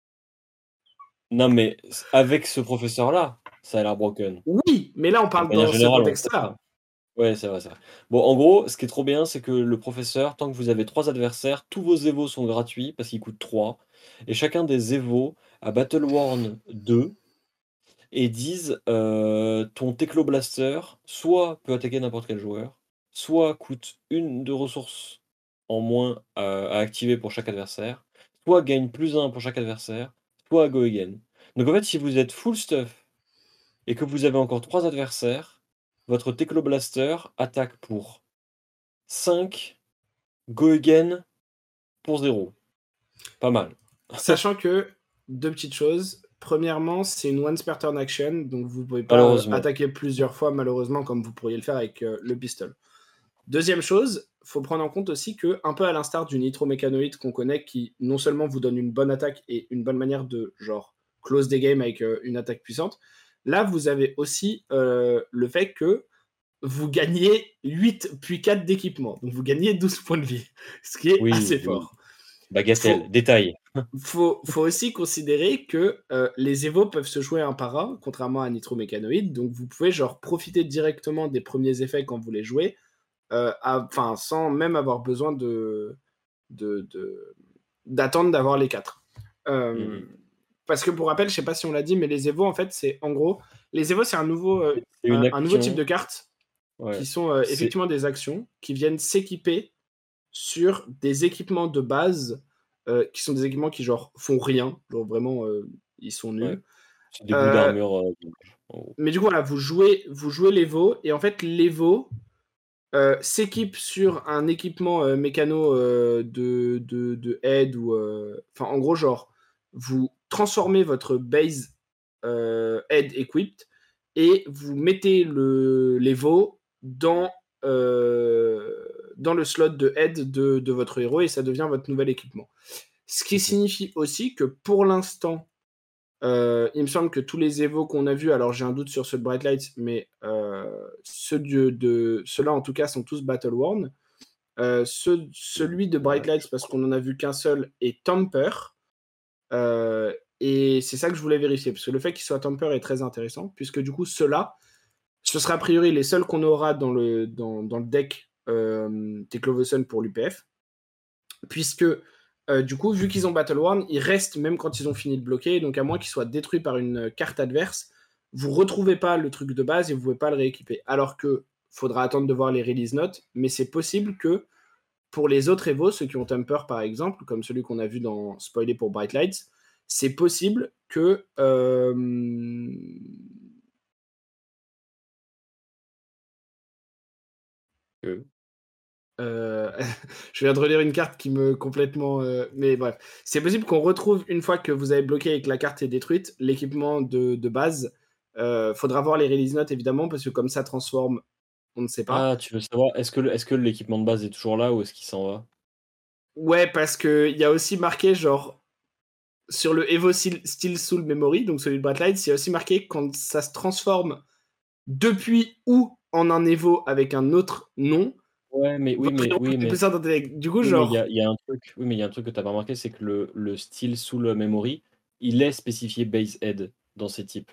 Speaker 1: Non mais c avec ce professeur-là, ça a l'air broken.
Speaker 2: Oui, mais là on
Speaker 1: De
Speaker 2: parle
Speaker 1: manière
Speaker 2: dans ce
Speaker 1: générale, on sait pas.
Speaker 2: contexte-là.
Speaker 1: Ouais, c'est vrai, c'est vrai. Bon, en gros, ce qui est trop bien, c'est que le professeur, tant que vous avez trois adversaires, tous vos Evos sont gratuits parce qu'ils coûtent trois et chacun des Evos a Battle Worn deux et disent, heu, ton Tecloblaster soit peut attaquer n'importe quel joueur, soit coûte une de ressources en moins à à activer pour chaque adversaire, soit gagne plus un pour chaque adversaire, soit go again. Donc en fait, si vous êtes full stuff et que vous avez encore trois adversaires, votre Tecloblaster attaque pour cinq, go again pour zéro. Pas mal.
Speaker 2: Sachant que, deux petites choses. Premièrement, c'est une once per turn action, donc vous ne pouvez pas euh,
Speaker 1: Malheureusement.
Speaker 2: attaquer plusieurs fois, malheureusement, comme vous pourriez le faire avec euh, le pistol. Deuxième chose, il faut prendre en compte aussi que, un peu à l'instar du nitromécanoïde qu'on connaît, qui non seulement vous donne une bonne attaque et une bonne manière de genre close des games avec euh, une attaque puissante, là vous avez aussi euh, le fait que vous gagnez huit puis quatre d'équipement. Donc vous gagnez douze points de vie, ce qui est
Speaker 1: Oui,
Speaker 2: assez
Speaker 1: oui.
Speaker 2: fort.
Speaker 1: Bagatelle,
Speaker 2: Faut-
Speaker 1: détail.
Speaker 2: faut, faut aussi considérer que euh, les Evo peuvent se jouer un par un, contrairement à nitromécanoïde. Donc vous pouvez genre profiter directement des premiers effets quand vous les jouez, euh, à- enfin sans même avoir besoin de de- de- d'attendre d'avoir les quatre. Euh,
Speaker 1: Mhm.
Speaker 2: Parce que pour rappel, je sais pas si on l'a dit, mais les Evo en fait c'est en gros les Evo c'est un nouveau euh,
Speaker 1: C'est une
Speaker 2: un, un nouveau
Speaker 1: action.
Speaker 2: type de carte
Speaker 1: Ouais.
Speaker 2: qui sont euh,
Speaker 1: C'est-
Speaker 2: effectivement des actions qui viennent s'équiper sur des équipements de base euh, qui sont des équipements qui genre font rien, genre vraiment euh, ils sont nuls.
Speaker 1: Ouais. C'est des bouts
Speaker 2: Euh,
Speaker 1: d'armure. euh, en gros.
Speaker 2: mais du coup voilà, vous jouez vous jouez l'Evo et en fait l'Evo euh, s'équipe sur un équipement euh, mécano euh, de, de, de aide ou euh, enfin en gros genre vous transformez votre base euh, aide equipped et vous mettez le l'Evo dans euh, dans le slot de aide de, de votre héros et ça devient votre nouvel équipement. Ce qui
Speaker 1: Mhm.
Speaker 2: signifie aussi que pour l'instant euh, il me semble que tous les Evo qu'on a vus, alors j'ai un doute sur ceux de Bright Lights, mais euh, ceux de, de ceux-là en tout cas sont tous Battle Worn. Euh, ce, celui de Bright
Speaker 1: Ouais.
Speaker 2: Lights, parce qu'on n'en a vu qu'un seul, est Tamper. Euh, et c'est ça que je voulais vérifier, parce que le fait qu'il soit Tamper est très intéressant, puisque du coup, ceux-là, ce sera a priori les seuls qu'on aura dans le, dans, dans le deck euh, Teklovoson pour l'U P F, puisque euh, du coup, vu qu'ils ont Battle Worn, ils restent même quand ils ont fini de bloquer, donc à moins qu'ils soient détruits par une carte adverse, vous retrouvez pas le truc de base et vous pouvez pas le rééquiper. Alors que faudra attendre de voir les release notes, mais c'est possible que pour les autres Evo, ceux qui ont Temper par exemple, comme celui qu'on a vu dans Spoiler pour Bright Lights, c'est possible que euh...
Speaker 1: Euh,
Speaker 2: Euh, je viens de relire une carte qui me complètement. Euh, mais bref, c'est possible qu'on retrouve une fois que vous avez bloqué et que la carte est détruite l'équipement de, de base. Euh, faudra voir les release notes évidemment parce que comme ça transforme, on ne sait pas.
Speaker 1: Ah, tu veux savoir, est-ce que, le- est-ce que l'équipement de base est toujours là ou est-ce qu'il s'en va?
Speaker 2: Ouais, parce que il y a aussi marqué genre sur le Evo Steel Steel Soul Memory, donc celui de Bright Lights, il y a aussi marqué quand ça se transforme depuis ou en un Evo avec un autre nom.
Speaker 1: Ouais, mais oui,
Speaker 2: Votre
Speaker 1: mais
Speaker 2: héros
Speaker 1: oui,
Speaker 2: est
Speaker 1: mais
Speaker 2: plus intellect. Du coup,
Speaker 1: oui, mais il y
Speaker 2: genre.
Speaker 1: a, il y a un truc. Oui, mais il y a un truc que t'as pas remarqué, c'est que le, le style sous le memory, il est spécifié base head dans ses types.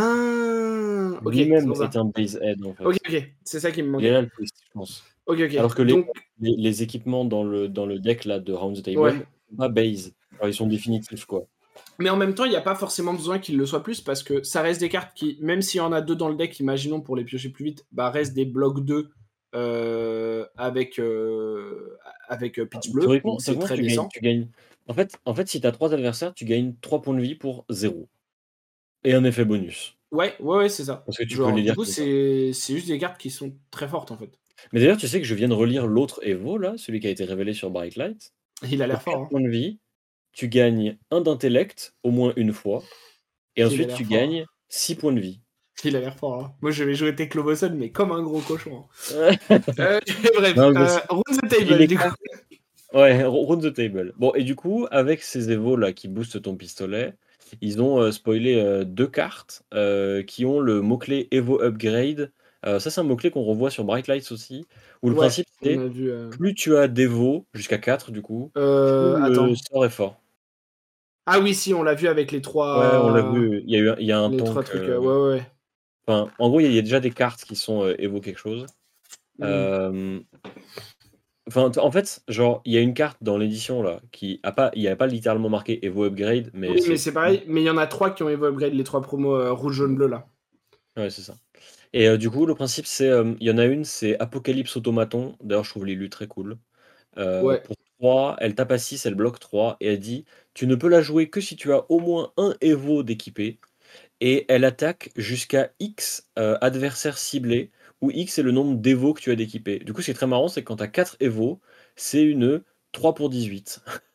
Speaker 2: Ah, ok, c'est
Speaker 1: Lui-même
Speaker 2: pour
Speaker 1: est
Speaker 2: ça.
Speaker 1: un base head en
Speaker 2: Ok,
Speaker 1: fait.
Speaker 2: ok, c'est ça qui me
Speaker 1: Il est
Speaker 2: manquait.
Speaker 1: là le twist, je pense.
Speaker 2: Ok, ok.
Speaker 1: Alors que les,
Speaker 2: Donc,
Speaker 1: les, les équipements dans le, dans le deck là de Round the
Speaker 2: ouais.
Speaker 1: Table, sont pas base. Alors, ils sont définitifs quoi.
Speaker 2: Mais en même temps, il n'y a pas forcément besoin qu'il le soit plus parce que ça reste des cartes qui, même s'il y en a deux dans le deck, imaginons pour les piocher plus vite, bah restent des blocs deux euh, avec, euh, avec euh, pitch bleu.
Speaker 1: Théoriquement,
Speaker 2: Donc c'est
Speaker 1: théoriquement
Speaker 2: très
Speaker 1: tu gagnes,
Speaker 2: décent.
Speaker 1: tu gagnes. En fait, en fait, si tu as trois adversaires, tu gagnes trois points de vie pour zéro. Et un effet bonus.
Speaker 2: Ouais, ouais, ouais, c'est ça.
Speaker 1: Parce que tu peux
Speaker 2: Genre,
Speaker 1: les
Speaker 2: du
Speaker 1: lire
Speaker 2: coup,
Speaker 1: comme ça.
Speaker 2: c'est c'est juste des cartes qui sont très fortes en fait.
Speaker 1: Mais d'ailleurs, tu sais que je viens de relire l'autre Evo, là, celui qui a été révélé sur Bright Light.
Speaker 2: Il a l'air
Speaker 1: Pour
Speaker 2: fort,
Speaker 1: quatre
Speaker 2: hein.
Speaker 1: points de vie, tu gagnes un d'intellect au moins une fois. Et
Speaker 2: Il a
Speaker 1: ensuite,
Speaker 2: l'air
Speaker 1: tu
Speaker 2: fort, hein.
Speaker 1: gagnes six points de vie.
Speaker 2: Il a l'air fort, hein. Moi, je vais jouer Teklovoson, mais comme un gros cochon, hein.
Speaker 1: Ouais.
Speaker 2: Euh, bref,
Speaker 1: Non, mais
Speaker 2: euh,
Speaker 1: c'est-
Speaker 2: round the
Speaker 1: il
Speaker 2: table,
Speaker 1: est
Speaker 2: du coup.
Speaker 1: con- Ouais, round the table. Bon, et du coup, avec ces Evo là qui boostent ton pistolet, ils ont euh, spoilé euh, deux cartes euh, qui ont le mot-clé Evo Upgrade. Euh, ça, c'est un mot-clé qu'on revoit sur Bright Lights aussi, où le
Speaker 2: Ouais,
Speaker 1: principe
Speaker 2: on
Speaker 1: c'est
Speaker 2: a vu. Euh...
Speaker 1: plus tu as d'Evo, jusqu'à quatre du coup, plus
Speaker 2: euh,
Speaker 1: le
Speaker 2: attends.
Speaker 1: sort est fort.
Speaker 2: Ah oui, si, on l'a vu avec les
Speaker 1: Ouais, on l'a
Speaker 2: trois,
Speaker 1: vu, il y a eu un- il y a un
Speaker 2: les trois
Speaker 1: tank.
Speaker 2: trucs. euh,
Speaker 1: euh,
Speaker 2: Ouais, ouais, ouais.
Speaker 1: Enfin, en gros, il y, a il y a déjà des cartes qui sont euh, Evo quelque chose.
Speaker 2: Hmm.
Speaker 1: Euh, Enfin, t- en fait, genre, il y a une carte dans l'édition là qui a pas, il n'y a pas littéralement marqué Evo Upgrade, mais
Speaker 2: Oui, mais
Speaker 1: c'est.
Speaker 2: c'est pareil. Mais il y en a trois qui ont Evo Upgrade, les trois promos euh, rouge, jaune, bleu là.
Speaker 1: Ouais, c'est ça. Et euh, du coup, le principe, c'est. euh, Il y en a une, c'est Apocalypse Automaton. D'ailleurs, je trouve l'élu très cool. Euh,
Speaker 2: Ouais.
Speaker 1: pour trois, elle tape à six, elle bloque trois, et elle dit tu ne peux la jouer que si tu as au moins un Evo d'équipé, et elle attaque jusqu'à X euh, adversaires ciblés, où X est le nombre d'Evo que tu as d'équipé. Du coup, ce qui est très marrant, c'est que quand tu as quatre Evo, c'est une trois pour dix-huit.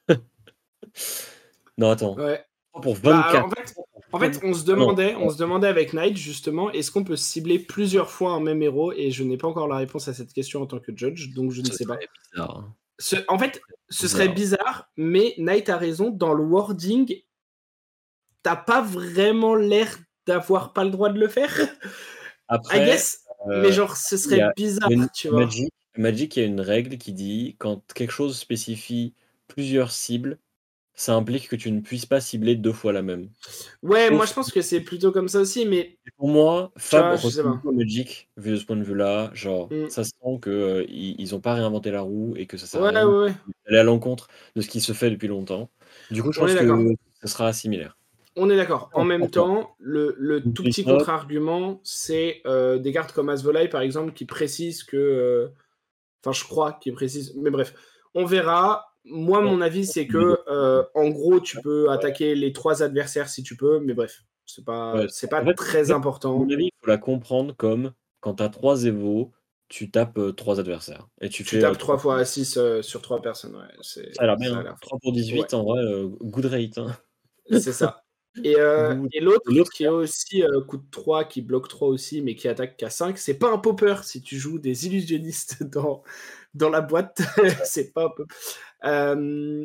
Speaker 1: Non, attends.
Speaker 2: Ouais.
Speaker 1: Pour
Speaker 2: Bah, alors,
Speaker 1: vingt-quatre.
Speaker 2: en fait, en fait, on se demandait, on se demandait avec Knight, justement, est-ce qu'on peut cibler plusieurs fois un même héros? Et je n'ai pas encore la réponse à cette question en tant que judge, donc je ne
Speaker 1: Ce
Speaker 2: sais pas.
Speaker 1: serait bizarre. Hein.
Speaker 2: Ce, en fait, ce serait
Speaker 1: Bizarre.
Speaker 2: bizarre, mais Knight a raison. Dans le wording, t'as pas vraiment l'air d'avoir pas le droit de le faire. I
Speaker 1: Après,
Speaker 2: guess, mais
Speaker 1: euh,
Speaker 2: genre, ce
Speaker 1: il y
Speaker 2: serait
Speaker 1: a une
Speaker 2: bizarre, tu vois.
Speaker 1: Magic. Magic, il y a une règle qui dit quand quelque chose spécifie plusieurs cibles, ça implique que tu ne puisses pas cibler deux fois la même.
Speaker 2: Ouais, moi
Speaker 1: Sauf
Speaker 2: je pense que c'est plutôt comme ça aussi, mais
Speaker 1: pour moi,
Speaker 2: tu
Speaker 1: Fab
Speaker 2: vois, je sais
Speaker 1: ressemble
Speaker 2: pas.
Speaker 1: beaucoup à Magic, vu de ce point de vue-là. Genre,
Speaker 2: Mm.
Speaker 1: ça se sent que euh, ils, ils ont pas réinventé la roue et que ça sert à
Speaker 2: Ouais,
Speaker 1: rien
Speaker 2: ouais, ouais.
Speaker 1: d'aller à l'encontre de ce qui se fait depuis longtemps. Du coup, je
Speaker 2: On est
Speaker 1: pense que
Speaker 2: d'accord.
Speaker 1: ce sera similaire.
Speaker 2: On est d'accord. En même
Speaker 1: Attends,
Speaker 2: temps, le, le
Speaker 1: une
Speaker 2: tout
Speaker 1: petite
Speaker 2: petit
Speaker 1: note.
Speaker 2: contre-argument, c'est euh, des cartes comme As-Volaille, par exemple, qui précisent que. euh, Enfin, je crois qu'ils précisent. Mais bref, on verra. Moi, mon avis, c'est que, euh, en gros, tu peux attaquer les trois adversaires si tu peux, mais bref, c'est pas,
Speaker 1: Ouais,
Speaker 2: c'est
Speaker 1: en
Speaker 2: pas
Speaker 1: fait, en
Speaker 2: très
Speaker 1: fait, à mon
Speaker 2: important.
Speaker 1: avis, il faut la comprendre comme quand tu as trois évos, tu tapes euh, trois adversaires et tu
Speaker 2: Tu
Speaker 1: fais euh,
Speaker 2: tapes
Speaker 1: trois.
Speaker 2: trois fois à six euh, sur trois personnes. Ouais,
Speaker 1: Ça a
Speaker 2: c'est,
Speaker 1: l'air bien.
Speaker 2: ça a
Speaker 1: Hein.
Speaker 2: l'air fort.
Speaker 1: trois pour
Speaker 2: Ouais,
Speaker 1: dix-huit, en vrai, euh, good rate. Hein.
Speaker 2: c'est ça. Et, euh,
Speaker 1: Good.
Speaker 2: et
Speaker 1: Et
Speaker 2: l'autre,
Speaker 1: l'autre
Speaker 2: qui est aussi euh, coûte trois, qui bloque trois aussi, mais qui attaque qu'à cinq, c'est pas un popper si tu joues des illusionnistes dans, dans la boîte. C'est pas un peu. Euh,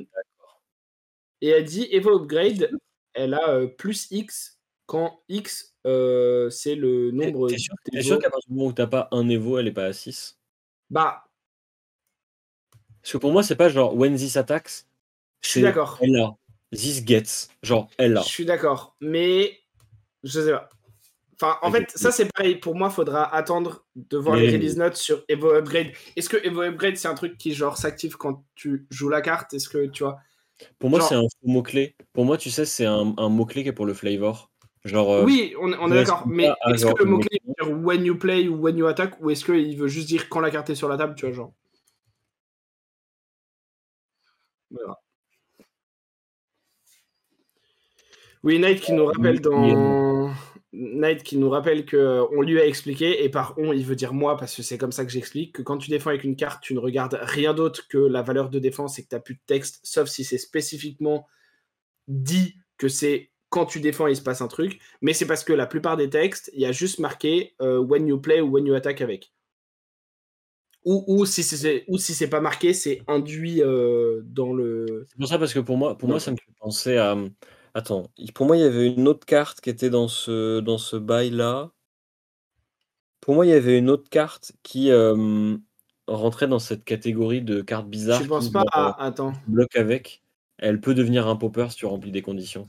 Speaker 2: et elle dit Evo Upgrade, elle a euh, plus X quand X, euh, c'est le
Speaker 1: T'es t'es
Speaker 2: nombre
Speaker 1: sûr, t'es sûr qu'à
Speaker 2: d'Evo.
Speaker 1: partir du moment où t'as pas un Evo, elle est pas à six?
Speaker 2: Bah,
Speaker 1: Parce que pour moi, c'est pas genre when this attacks,
Speaker 2: je suis
Speaker 1: c'est
Speaker 2: d'accord.
Speaker 1: elle a. This gets. Genre elle
Speaker 2: Je
Speaker 1: a.
Speaker 2: suis d'accord. Mais, je sais pas. Enfin, en
Speaker 1: Ok.
Speaker 2: fait, ça c'est pareil. Pour moi, faudra attendre de voir les
Speaker 1: Les
Speaker 2: release
Speaker 1: releases.
Speaker 2: notes sur Evo Upgrade. Est-ce que Evo Upgrade c'est un truc qui genre s'active quand tu joues la carte? Est-ce que tu vois?
Speaker 1: Pour moi, c'est un
Speaker 2: Genre,
Speaker 1: faux mot-clé. Pour moi, tu sais, c'est un, un mot-clé qui est pour le flavor. Genre, euh,
Speaker 2: oui, on, on est d'accord.
Speaker 1: correspond pas
Speaker 2: Mais
Speaker 1: à
Speaker 2: est-ce que
Speaker 1: genre
Speaker 2: le
Speaker 1: une
Speaker 2: mot-clé
Speaker 1: mécanique.
Speaker 2: veut dire when you play ou when you attack ou est-ce qu'il veut juste dire quand la carte est sur la table, tu vois, genre. Voilà. Oui, Knight qui nous rappelle dans. Knight qui nous rappelle qu'on lui a expliqué, et par on, il veut dire moi, parce que c'est comme ça que j'explique, que quand tu défends avec une carte, tu ne regardes rien d'autre que la valeur de défense et que tu n'as plus de texte, sauf si c'est spécifiquement dit que c'est quand tu défends, il se passe un truc. Mais c'est parce que la plupart des textes, il y a juste marqué euh, when you play ou when you attack avec. Ou, ou si c'est ou si c'est pas marqué, c'est induit euh, dans le
Speaker 1: C'est pour ça, parce que pour moi, pour
Speaker 2: dans
Speaker 1: moi,
Speaker 2: le
Speaker 1: ça me
Speaker 2: truc.
Speaker 1: fait penser à. Attends, pour moi, il y avait une autre carte qui était dans ce, dans ce bail-là. Pour moi, il y avait une autre carte qui euh, rentrait dans cette catégorie de cartes
Speaker 2: Tu
Speaker 1: bizarres
Speaker 2: penses
Speaker 1: qui,
Speaker 2: pas
Speaker 1: genre,
Speaker 2: à attends.
Speaker 1: tu bloques avec. Elle peut devenir un popper si tu remplis des conditions.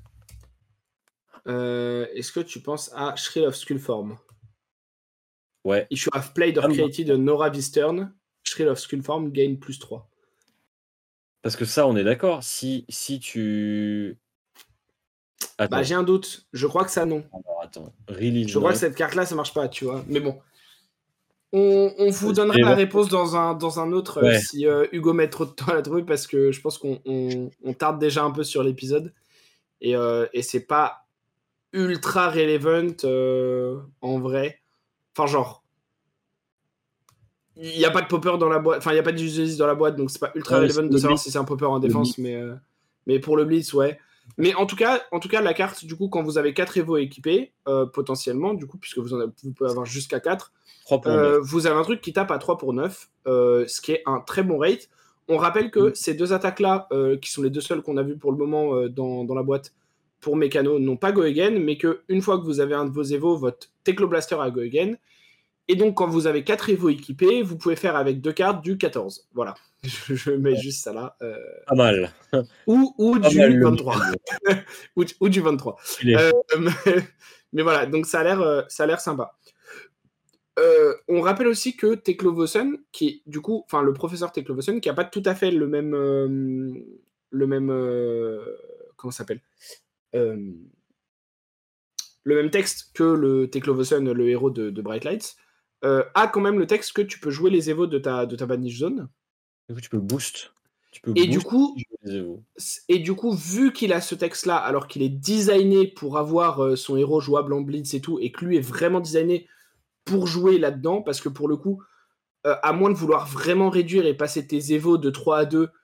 Speaker 2: Euh, Est-ce que tu penses à Shrill of Skullform?
Speaker 1: Ouais.
Speaker 2: If you have played or
Speaker 1: Ah, moi.
Speaker 2: created a Nora Vistern, Shrill of Skullform gain plus trois.
Speaker 1: Parce que ça, on est d'accord. Si, si tu.
Speaker 2: Bah
Speaker 1: Attends.
Speaker 2: j'ai un doute. Je crois que ça non.
Speaker 1: Alors, attends. Release
Speaker 2: Je crois que
Speaker 1: note.
Speaker 2: cette carte-là, ça marche pas, tu vois. Mais bon. On, on vous
Speaker 1: Vas-y,
Speaker 2: donnera
Speaker 1: fais
Speaker 2: la
Speaker 1: voir.
Speaker 2: réponse dans un, dans un autre euh,
Speaker 1: Ouais.
Speaker 2: si euh, Hugo met trop de temps à la trouver parce que je pense qu'on on, on tarde déjà un peu sur l'épisode. Et, euh, et c'est pas ultra relevant euh, en vrai. Enfin, genre, il n'y a pas de popper dans la boîte. Enfin, il n'y a pas de dans la boîte, donc c'est pas ultra
Speaker 1: Ouais, mais c'est
Speaker 2: relevant
Speaker 1: pour
Speaker 2: de
Speaker 1: le
Speaker 2: savoir
Speaker 1: blitz.
Speaker 2: si c'est un popper en
Speaker 1: Le
Speaker 2: défense.
Speaker 1: blitz.
Speaker 2: Mais, euh, mais pour le blitz, ouais. Mais en tout cas, en tout cas, la carte, du coup, quand vous avez quatre Evo équipés, euh, potentiellement, du coup, puisque vous, en avez, vous pouvez avoir jusqu'à quatre,
Speaker 1: trois pour neuf.
Speaker 2: euh, vous avez un truc qui tape à trois pour neuf, euh, ce qui est un très bon rate. On rappelle que ces deux attaques-là, euh, qui sont les deux seules qu'on a vues pour le moment euh, dans, dans la boîte pour Mécano, n'ont pas Go Again, mais qu'une fois que vous avez un de vos Evo, votre Technoblaster a Go Again. Et donc, quand vous avez quatre Evo équipés, vous pouvez faire avec deux cartes du quatorze. Voilà. Je, je mets juste ça là. Euh...
Speaker 1: Pas mal.
Speaker 2: Ou, ou
Speaker 1: Pas mal
Speaker 2: du
Speaker 1: le
Speaker 2: vingt-trois.
Speaker 1: mécano.
Speaker 2: ou, ou du vingt-trois.
Speaker 1: Il est.
Speaker 2: Euh, mais, mais voilà, donc ça a l'air, euh, ça a l'air sympa. Euh, on rappelle aussi que Teklovosen, qui est du coup, enfin le professeur Teklovosen, qui a pas tout à fait le même, euh, le même, euh, comment ça s'appelle, euh, le même texte que le Teklovosen, le héros de, de Bright Lights, euh, a quand même le texte que tu peux jouer les évos de ta, de ta banish zone.
Speaker 1: Du coup, tu peux boost. Tu peux
Speaker 2: Et du
Speaker 1: boost
Speaker 2: coup,
Speaker 1: les évos.
Speaker 2: et du coup, vu qu'il a ce texte-là, alors qu'il est designé pour avoir euh, son héros jouable en blitz et tout, et que lui est vraiment designé pour jouer là-dedans, parce que pour le coup, euh, à moins de vouloir vraiment réduire et passer tes évos de trois à deux,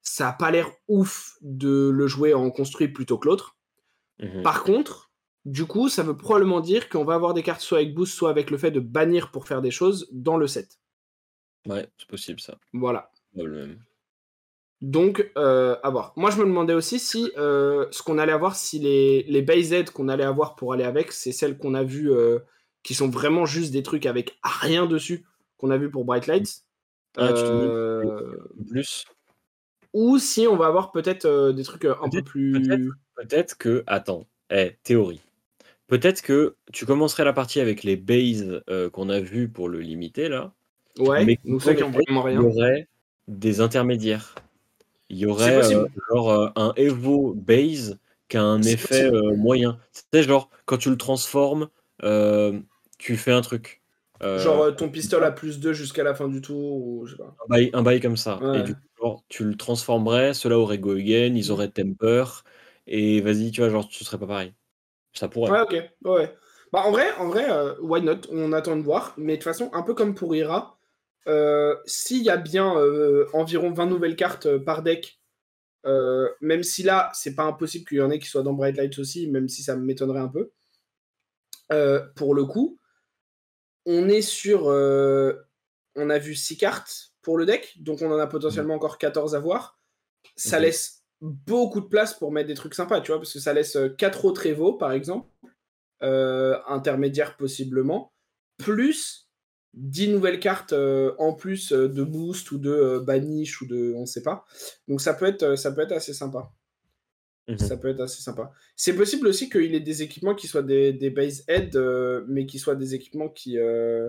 Speaker 2: ça a pas l'air ouf de le jouer en construit plutôt que l'autre.
Speaker 1: Mmh.
Speaker 2: Par contre, du coup, ça veut probablement dire qu'on va avoir des cartes soit avec boost, soit avec le fait de bannir pour faire des choses dans le set.
Speaker 1: Ouais, c'est possible ça.
Speaker 2: Voilà.
Speaker 1: Probable même.
Speaker 2: Donc, euh, à voir. Moi, je me demandais aussi si euh, ce qu'on allait avoir, si les, les base aids qu'on allait avoir pour aller avec, c'est celles qu'on a vues euh, qui sont vraiment juste des trucs avec rien dessus, qu'on a vu pour Bright Lights.
Speaker 1: Ah, tu te demandes
Speaker 2: Euh,
Speaker 1: plus?
Speaker 2: ou si on va avoir peut-être euh, des trucs euh, un peu
Speaker 1: Peut-être peut-être
Speaker 2: plus.
Speaker 1: peut-être que attends, eh, théorie. Peut-être que tu commencerais la partie avec les bases, heu, qu'on a vues pour le limiter là,
Speaker 2: Ouais,
Speaker 1: mais que
Speaker 2: donc
Speaker 1: dans
Speaker 2: ceux qui
Speaker 1: les
Speaker 2: ont
Speaker 1: decks,
Speaker 2: vraiment
Speaker 1: il y
Speaker 2: rien.
Speaker 1: aurait des intermédiaires. Il y
Speaker 2: C'est
Speaker 1: aurait, heu,
Speaker 2: possible.
Speaker 1: genre, heu, un Evo base qui a un
Speaker 2: C'est
Speaker 1: effet,
Speaker 2: possible.
Speaker 1: heu, moyen. Tu sais, genre, quand tu le transformes, hem, tu fais un truc.
Speaker 2: Genre
Speaker 1: Heu,
Speaker 2: euh, ton pistolet à plus deux jusqu'à la fin du tour, ou je sais pas.
Speaker 1: un bail un bail comme ça et
Speaker 2: Ouais.
Speaker 1: du coup, genre, tu le transformerais, ceux-là auraient Go Again, ils auraient Temper et vas-y, tu vois, genre, ce serait pas pareil. Ça pourrait.
Speaker 2: Ouais, ok. Ouais. Bah, en vrai, en vrai euh, why not? On attend de voir. Mais de toute façon, un peu comme pour Ira, euh, s'il y a bien euh, environ vingt nouvelles cartes euh, par deck, euh, même si là, c'est pas impossible qu'il y en ait qui soient dans Bright Lights aussi, même si ça m'étonnerait un peu. Euh, pour le coup, on est sur. euh, on a vu six cartes pour le deck, donc on en a
Speaker 1: Mmh.
Speaker 2: potentiellement encore quatorze à voir. Ça
Speaker 1: Mmh.
Speaker 2: laisse beaucoup de place pour mettre des trucs sympas, tu vois, parce que ça laisse quatre autres Evo, par exemple. Euh, intermédiaire possiblement, plus dix nouvelles cartes euh, en plus euh, de boost ou de euh, banish ou de on sait pas. Donc ça peut être ça peut être assez sympa.
Speaker 1: Mmh.
Speaker 2: Ça peut être assez sympa. C'est possible aussi qu'il ait des équipements qui soient des, des base head, euh, mais qui soient des équipements qui euh,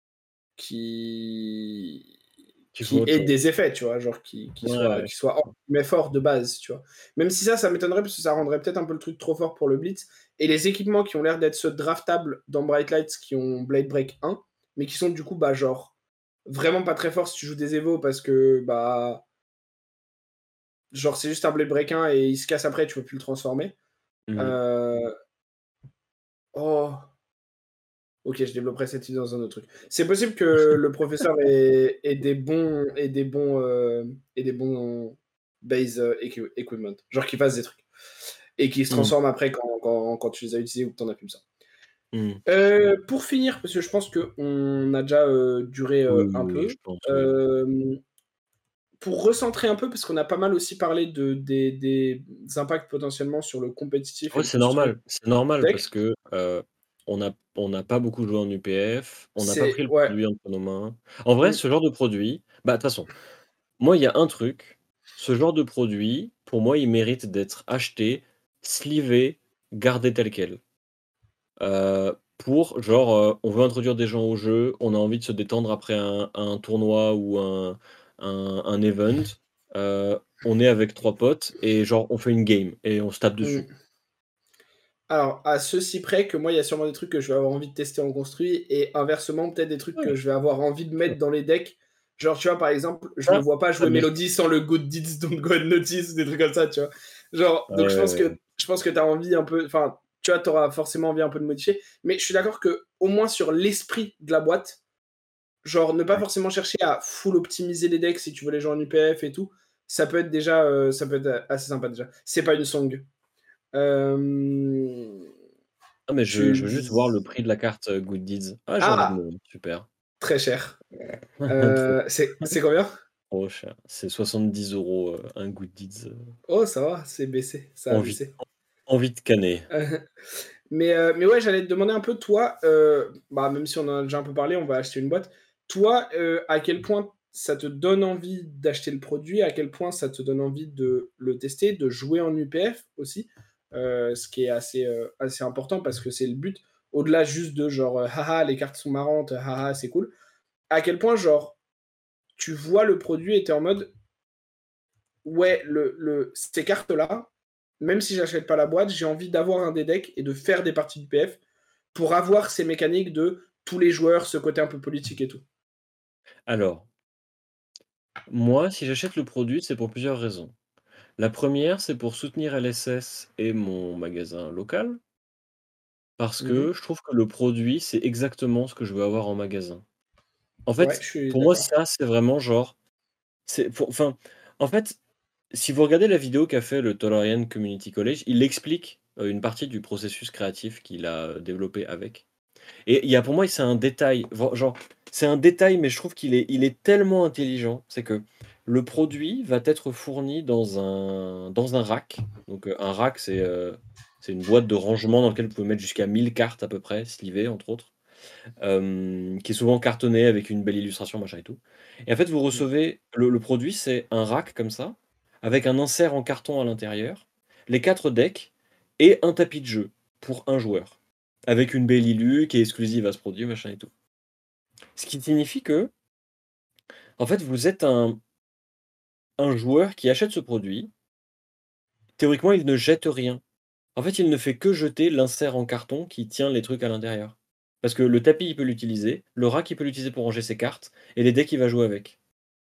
Speaker 2: qui
Speaker 1: Qui font
Speaker 2: qui
Speaker 1: autre
Speaker 2: aient
Speaker 1: chose.
Speaker 2: des effets, tu vois, genre qui, qui
Speaker 1: Ouais,
Speaker 2: soient
Speaker 1: ouais,
Speaker 2: qui
Speaker 1: je
Speaker 2: soient
Speaker 1: comprends.
Speaker 2: mais forts de base, tu vois. Même si ça, ça m'étonnerait parce que ça rendrait peut-être un peu le truc trop fort pour le Blitz. Et les équipements qui ont l'air d'être ceux draftables dans Bright Lights qui ont Blade Break un, mais qui sont du coup bah genre vraiment pas très forts si tu joues des Evo parce que bah genre c'est juste un Blade Break un et il se casse après, tu peux plus le transformer.
Speaker 1: Mmh.
Speaker 2: Euh... Oh. Ok, je développerai cette idée dans un autre truc. C'est possible que le professeur ait, ait des bons et des bons euh, et des bons base euh, equi- equipment, genre qu'il fasse des trucs et qui se
Speaker 1: Mmh.
Speaker 2: transforment après quand, quand, quand tu les as utilisés ou que t'en as plus besoin.
Speaker 1: Mmh.
Speaker 2: Euh, pour finir, parce que je pense qu'on a déjà euh, duré
Speaker 1: Oui,
Speaker 2: euh,
Speaker 1: oui,
Speaker 2: un
Speaker 1: oui,
Speaker 2: peu,
Speaker 1: je pense, oui.
Speaker 2: euh, pour recentrer un peu, parce qu'on a pas mal aussi parlé de, des, des impacts potentiellement sur le compétitif et
Speaker 1: Ouais,
Speaker 2: le
Speaker 1: c'est
Speaker 2: construit
Speaker 1: normal, c'est normal
Speaker 2: deck,
Speaker 1: parce que, heu, on n'a on n'a pas beaucoup joué en U P F, on n'a pas pris
Speaker 2: c'est
Speaker 1: le
Speaker 2: ouais.
Speaker 1: produit entre nos mains. En vrai,
Speaker 2: Mm,
Speaker 1: ce genre de produit, bah, de toute façon, moi, il y a un truc, ce genre de produit, pour moi, il mérite d'être acheté, slivé, gardé tel quel. Heu, pour genre, heu, on veut introduire des gens au jeu, on a envie de se détendre après un un tournoi ou un un un event, heu, on est avec trois potes et genre on fait une game et on se tape dessus.
Speaker 2: mm. Alors, à ceci près que moi, il y a sûrement des trucs que je vais avoir envie de tester en construit, et inversement, peut-être des trucs que
Speaker 1: Ouais,
Speaker 2: je vais avoir envie de mettre dans les decks. Genre, tu vois, par exemple, je me
Speaker 1: ça
Speaker 2: vois pas
Speaker 1: ça
Speaker 2: jouer
Speaker 1: bien sûr.
Speaker 2: Melody sans le Good Deeds Don't Go Unnoticed, des trucs comme ça, tu vois. Genre,
Speaker 1: Ouais,
Speaker 2: donc je
Speaker 1: ouais,
Speaker 2: pense
Speaker 1: ouais.
Speaker 2: que je pense que t'as envie un peu, enfin, tu vois, t'auras forcément envie un peu de modifier, mais je suis d'accord que au moins sur l'esprit de la boîte, genre ne pas
Speaker 1: Ouais.
Speaker 2: forcément chercher à full optimiser les decks si tu veux les jouer en U P F et tout, ça peut être déjà, euh, ça peut être assez sympa déjà. C'est pas une song. Euh...
Speaker 1: Ah mais je je
Speaker 2: Tu
Speaker 1: veux juste voir le prix de la carte, heu, Good Deeds. Ah j'ai envie de
Speaker 2: Ah!
Speaker 1: me super.
Speaker 2: Très cher.
Speaker 1: Trop
Speaker 2: Euh, c'est c'est combien?
Speaker 1: trop cher. C'est soixante-dix euros € un Good Deeds, heu,
Speaker 2: Oh, ça va, c'est baissé, ça a
Speaker 1: envie
Speaker 2: baissé.
Speaker 1: envie de canner.
Speaker 2: Mais, euh, mais ouais, j'allais te demander un peu, toi, euh, bah, même si on en a déjà un peu parlé, on va acheter une boîte. Toi, euh, à quel point ça te donne envie d'acheter le produit, à quel point ça te donne envie de le tester, de jouer en U P F aussi, euh, ce qui est assez, euh, assez important parce que c'est le but, au-delà juste de genre, euh, haha, les cartes sont marrantes, haha, c'est cool. À quel point, genre, tu vois le produit et t'es en mode, ouais, le, le, ces cartes-là, même si j'achète pas la boîte, j'ai envie d'avoir un des decks et de faire des parties du P F pour avoir ces mécaniques de tous les joueurs, ce côté un peu politique et tout.
Speaker 1: Alors, moi, si j'achète le produit, c'est pour plusieurs raisons. La première, c'est pour soutenir L S S et mon magasin local, parce
Speaker 2: Mhm.
Speaker 1: que je trouve que le produit, c'est exactement ce que je veux avoir en magasin. En
Speaker 2: Ouais,
Speaker 1: fait,
Speaker 2: je suis
Speaker 1: pour moi,
Speaker 2: d'accord.
Speaker 1: ça, c'est vraiment genre, c'est pour enfin, en fait, Si vous regardez la vidéo qu'a fait le Tolarian Community College, il explique, heu, une partie du processus créatif qu'il a, heu, développé avec. Et il y a pour moi, c'est un détail, vran genre, c'est un détail, mais je trouve qu'il est il est tellement intelligent. C'est que le produit va être fourni dans un dans un rack. Donc, heu, un rack, c'est, heu, c'est une boîte de rangement dans lequel vous pouvez mettre jusqu'à mille cartes à peu près, slivées entre autres, hem, qui est souvent cartonné avec une belle illustration, machin et tout. Et en fait, vous
Speaker 2: Mmh.
Speaker 1: recevez le le produit, c'est un rack comme ça, avec un insert en carton à l'intérieur, les quatre decks et un tapis de jeu pour un joueur, avec une belle illu qui est exclusive à ce produit, machin et tout. Ce qui signifie que, en fait, vous êtes un un joueur qui achète ce produit. Théoriquement, il ne jette rien. En fait, il ne fait que jeter l'insert en carton qui tient les trucs à l'intérieur. Parce que le tapis, il peut l'utiliser, le rack, il peut l'utiliser pour ranger ses cartes, et les decks, il va jouer avec.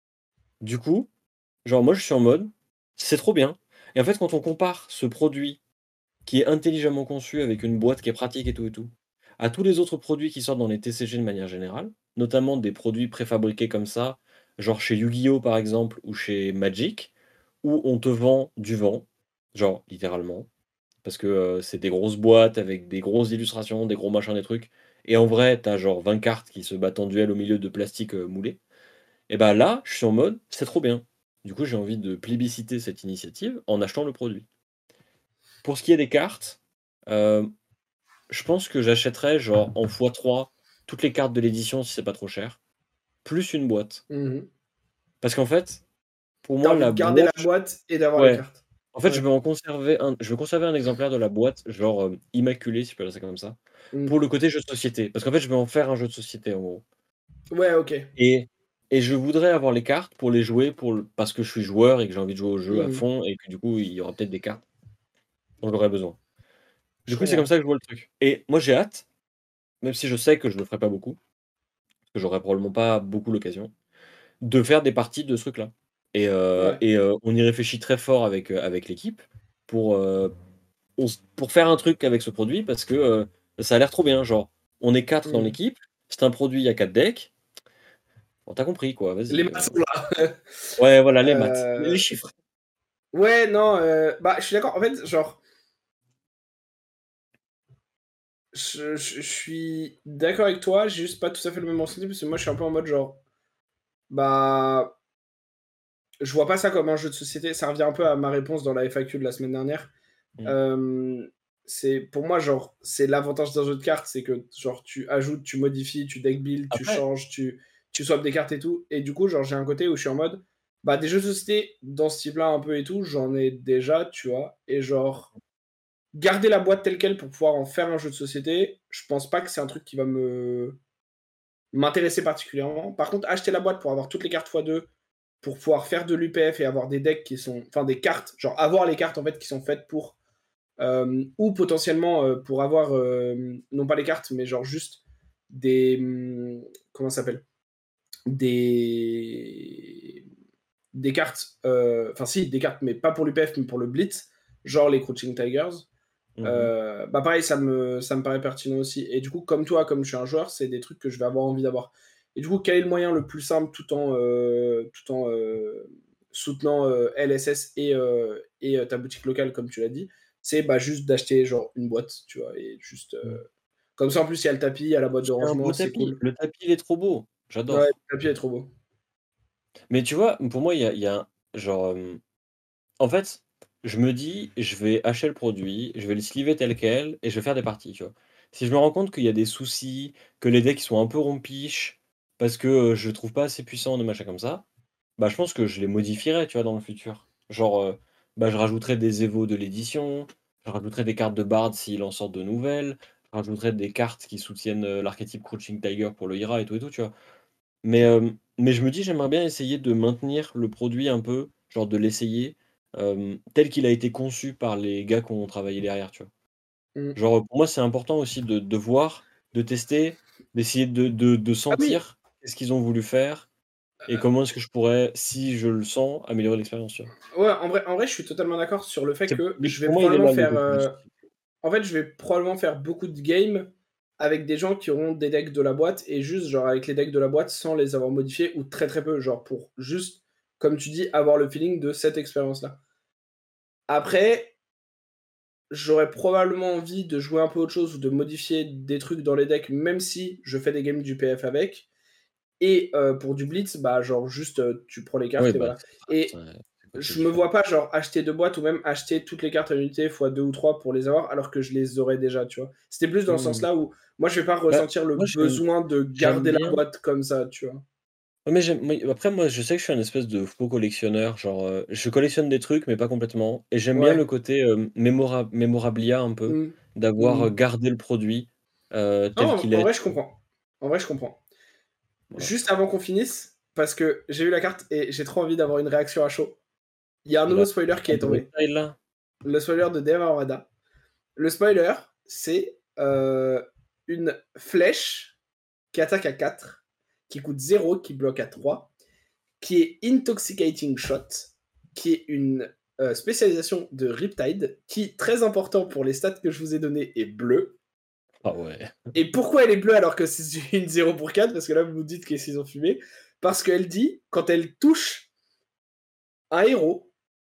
Speaker 1: Du coup, genre moi je suis en mode, c'est trop bien. Et en fait, quand on compare ce produit qui est intelligemment conçu avec une boîte qui est pratique et tout et tout, à tous les autres produits qui sortent dans les T C G de manière générale, notamment des produits préfabriqués comme ça, genre chez Yu-Gi-Oh par exemple ou chez Magic, où on te vend du vent, genre littéralement, parce que euh, c'est des grosses boîtes avec des grosses illustrations, des gros machins, des trucs, et en vrai, t'as genre vingt cartes qui se battent en duel au milieu de plastique euh, moulé. Et bah là, je suis en mode, c'est trop bien. Du coup, j'ai envie de plébisciter cette initiative en achetant le produit. Pour ce qui est des cartes, heu, je pense que j'achèterais genre en fois trois toutes les cartes de l'édition si c'est pas trop cher, plus une boîte.
Speaker 2: Mmh mh.
Speaker 1: Parce qu'en fait, pour
Speaker 2: Tu as
Speaker 1: moi
Speaker 2: envie
Speaker 1: la
Speaker 2: de garder
Speaker 1: boîte
Speaker 2: la boîte et d'avoir les
Speaker 1: ouais,
Speaker 2: cartes.
Speaker 1: en fait, je
Speaker 2: Ouais.
Speaker 1: veux en conserver un je veux conserver un exemplaire de la boîte, genre, hem, immaculé, si je peux dire ça comme ça,
Speaker 2: Mmh.
Speaker 1: pour le côté jeu de société. Parce qu'en fait, je veux en faire un jeu de société, en gros.
Speaker 2: Ouais, OK.
Speaker 1: Et et je voudrais avoir les cartes pour les jouer pour le parce que je suis joueur et que j'ai envie de jouer au jeu à
Speaker 2: Mmh.
Speaker 1: fond et que du coup, il y aura peut-être des cartes dont j'aurais besoin.
Speaker 2: Je
Speaker 1: Du coup, c'est comme
Speaker 2: comprends.
Speaker 1: ça que je vois le truc. Et moi, j'ai hâte, même si je sais que je le ferai pas beaucoup, que j'aurai probablement pas beaucoup l'occasion, de faire des parties de ce truc-là. Et heu
Speaker 2: Ouais.
Speaker 1: et heu, on y réfléchit très fort avec, heu, avec l'équipe pour, heu, on s pour faire un truc avec ce produit parce que, heu, ça a l'air trop bien. Genre, on est quatre dans
Speaker 2: Mmh.
Speaker 1: l'équipe, c'est un produit, il y a quatre decks. Bon, tu as compris quoi,
Speaker 2: Les
Speaker 1: vas-y,
Speaker 2: maths
Speaker 1: heu
Speaker 2: sont là.
Speaker 1: ouais, voilà, les maths, les
Speaker 2: Heu,
Speaker 1: chiffres.
Speaker 2: ouais, non, heu, bah, je suis d'accord. En fait, genre, je je je suis d'accord avec toi, j'ai juste pas tout à fait le même ressenti parce que moi, je suis un peu en mode genre, bah, je vois pas ça comme un jeu de société. Ça revient un peu à ma réponse dans la F A Q de la semaine dernière.
Speaker 1: Mmh.
Speaker 2: Hem, c'est pour moi, genre, c'est l'avantage d'un jeu de cartes, c'est que, genre, tu ajoutes, tu modifies, tu deck build, tu
Speaker 1: Après
Speaker 2: changes, tu tu swaps des cartes et tout. Et du coup, genre, j'ai un côté où je suis en mode, bah, des jeux de société dans ce type-là un peu et tout, j'en ai déjà, tu vois? Et genre, garder la boîte telle quelle pour pouvoir en faire un jeu de société, je pense pas que c'est un truc qui va me m'intéresser particulièrement. Par contre, acheter la boîte pour avoir toutes les cartes fois deux, pour pouvoir faire de l'U P F et avoir des decks qui sont enfin des cartes, genre avoir les cartes en fait qui sont faites pour euh, ou potentiellement euh, pour avoir euh, non pas les cartes mais genre juste des hum, comment ça s'appelle des des cartes euh, enfin si des cartes mais pas pour l'U P F mais pour le Blitz, genre les Crouching Tigers.
Speaker 1: mmh mh.
Speaker 2: Euh, bah pareil, ça me, ça me paraît pertinent aussi. Et du coup, comme toi, comme je suis un joueur, c'est des trucs que je vais avoir envie d'avoir. Et du coup, quel est le moyen le plus simple tout en, euh, tout en euh, soutenant euh, L S S et, euh, et euh, ta boutique locale, comme tu l'as dit, c'est bah, juste d'acheter genre une boîte, tu vois, et juste...
Speaker 1: Mmh.
Speaker 2: euh, Comme ça, en plus, il y a le tapis, il y a la boîte de
Speaker 1: C'est un beau
Speaker 2: rangement, c'est
Speaker 1: tapis.
Speaker 2: cool.
Speaker 1: Le tapis, il est trop beau,
Speaker 2: Ouais,
Speaker 1: j'adore.
Speaker 2: le tapis est trop beau.
Speaker 1: Mais tu vois, pour moi, il y a il y a un genre, hem en fait, je me dis: «Je vais acheter le produit, je vais le sliver tel quel et je vais faire des parties», tu vois? Si je me rends compte qu'il y a des soucis, que les decks ils sont un peu rompiches, parce que, heu, je trouve pas assez puissant de machin comme ça, bah, je pense que je les modifierai, tu vois, dans le futur. Genre, heu, bah, je rajouterai des évos de l'édition, je rajouterai des cartes de Bard s'il en sort de nouvelles, je rajouterai des cartes qui soutiennent, heu, l'archétype Crouching Tiger pour le Ira et tout et tout, tu vois? Mais, hem, mais je me dis: «J'aimerais bien essayer de maintenir le produit un peu, genre de l'essayer, hem, tel qu'il a été conçu par les gars qui ont travaillé derrière», tu vois?
Speaker 2: Mm.
Speaker 1: Genre, pour moi, c'est important aussi de de voir, de tester, d'essayer de de de
Speaker 2: Ah oui,
Speaker 1: sentir qu'est-ce qu'ils ont voulu faire et comment est-ce que je pourrais, si je le sens, améliorer l'expérience, tu vois?
Speaker 2: ouais, en vrai, en vrai, je suis totalement d'accord sur le fait
Speaker 1: C'est
Speaker 2: que
Speaker 1: il est
Speaker 2: je vais
Speaker 1: pour moi, il est
Speaker 2: probablement
Speaker 1: là le
Speaker 2: faire...
Speaker 1: but du
Speaker 2: euh,
Speaker 1: truc.
Speaker 2: En fait, je vais probablement faire beaucoup de games avec des gens qui auront des decks de la boîte et juste genre avec les decks de la boîte sans les avoir modifiés ou très très peu, genre pour juste comme tu dis, avoir le feeling de cette expérience-là. Après, j'aurais probablement envie de jouer un peu autre chose ou de modifier des trucs dans les decks, même si je fais des games du P F avec. Et euh, pour du Blitz, bah genre juste euh, tu prends les cartes
Speaker 1: Oui,
Speaker 2: et
Speaker 1: bah,
Speaker 2: voilà.
Speaker 1: ça,
Speaker 2: Et
Speaker 1: ça, c'est quoi, c'est
Speaker 2: je me
Speaker 1: différent.
Speaker 2: vois pas genre acheter deux boîtes ou même acheter toutes les cartes à unité fois deux ou trois pour les avoir alors que je les aurais déjà, tu vois. C'était plus dans ce
Speaker 1: Hmm.
Speaker 2: sens-là où moi je vais pas
Speaker 1: Bah,
Speaker 2: ressentir le
Speaker 1: moi, j'aime,
Speaker 2: besoin de
Speaker 1: j'aime
Speaker 2: garder la
Speaker 1: bien.
Speaker 2: boîte comme ça, tu vois.
Speaker 1: Ouais, mais j'aime, moi- après, moi, je sais que je suis un espèce de faux collectionneur. Genre, euh, je collectionne des trucs, mais pas complètement. Et j'aime bien le
Speaker 2: Ouais.
Speaker 1: côté euh, mémora- mémorabilia un peu,
Speaker 2: Mm.
Speaker 1: d'avoir euh,
Speaker 2: Mm.
Speaker 1: gardé le produit euh,
Speaker 2: Non,
Speaker 1: tel
Speaker 2: en,
Speaker 1: qu'il
Speaker 2: en
Speaker 1: est.
Speaker 2: vrai je comprends. En vrai je comprends.
Speaker 1: Voilà.
Speaker 2: Juste avant qu'on finisse, parce que j'ai eu la carte et j'ai trop envie d'avoir une réaction à chaud. Il y a un nouveau
Speaker 1: La,
Speaker 2: spoiler qui
Speaker 1: la
Speaker 2: est tombé.
Speaker 1: Riptide, là.
Speaker 2: Le spoiler de Deva Armada. Le spoiler, c'est euh, une flèche qui attaque à quatre, qui coûte zéro, qui bloque à trois, qui est Intoxicating Shot, qui est une euh, spécialisation de Riptide, qui, très important pour les stats que je vous ai données, est bleue.
Speaker 1: Ah ouais.
Speaker 2: Et pourquoi elle est bleue alors que c'est une zéro pour quatre? Parce que là, vous vous dites qu'est-ce qu'ils ont fumé. Parce qu'elle dit, quand elle touche un héros,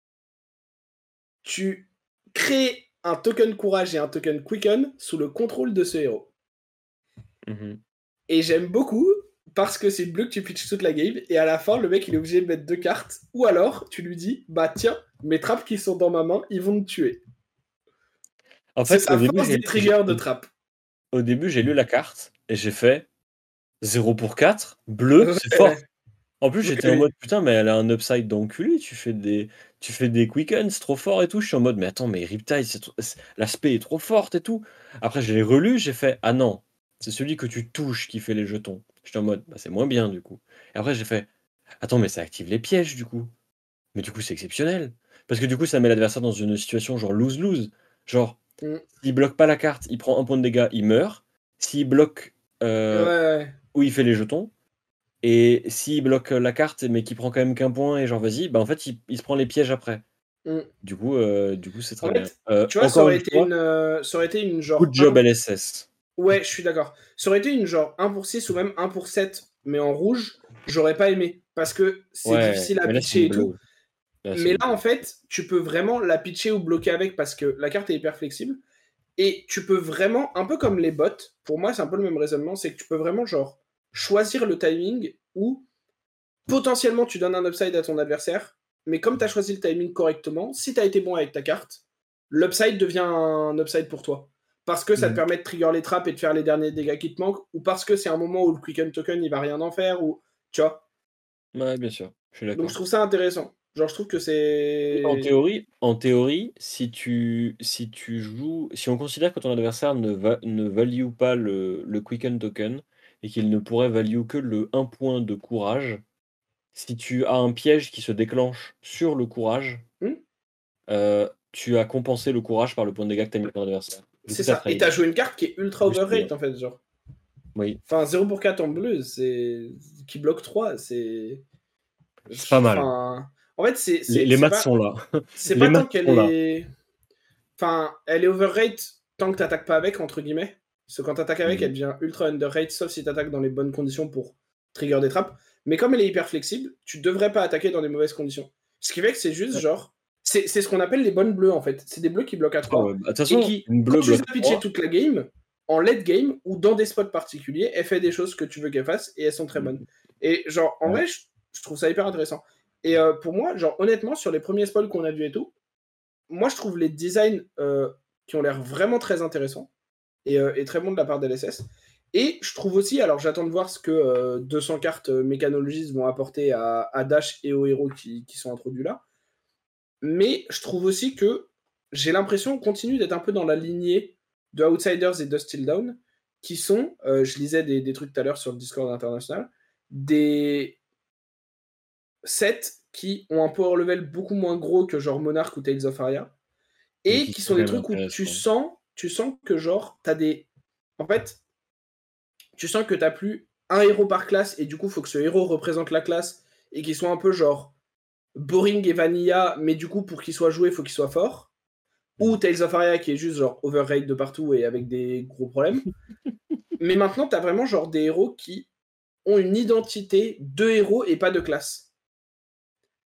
Speaker 2: tu crées un token courage et un token quicken sous le contrôle de ce héros.
Speaker 1: Mhm.
Speaker 2: Et j'aime beaucoup parce que c'est bleu que tu pitches toute la game et à la fin le mec il est obligé de mettre deux cartes ou alors tu lui dis bah tiens mes trappes qui sont dans ma main ils vont te tuer.
Speaker 1: En
Speaker 2: C'est
Speaker 1: fait, au
Speaker 2: sa
Speaker 1: début,
Speaker 2: force
Speaker 1: j'ai,
Speaker 2: des
Speaker 1: j'ai-
Speaker 2: triggers de trappe.
Speaker 1: au début, j'ai lu la carte et j'ai fait zéro pour quatre, bleu,
Speaker 2: Ouais,
Speaker 1: c'est fort.
Speaker 2: ouais.
Speaker 1: En plus,
Speaker 2: Oui,
Speaker 1: j'étais en
Speaker 2: oui.
Speaker 1: mode putain, mais elle a un upside d'enculé. Tu fais des, tu fais des quickens, c'est trop fort et tout. Je suis en mode, mais attends, mais Riptide, c'est trop- c'est- l'aspect est trop forte et tout. Après, je l'ai relu, j'ai fait, ah non, c'est celui que tu touches qui fait les jetons. J'étais en mode, bah, c'est moins bien du coup. Et après, j'ai fait, attends, mais ça active les pièges du coup. Mais du coup, c'est exceptionnel. Parce que du coup, ça met l'adversaire dans une situation genre lose-lose. Genre,
Speaker 2: Mm.
Speaker 1: s'il bloque pas la carte, il prend un point de dégâts, il meurt. S'il bloque
Speaker 2: Ouais,
Speaker 1: euh,
Speaker 2: ouais.
Speaker 1: où il fait les jetons, et s'il bloque la carte, mais qu'il prend quand même qu'un point, et genre vas-y, bah en fait, il, il se prend les pièges après.
Speaker 2: Mm.
Speaker 1: Du coup, euh, du coup c'est
Speaker 2: En
Speaker 1: très bien.
Speaker 2: fait,
Speaker 1: Euh,
Speaker 2: tu vois, ça
Speaker 1: encore
Speaker 2: aurait
Speaker 1: une
Speaker 2: été
Speaker 1: fois,
Speaker 2: une, euh, ça aurait été une
Speaker 1: good
Speaker 2: genre
Speaker 1: job
Speaker 2: un.
Speaker 1: L S S.
Speaker 2: Ouais, je suis d'accord. Ça aurait été une genre un pour six ou même un pour sept mais en rouge, j'aurais pas aimé parce que c'est
Speaker 1: Ouais,
Speaker 2: difficile à
Speaker 1: mais là c'est
Speaker 2: pitcher
Speaker 1: une
Speaker 2: et tout.
Speaker 1: bleue. Là c'est
Speaker 2: Mais
Speaker 1: une
Speaker 2: là, en
Speaker 1: bleue.
Speaker 2: fait, tu peux vraiment la pitcher ou bloquer avec parce que la carte est hyper flexible. Et tu peux vraiment, un peu comme les bots, pour moi, c'est un peu le même raisonnement, c'est que tu peux vraiment, genre, choisir le timing où potentiellement tu donnes un upside à ton adversaire, mais comme tu as choisi le timing correctement, si tu as été bon avec ta carte, l'upside devient un upside pour toi. Parce que ça te
Speaker 1: Mhm.
Speaker 2: permet de trigger les trappes et de faire les derniers dégâts qui te manquent, ou parce que c'est un moment où le Quicken Token il va rien en faire, ou tu vois.
Speaker 1: Ouais, bien sûr, je suis
Speaker 2: Donc je
Speaker 1: d'accord.
Speaker 2: trouve ça intéressant. Genre, je trouve que
Speaker 1: En
Speaker 2: c'est.
Speaker 1: théorie, en théorie, si tu, si tu joues, si on considère que ton adversaire ne, va, ne value pas le, le Quicken Token et qu'il ne pourrait value que le un point de courage, si tu as un piège qui se déclenche sur le courage,
Speaker 2: Hmm.
Speaker 1: euh, tu as compensé le courage par le point de dégâts que tu as mis à ton adversaire. Du coup,
Speaker 2: C'est
Speaker 1: ça
Speaker 2: ça. Et t'as
Speaker 1: trade.
Speaker 2: joué une carte qui est ultra
Speaker 1: Du coup, c'est bien.
Speaker 2: overrate en fait, genre.
Speaker 1: Oui,
Speaker 2: Enfin, zéro pour quatre en bleu, c'est. Qui bloque trois, c'est.
Speaker 1: c'est pas mal.
Speaker 2: Enfin. En fait, c'est
Speaker 1: Les,
Speaker 2: c'est-
Speaker 1: les
Speaker 2: c'est
Speaker 1: maths
Speaker 2: pas.
Speaker 1: sont là.
Speaker 2: C'est
Speaker 1: Les
Speaker 2: pas tant
Speaker 1: maths
Speaker 2: qu'elle
Speaker 1: sont là.
Speaker 2: est. Enfin, elle est overrate tant que t'attaques pas avec, entre guillemets. Parce que quand t'attaques avec, elle
Speaker 1: Mhm.
Speaker 2: devient ultra underrate, sauf si t'attaques dans les bonnes conditions pour trigger des trappes. Mais comme elle est hyper flexible, tu devrais pas attaquer dans des mauvaises conditions. Ce qui fait que c'est juste
Speaker 1: Ouais.
Speaker 2: genre. C'est c'est ce qu'on appelle les bonnes bleues en fait. C'est des bleus qui bloquent à
Speaker 1: Ah ouais,
Speaker 2: trois
Speaker 1: bah, de toute
Speaker 2: et
Speaker 1: façon,
Speaker 2: qui,
Speaker 1: une
Speaker 2: quand
Speaker 1: bleue
Speaker 2: tu les
Speaker 1: bloque
Speaker 2: as pitchées
Speaker 1: trois.
Speaker 2: toute la game, en late game ou dans des spots particuliers, elle fait des choses que tu veux qu'elle fasse et elles sont très bonnes.
Speaker 1: Mhm.
Speaker 2: Et genre, en
Speaker 1: Ouais.
Speaker 2: vrai, je, je trouve ça hyper intéressant. Et euh, pour moi, genre, honnêtement, sur les premiers spoils qu'on a vus et tout, moi, je trouve les designs euh, qui ont l'air vraiment très intéressants et, euh, et très bons de la part d'L S S. Et je trouve aussi, alors j'attends de voir ce que euh, deux cents cartes euh, mécanologistes vont apporter à, à Dash et aux héros qui, qui sont introduits là. Mais je trouve aussi que j'ai l'impression qu'on continue d'être un peu dans la lignée de Outsiders et Dust Till Dawn, qui sont, euh, je lisais des, des trucs tout à l'heure sur le Discord international, des sets qui ont un power level beaucoup moins gros que genre Monarch ou Tales of Aria,
Speaker 1: Mais
Speaker 2: et
Speaker 1: qui
Speaker 2: qui
Speaker 1: sont
Speaker 2: sont
Speaker 1: quand
Speaker 2: des
Speaker 1: même
Speaker 2: trucs où tu
Speaker 1: intéressants.
Speaker 2: sens, tu sens que genre, t'as des. En fait, tu sens que t'as plus un héros par classe, et du coup, il faut que ce héros représente la classe, et qu'il soit un peu genre boring et vanilla, mais du coup, pour qu'il soit joué, il faut qu'il soit fort. Ou
Speaker 1: Mhm.
Speaker 2: Tales of Aria qui est juste genre overrate de partout et avec des gros problèmes. Mais maintenant, t'as vraiment genre des héros qui ont une identité de héros et pas de classe.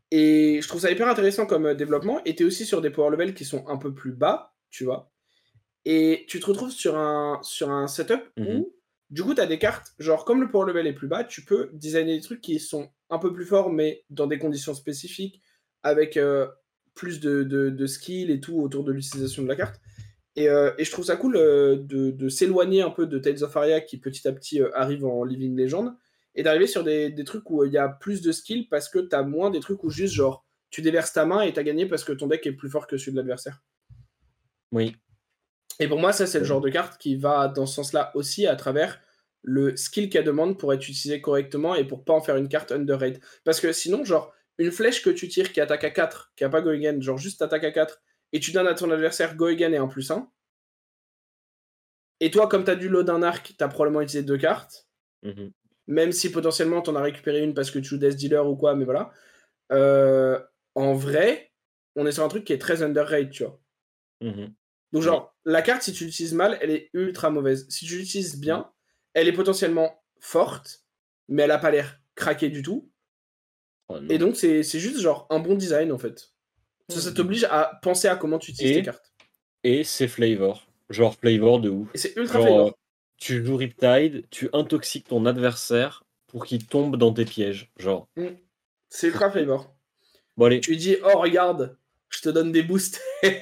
Speaker 2: Et je trouve ça hyper intéressant comme, heu, développement et tu es aussi sur des power levels qui sont un peu plus bas, tu vois? Et tu te retrouves sur un sur un setup
Speaker 1: Mmh mh.
Speaker 2: où, du coup, tu as des cartes, genre comme le power level est plus bas, tu peux designer des trucs qui sont un peu plus forts, mais dans des conditions spécifiques, avec, heu, plus de de de skill et tout autour de l'utilisation de la carte. Et, heu, et je trouve ça cool, heu, de de s'éloigner un peu de Tales of Aria qui petit à petit, heu, arrive en Living Legend et d'arriver sur des des trucs où il y a plus de skill parce que tu as moins des trucs où juste genre, tu déverses ta main et tu as gagné parce que ton deck est plus fort que celui de l'adversaire.
Speaker 1: Oui.
Speaker 2: Et pour moi, ça, c'est le
Speaker 1: Heu
Speaker 2: genre de carte qui va dans ce sens-là aussi à travers le skill qu'elle demande pour être utilisée correctement et pour pas en faire une carte underrated. Parce que sinon, genre, une flèche que tu tires qui attaque à quatre, qui a pas go again, genre juste attaque à quatre, et tu donnes à ton adversaire go again et un plus un. Et toi, comme tu as du lot d'un arc, tu as probablement utilisé deux cartes.
Speaker 1: Mmh mh.
Speaker 2: Même si potentiellement tu en as récupéré une parce que tu joues Death Dealer ou quoi, mais voilà. Heu, en vrai, on est sur un truc qui est très underrated, tu vois?
Speaker 1: Mmh mh.
Speaker 2: Donc
Speaker 1: Oui.
Speaker 2: genre, la carte, si tu l'utilises mal, elle est ultra mauvaise. Si tu l'utilises
Speaker 1: Oui.
Speaker 2: bien, elle est potentiellement forte, mais elle a pas l'air craquée du tout.
Speaker 1: Oh
Speaker 2: Et
Speaker 1: non.
Speaker 2: donc c'est c'est juste genre un bon design, en fait. Ça ça
Speaker 1: Mmh.
Speaker 2: t'oblige à penser à comment tu utilises tes
Speaker 1: Et
Speaker 2: cartes.
Speaker 1: et c'est flavor, genre flavor de
Speaker 2: Et
Speaker 1: ouf.
Speaker 2: c'est ultra
Speaker 1: Genre, heu,
Speaker 2: flavor.
Speaker 1: tu joues Riptide, tu intoxiques ton adversaire pour qu'il tombe dans tes pièges, genre.
Speaker 2: Mmh. C'est ultra flavor.
Speaker 1: Bon allez.
Speaker 2: Tu lui dis: «Oh regarde, je te donne des boosts».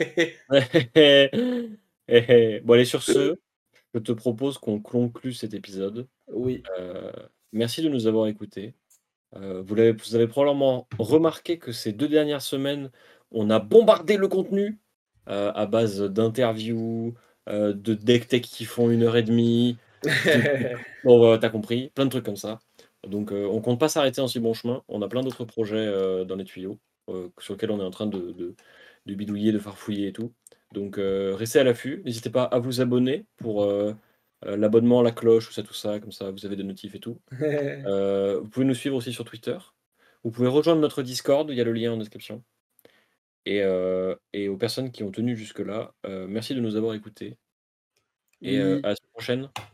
Speaker 1: Bon allez, sur ce, je te propose qu'on conclue cet épisode.
Speaker 2: Oui.
Speaker 1: Heu, merci de nous avoir écoutés. Heu, vous l'avez vous avez probablement remarqué que ces deux dernières semaines, on a bombardé le contenu, heu, à base d'interviews, heu, de deck tech qui font une heure et demie, de bon, heu, tu as compris, plein de trucs comme ça. Donc, heu, on compte pas s'arrêter en si bon chemin. On a plein d'autres projets, heu, dans les tuyaux, heu, sur lesquels on est en train de de de bidouiller, de farfouiller et tout. Donc, heu, restez à l'affût. N'hésitez pas à vous abonner pour, heu heu, l'abonnement, la cloche, tout ça, tout ça, comme ça vous avez des notifs et tout. Heu, vous pouvez nous suivre aussi sur Twitter. Vous pouvez rejoindre notre Discord, il y a le lien en description. Et heu, et aux personnes qui ont tenu jusque-là, heu, merci de nous avoir écoutés et heu,
Speaker 2: Oui.
Speaker 1: à la semaine prochaine.